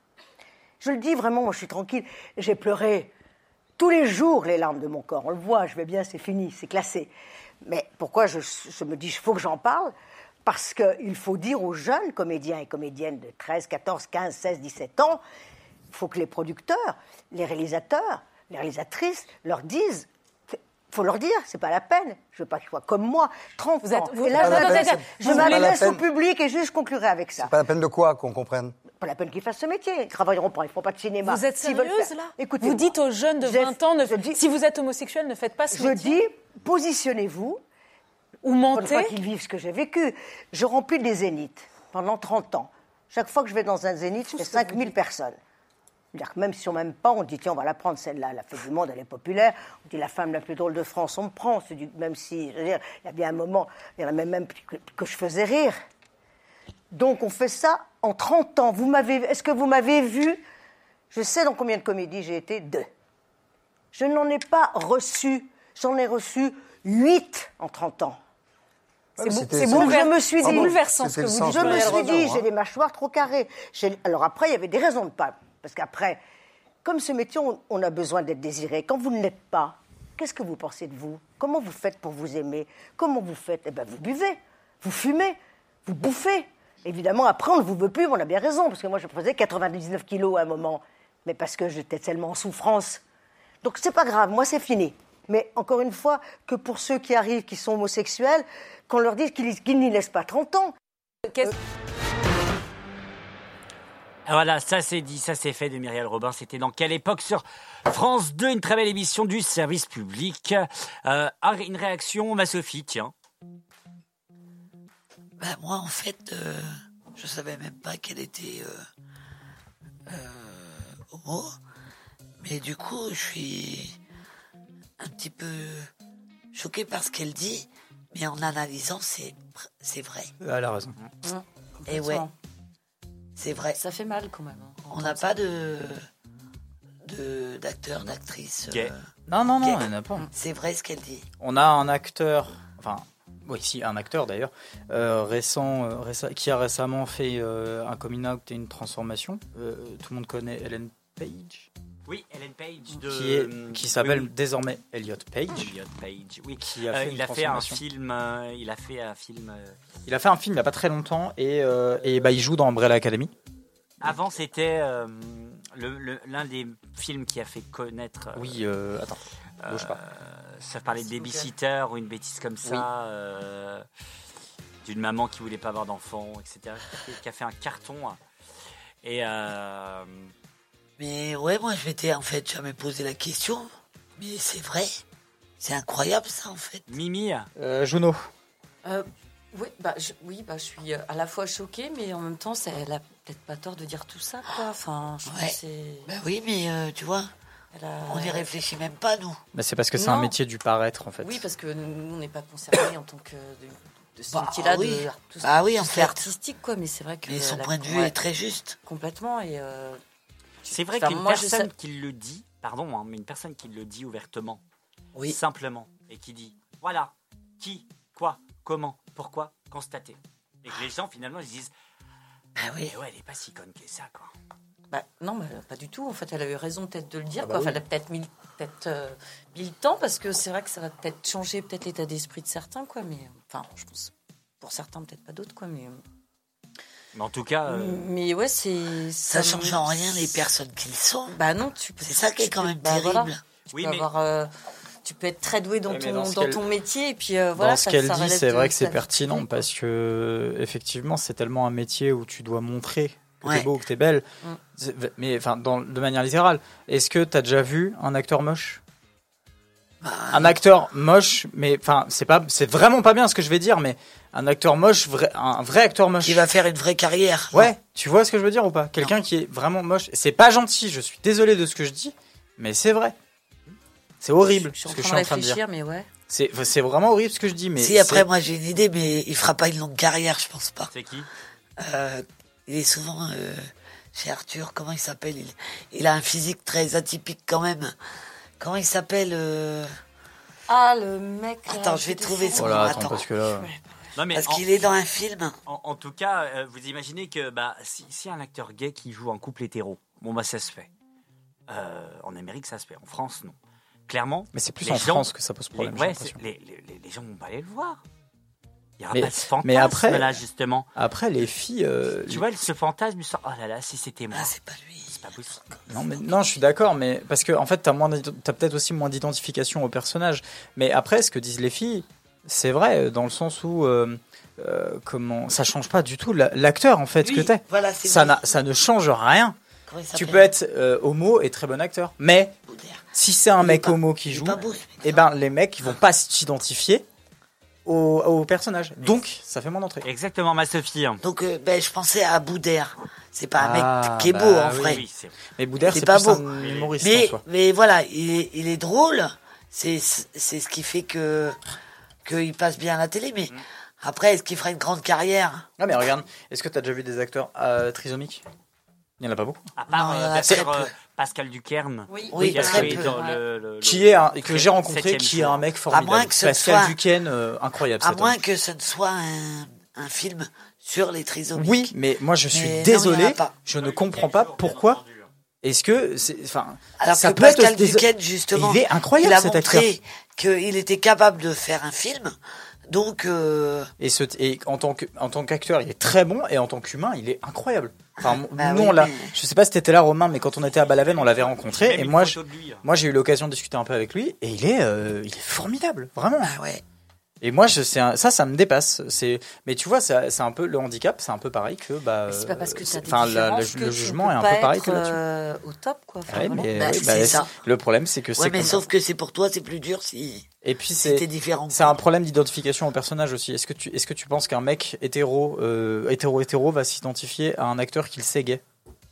Je le dis vraiment, moi je suis tranquille. J'ai pleuré tous les jours les larmes de mon corps. On le voit, je vais bien, c'est fini, c'est classé. Mais pourquoi je, je me dis, il faut que j'en parle? Parce qu'il faut dire aux jeunes comédiens et comédiennes de treize, quatorze, quinze, seize, dix-sept ans, il faut que les producteurs, les réalisateurs, les réalisatrices leur disent, il faut leur dire, c'est pas la peine. Je veux pas qu'ils soient comme moi, trente
Vous êtes-
ans.
vous-
Et là,
Attends,
je
attends,
m'adresse-
attends,
je
c'est pas la
m'adresse au
peine.
public et juste je conclurai avec ça.
C'est pas la peine de quoi qu'on comprenne.
pas la peine qu'ils fassent ce métier. Ils ne travailleront pas, ils ne font pas de cinéma.
Vous êtes
S'ils veulent
sérieuse
faire-
là
Écoutez-moi.
Vous dites aux jeunes de
Je-
vingt ans, ne-
je dis-
si vous êtes homosexuel, ne faites pas ce
Je
métier.
dis, positionnez-vous.
Ou
Pour
mentez.
une fois qu'ils vivent ce que j'ai vécu. Je remplis des zéniths pendant trente ans. Chaque fois que je vais dans un zénith, je fais cinq mille personnes. C'est-à-dire que même si on m'aime pas, on dit tiens, on va la prendre celle-là, elle a fait du monde, elle est populaire. On dit la femme la plus drôle de France, on me prend. C'est du- Même si, je veux dire, il y a bien un moment, il y en a même, même que, que je faisais rire. Donc on fait ça en trente ans. Vous m'avez, est-ce que vous m'avez vu? Je sais dans combien de comédies j'ai été, deux. Je n'en ai pas reçu, j'en ai reçu huit en trente ans.
C'est bou-
C'était-
c'est
Donc,
boulever-
je me suis
c'est
dit,
bouleversant ce que vous dites.
Je me
Muriel
suis dit,
Robin.
j'ai des mâchoires trop carrées. J'ai- Alors après, il y avait des raisons de pas. Parce qu'après, comme ce métier, on, on a besoin d'être désiré. Quand vous ne l'êtes pas, qu'est-ce que vous pensez de vous? Comment vous faites pour vous aimer? Comment vous faites? Eh bien, vous buvez, vous fumez, vous bouffez. Évidemment, après, on ne vous veut plus, mais on a bien raison. Parce que moi, je faisais quatre-vingt-dix-neuf kilos à un moment. Mais parce que j'étais tellement en souffrance. Donc, c'est pas grave, moi, c'est fini. Mais encore une fois, que pour ceux qui arrivent, qui sont homosexuels, qu'on leur dise qu'ils, qu'ils n'y laissent pas trente ans.
Qu'est-ce-
Voilà, ça c'est dit, ça c'est fait de Muriel Robin. C'était dans quelle époque sur France deux, une très belle émission du service public. Euh, une réaction, ma Sophie, tiens.
Ben, moi, en fait, euh, je savais même pas qu'elle était euh, euh, homo. Mais du coup, je suis un petit peu choqué par ce qu'elle dit. Mais en analysant, c'est, c'est vrai.
Elle a raison.
Et ouais, c'est vrai.
Ça fait mal quand même.
On n'a pas de, de d'acteurs, d'actrices.
Gay.
euh,
Non, non, non,
gays.
il n'y en a pas.
C'est vrai ce qu'elle dit.
On a un acteur, enfin, oui, si, un acteur d'ailleurs, euh, récent, euh, réce- qui a récemment fait euh, un coming out et une transformation. Euh, tout le monde connaît Ellen Page.
Oui, Ellen Page de...
Qui, est, qui s'appelle
oui, oui.
désormais Elliot Page.
Elliot Page, oui.
Qui a
Euh,
fait
il
une
a fait un
transformation.
film. euh, il a fait un film. euh,
Il a fait un film il n'y a pas très longtemps et, euh, et bah, il joue dans Umbrella Academy.
Avant, c'était euh, le- le- l'un des films qui a fait connaître. euh,
Oui, euh, attends, bouge pas.
Ça parlait de babysitter ou une bêtise comme ça.
Oui.
euh, d'une maman qui voulait pas avoir d'enfant, et cetera. Qui a fait, qui a fait un carton. Et. Euh,
Mais ouais, moi, je m'étais en fait jamais posé la question. Mais c'est vrai. C'est incroyable, ça, en fait.
Mimi
euh, Juno.
Euh, oui, bah, je, oui, bah, je suis euh, à la fois choquée, mais en même temps, ça, elle a peut-être pas tort de dire tout ça, quoi. Enfin, je trouve
Ouais.
que c'est...
Ben oui, mais euh, tu vois,
Elle a-
on n'y réfléchit même pas, nous.
Bah, c'est parce que c'est
Non.
un métier du paraître en fait.
Oui, parce que nous, on n'est pas concernés en tant que de, de ce
Bah,
métier-là,
oui.
de tout,
Bah oui,
tout
en
ce qui
fait.
est artistique, quoi. Mais c'est vrai que
Mais son
la-
point de vue
ouais,
est très juste.
complètement. Et euh,
C'est vrai
Enfin,
qu'une
moi, je
personne
sais-
qui le dit, pardon, hein, mais une personne qui le dit ouvertement,
Oui.
simplement, et qui dit, voilà, qui, quoi, comment, pourquoi, constater. Et que les gens, finalement, ils se disent,
ah oui,
ouais, elle est pas si conne que ça, quoi.
bah, non, bah, pas du tout. En fait, elle a eu raison peut-être de le dire.
Ah bah
quoi.
oui.
Enfin, elle a peut-être mis, peut-être, euh, mis le temps, parce que c'est vrai que ça va peut-être changer peut-être l'état d'esprit de certains, quoi. Mais enfin, je pense pour certains, peut-être pas d'autres, quoi. Mais
Mais en tout cas, euh,
mais ouais, c'est
Ça
me-
change en rien les personnes qu'ils sont.
Bah non, tu peux.
C'est ça qui est
tu
quand
peux-
même
bah,
terrible.
voilà. Tu
Oui,
peux
mais-
avoir, euh, tu peux être très doué dans
Ouais, mais
ton
dans ce
dans
qu'elle-
ton métier et puis euh, voilà.
Dans ce
ça-
qu'elle
ça
dit,
relève
c'est
de
vrai que c'est
ta
pertinent
vie.
parce que effectivement, c'est tellement un métier où tu dois montrer que
Ouais.
t'es beau, que t'es belle.
Mm.
C'est- Mais enfin, dans, de manière littérale, est-ce que t'as déjà vu un acteur moche?
Bah,
Un acteur moche, mais enfin, c'est pas, c'est vraiment pas bien ce que je vais dire, mais un acteur moche, vrai, un vrai acteur moche.
qui va faire une vraie carrière.
Ouais, tu vois ce que je veux dire ou pas? Quelqu'un qui est vraiment moche. C'est pas gentil, je suis désolé de ce que je dis, mais c'est vrai. C'est horrible
Je suis
ce
en
que je
train
suis
de
en train de dire.
réfléchir, mais ouais.
C'est, c'est vraiment horrible ce que je dis, mais.
Si, après,
c'est-
moi, j'ai une idée, mais il fera pas une longue carrière, je pense pas.
c'est qui?
Euh, il est souvent euh, chez Arthur, comment il s'appelle il, il a un physique très atypique quand même. Comment il s'appelle euh,
Ah, le mec. là,
Attends, je vais
qui
trouver
était
son
fou.
Voilà,
nom.
attends,
Attends.
parce que là.
Non, mais
Parce
en,
qu'il est dans un film.
en, en tout cas, euh, vous imaginez que bah, si, si un acteur gay qui joue un couple hétéro, bon, bah, ça se fait. Euh, en Amérique, ça se fait. En France, non. Clairement.
Mais c'est plus
les
en
gens-
France que ça pose
les,
problème. j'ai
ouais,
l'impression.
c'est- les, les, les- les gens vont pas aller le voir. Il n'y aura
Mais-
pas de ce fantasme
mais après-
là, justement.
Après, les filles. euh,
Tu vois, ce fantasme, il sort, oh là là, si c'était moi.
Ah, c'est pas lui.
C'est pas possible.
Non, mais non, je suis d'accord, mais parce que en fait, t'as moins, d'ident- t'as peut-être aussi moins d'identification au personnage. Mais après, ce que disent les filles, c'est vrai dans le sens où, euh, euh, comment ça change pas du tout la- l'acteur en fait
Oui,
que t'es.
voilà, c'est
ça,
vrai.
n'a- ça ne change rien.
Comment il
Tu
s'appelle
peux être euh, homo et très bon acteur, mais si c'est un mec homo qui joue, eh ben les mecs ils vont pas s'identifier au, au personnage. Donc ça fait mon entrée.
Exactement, ma Sophie.
Donc, euh, ben, je pensais à Boudère. C'est pas un
Ah,
mec qui est
bah
beau, en
oui,
vrai.
oui, c'est- mais Boudère, c'est
pas
plus
beau.
un humoriste,
Mais,
en soi.
mais voilà, il est, il est drôle. C'est, c'est ce qui fait que, qu'il passe bien à la télé. Mais après, est-ce qu'il fera une grande carrière?
Ah mais regarde, est-ce que t'as déjà vu des acteurs euh, trisomiques? Il y en a pas beaucoup.
À part,
Non, il y en
euh,
a
bien
très
sûr,
peu.
euh, Pascal Duquesne.
Oui,
Oui,
oui, très
oui,
peu.
dans le- le-
Qui est un,
le-
que j'ai rencontré,
septième
qui est
jour.
un mec
À
formidable.
moins que ce
Pascal
soit-
Duquesne, euh, incroyable.
À
cet
moins
homme.
que ce ne soit un, un film sur les trisomiques.
Oui, mais moi je suis
Mais non,
désolé,
il y en a pas.
je ne comprends pas pourquoi. Est-ce que c'est, enfin,
Alors
ça
que
peut être
Pascal
des-
Duquesne, justement,
il est incroyable
il a
cet acteur.
montré qu'il était capable de faire un film. Donc, euh,
Et, ce, et en tant que, en tant qu'acteur, il est très bon, et en tant qu'humain, il est incroyable. Enfin,
Bah
nous,
oui,
on l'a,
mais-
je sais pas si t'étais là, Romain, mais quand on était à Balaven, on l'avait rencontré,
J'ai
et
même
moi,
une
je-
photo de lui.
moi, j'ai eu l'occasion de discuter un peu avec lui, et il est, euh, il est formidable, vraiment.
ah ouais.
Et moi, je, c'est un- ça, ça me dépasse. C'est, mais tu vois, ça- c'est un peu le handicap, c'est un peu pareil que, bah,
C'est pas parce que tu as des
enfin, la- le,
différences que
le
tu
jugement
peux
est un
pas
peu pareil
être,
que là-dessus.
euh, au top, quoi. Enfin,
Ouais,
vraiment.
mais,
Bah,
oui,
c'est
bah,
ça.
le problème, c'est que
Ouais,
c'est
mais
comme-
sauf que c'est pour toi, c'est plus dur si
Et puis
c'était
c'est
différent.
c'est un problème d'identification au personnage aussi. Est-ce que tu est-ce que tu penses qu'un mec hétéro euh, hétéro hétéro va s'identifier à un acteur qu'il sait gay?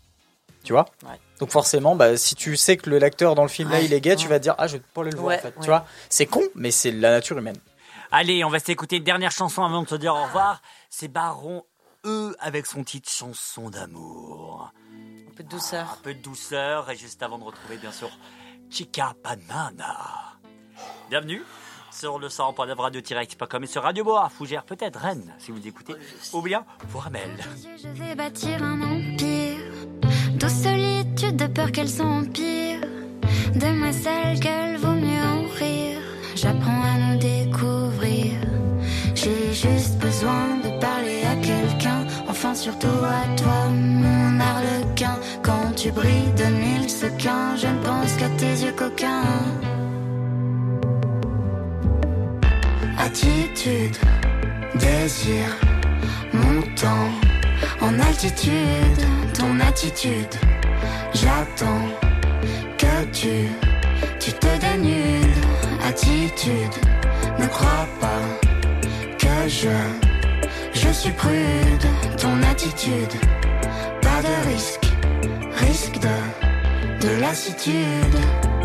Tu vois?
Ouais.
Donc forcément, bah, si tu sais que le l'acteur dans le film là
Ouais.
il est gay, tu vas te dire ah je vais pas aller le voir
Ouais,
en fait.
ouais.
Tu vois? C'est con, mais c'est la nature humaine.
Allez, on va s'écouter une dernière chanson avant de se dire au revoir. C'est Baron E avec son titre Chanson d'amour.
Un peu de douceur.
Un peu de douceur et juste avant de retrouver bien sûr Chica Banana. Bienvenue sur le cent point neuf radio-active point com et sur Radio Bois, Fougères, peut-être Rennes si vous écoutez, ou bien Voiramel.
Je vais bâtir un empire de solitude, de peur qu'elle s'empire, de moi seule qu'elle vaut mieux en rire. J'apprends à nous découvrir. J'ai juste besoin de parler à quelqu'un, enfin surtout à toi, mon arlequin. Quand tu brilles de mille sequins, je ne pense qu'à tes yeux coquins. Attitude, désir, montant en altitude, ton attitude. J'attends que tu, tu te dénudes. Attitude, ne crois pas que je, je suis prude. Ton attitude, pas de risque, risque de, de lassitude.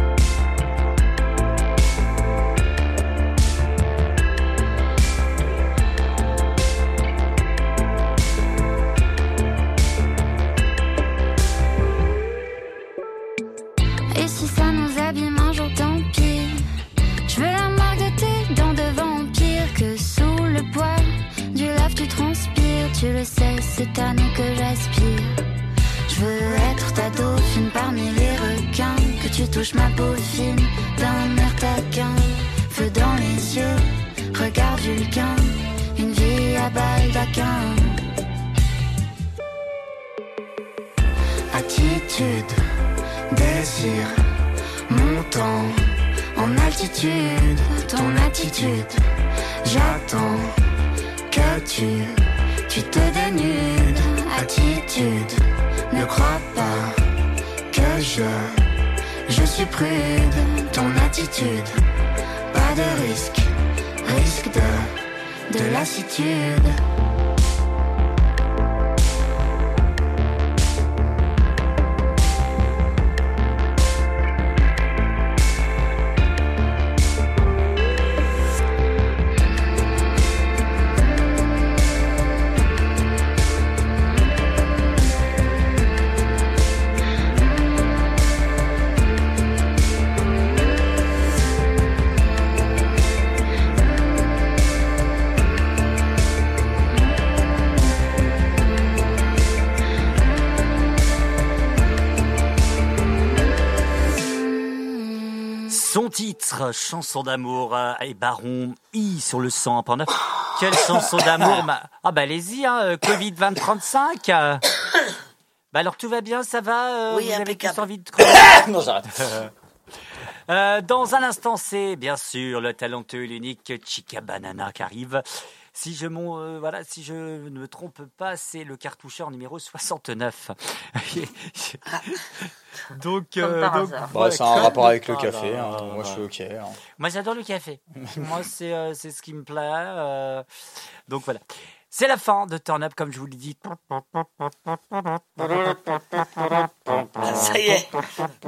Et si ça nous abîme un jour, tant pis. Je veux la marque de tes dents de vampire, que sous le poids du lave tu transpires. Tu le sais, c'est à nous que j'aspire. Je veux être ta dauphine parmi les requins, que tu touches ma peau fine d'un air taquin. Feu dans les yeux, regard vulcain, une vie à baldaquin. Attitude, désir, montant en altitude, ton attitude. J'attends que tu, tu te dénudes. Attitude, ne crois pas que je, je suis prude. Ton attitude, pas de risque, risque de, de lassitude.
Son titre, Chanson d'amour, euh, et Baron I sur le cent point neuf. Quelle chanson d'amour ma- Ah bah allez-y, hein, euh, Covid vingt trente-cinq. euh. Bah alors tout va bien, ça va euh,
Oui,
vous avez
impeccable.
tous envie de crever?
Non, j'arrête.
Euh, dans un instant, c'est bien sûr le talentueux et l'unique Chica Banana qui arrive. si je m'en, euh, voilà, si je ne me trompe pas, c'est le cartoucheur numéro soixante-neuf. donc,
Comme
euh,
par
donc
hasard.
Bah, c'est un
comme
rapport avec le
par
café.
hasard.
hein. Moi, je suis OK. hein.
Moi, j'adore le café. Moi, c'est euh, c'est ce qui me plaît. euh, donc voilà. C'est la fin de Turn Up, comme je vous l'ai dit.
Ça y est.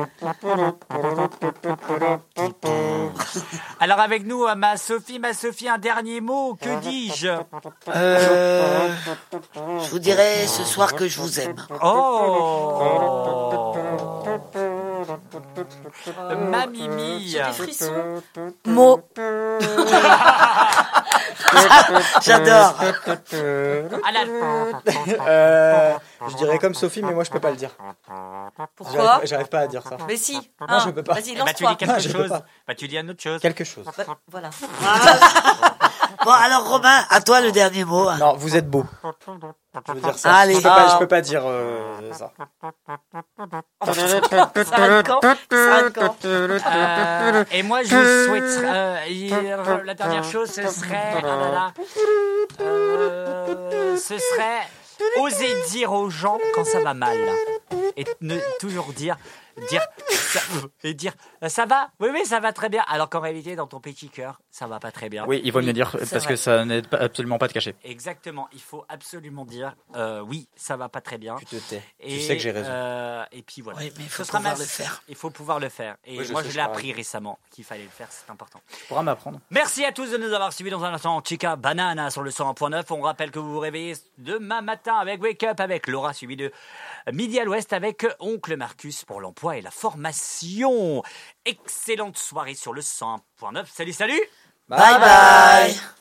Alors avec nous, euh, ma Sophie, ma Sophie, un dernier mot. Que dis-je
Euh, je vous dirai ce soir que je vous aime.
Oh Ma Mimi.
J'ai des frissons.
Mot. J'adore.
À la-
Euh, je dirais comme Sophie, mais moi, je peux pas le dire.
Pourquoi
J'arrive- J'arrive pas à dire ça.
Mais si.
Non,
hein,
je peux pas.
Vas-y,
Bah, tu dis
lance-toi.
quelque
Non, je peux
chose.
pas.
Bah, tu dis une autre chose.
Quelque chose.
Bah, voilà.
Bon, alors Romain, à toi le dernier mot.
Non, vous êtes beau. Je veux dire ça.
Allez.
Je peux pas,
Ah.
je peux pas dire euh, ça.
Ça arrête quand Ça arrête quand
Euh, et moi, je vous souhaite. euh, et la dernière chose, ce serait. Ah là là, euh, ce serait oser dire aux gens quand ça va mal. Et ne toujours dire. Dire ça, et dire ça va, oui oui ça va très bien, alors qu'en réalité dans ton petit cœur ça va pas très bien.
Oui, il vaut mieux dire
c'est
parce
vrai.
que ça n'aide pas- absolument pas de cacher.
Exactement, il faut absolument dire euh, oui ça va pas très bien.
Tu te tais.
Et,
Tu sais que j'ai raison.
euh, et puis voilà.
Oui, mais il faut
Ce sera
pouvoir
ma-
le faire.
Il faut pouvoir le faire. Et
Oui, je
moi
sais,
je
je
l'ai
pareil.
appris récemment qu'il fallait le faire, c'est important.
Tu pourras m'apprendre.
Merci à tous de nous avoir suivis dans un instant. Chica Banana sur le cent un point neuf. On rappelle que vous vous réveillez demain matin avec Wake Up avec Laura, suivi de Midi à l'Ouest avec Oncle Marcus pour l'emploi et la formation. Excellente soirée sur le cent un point neuf. Salut, salut!
Bye bye.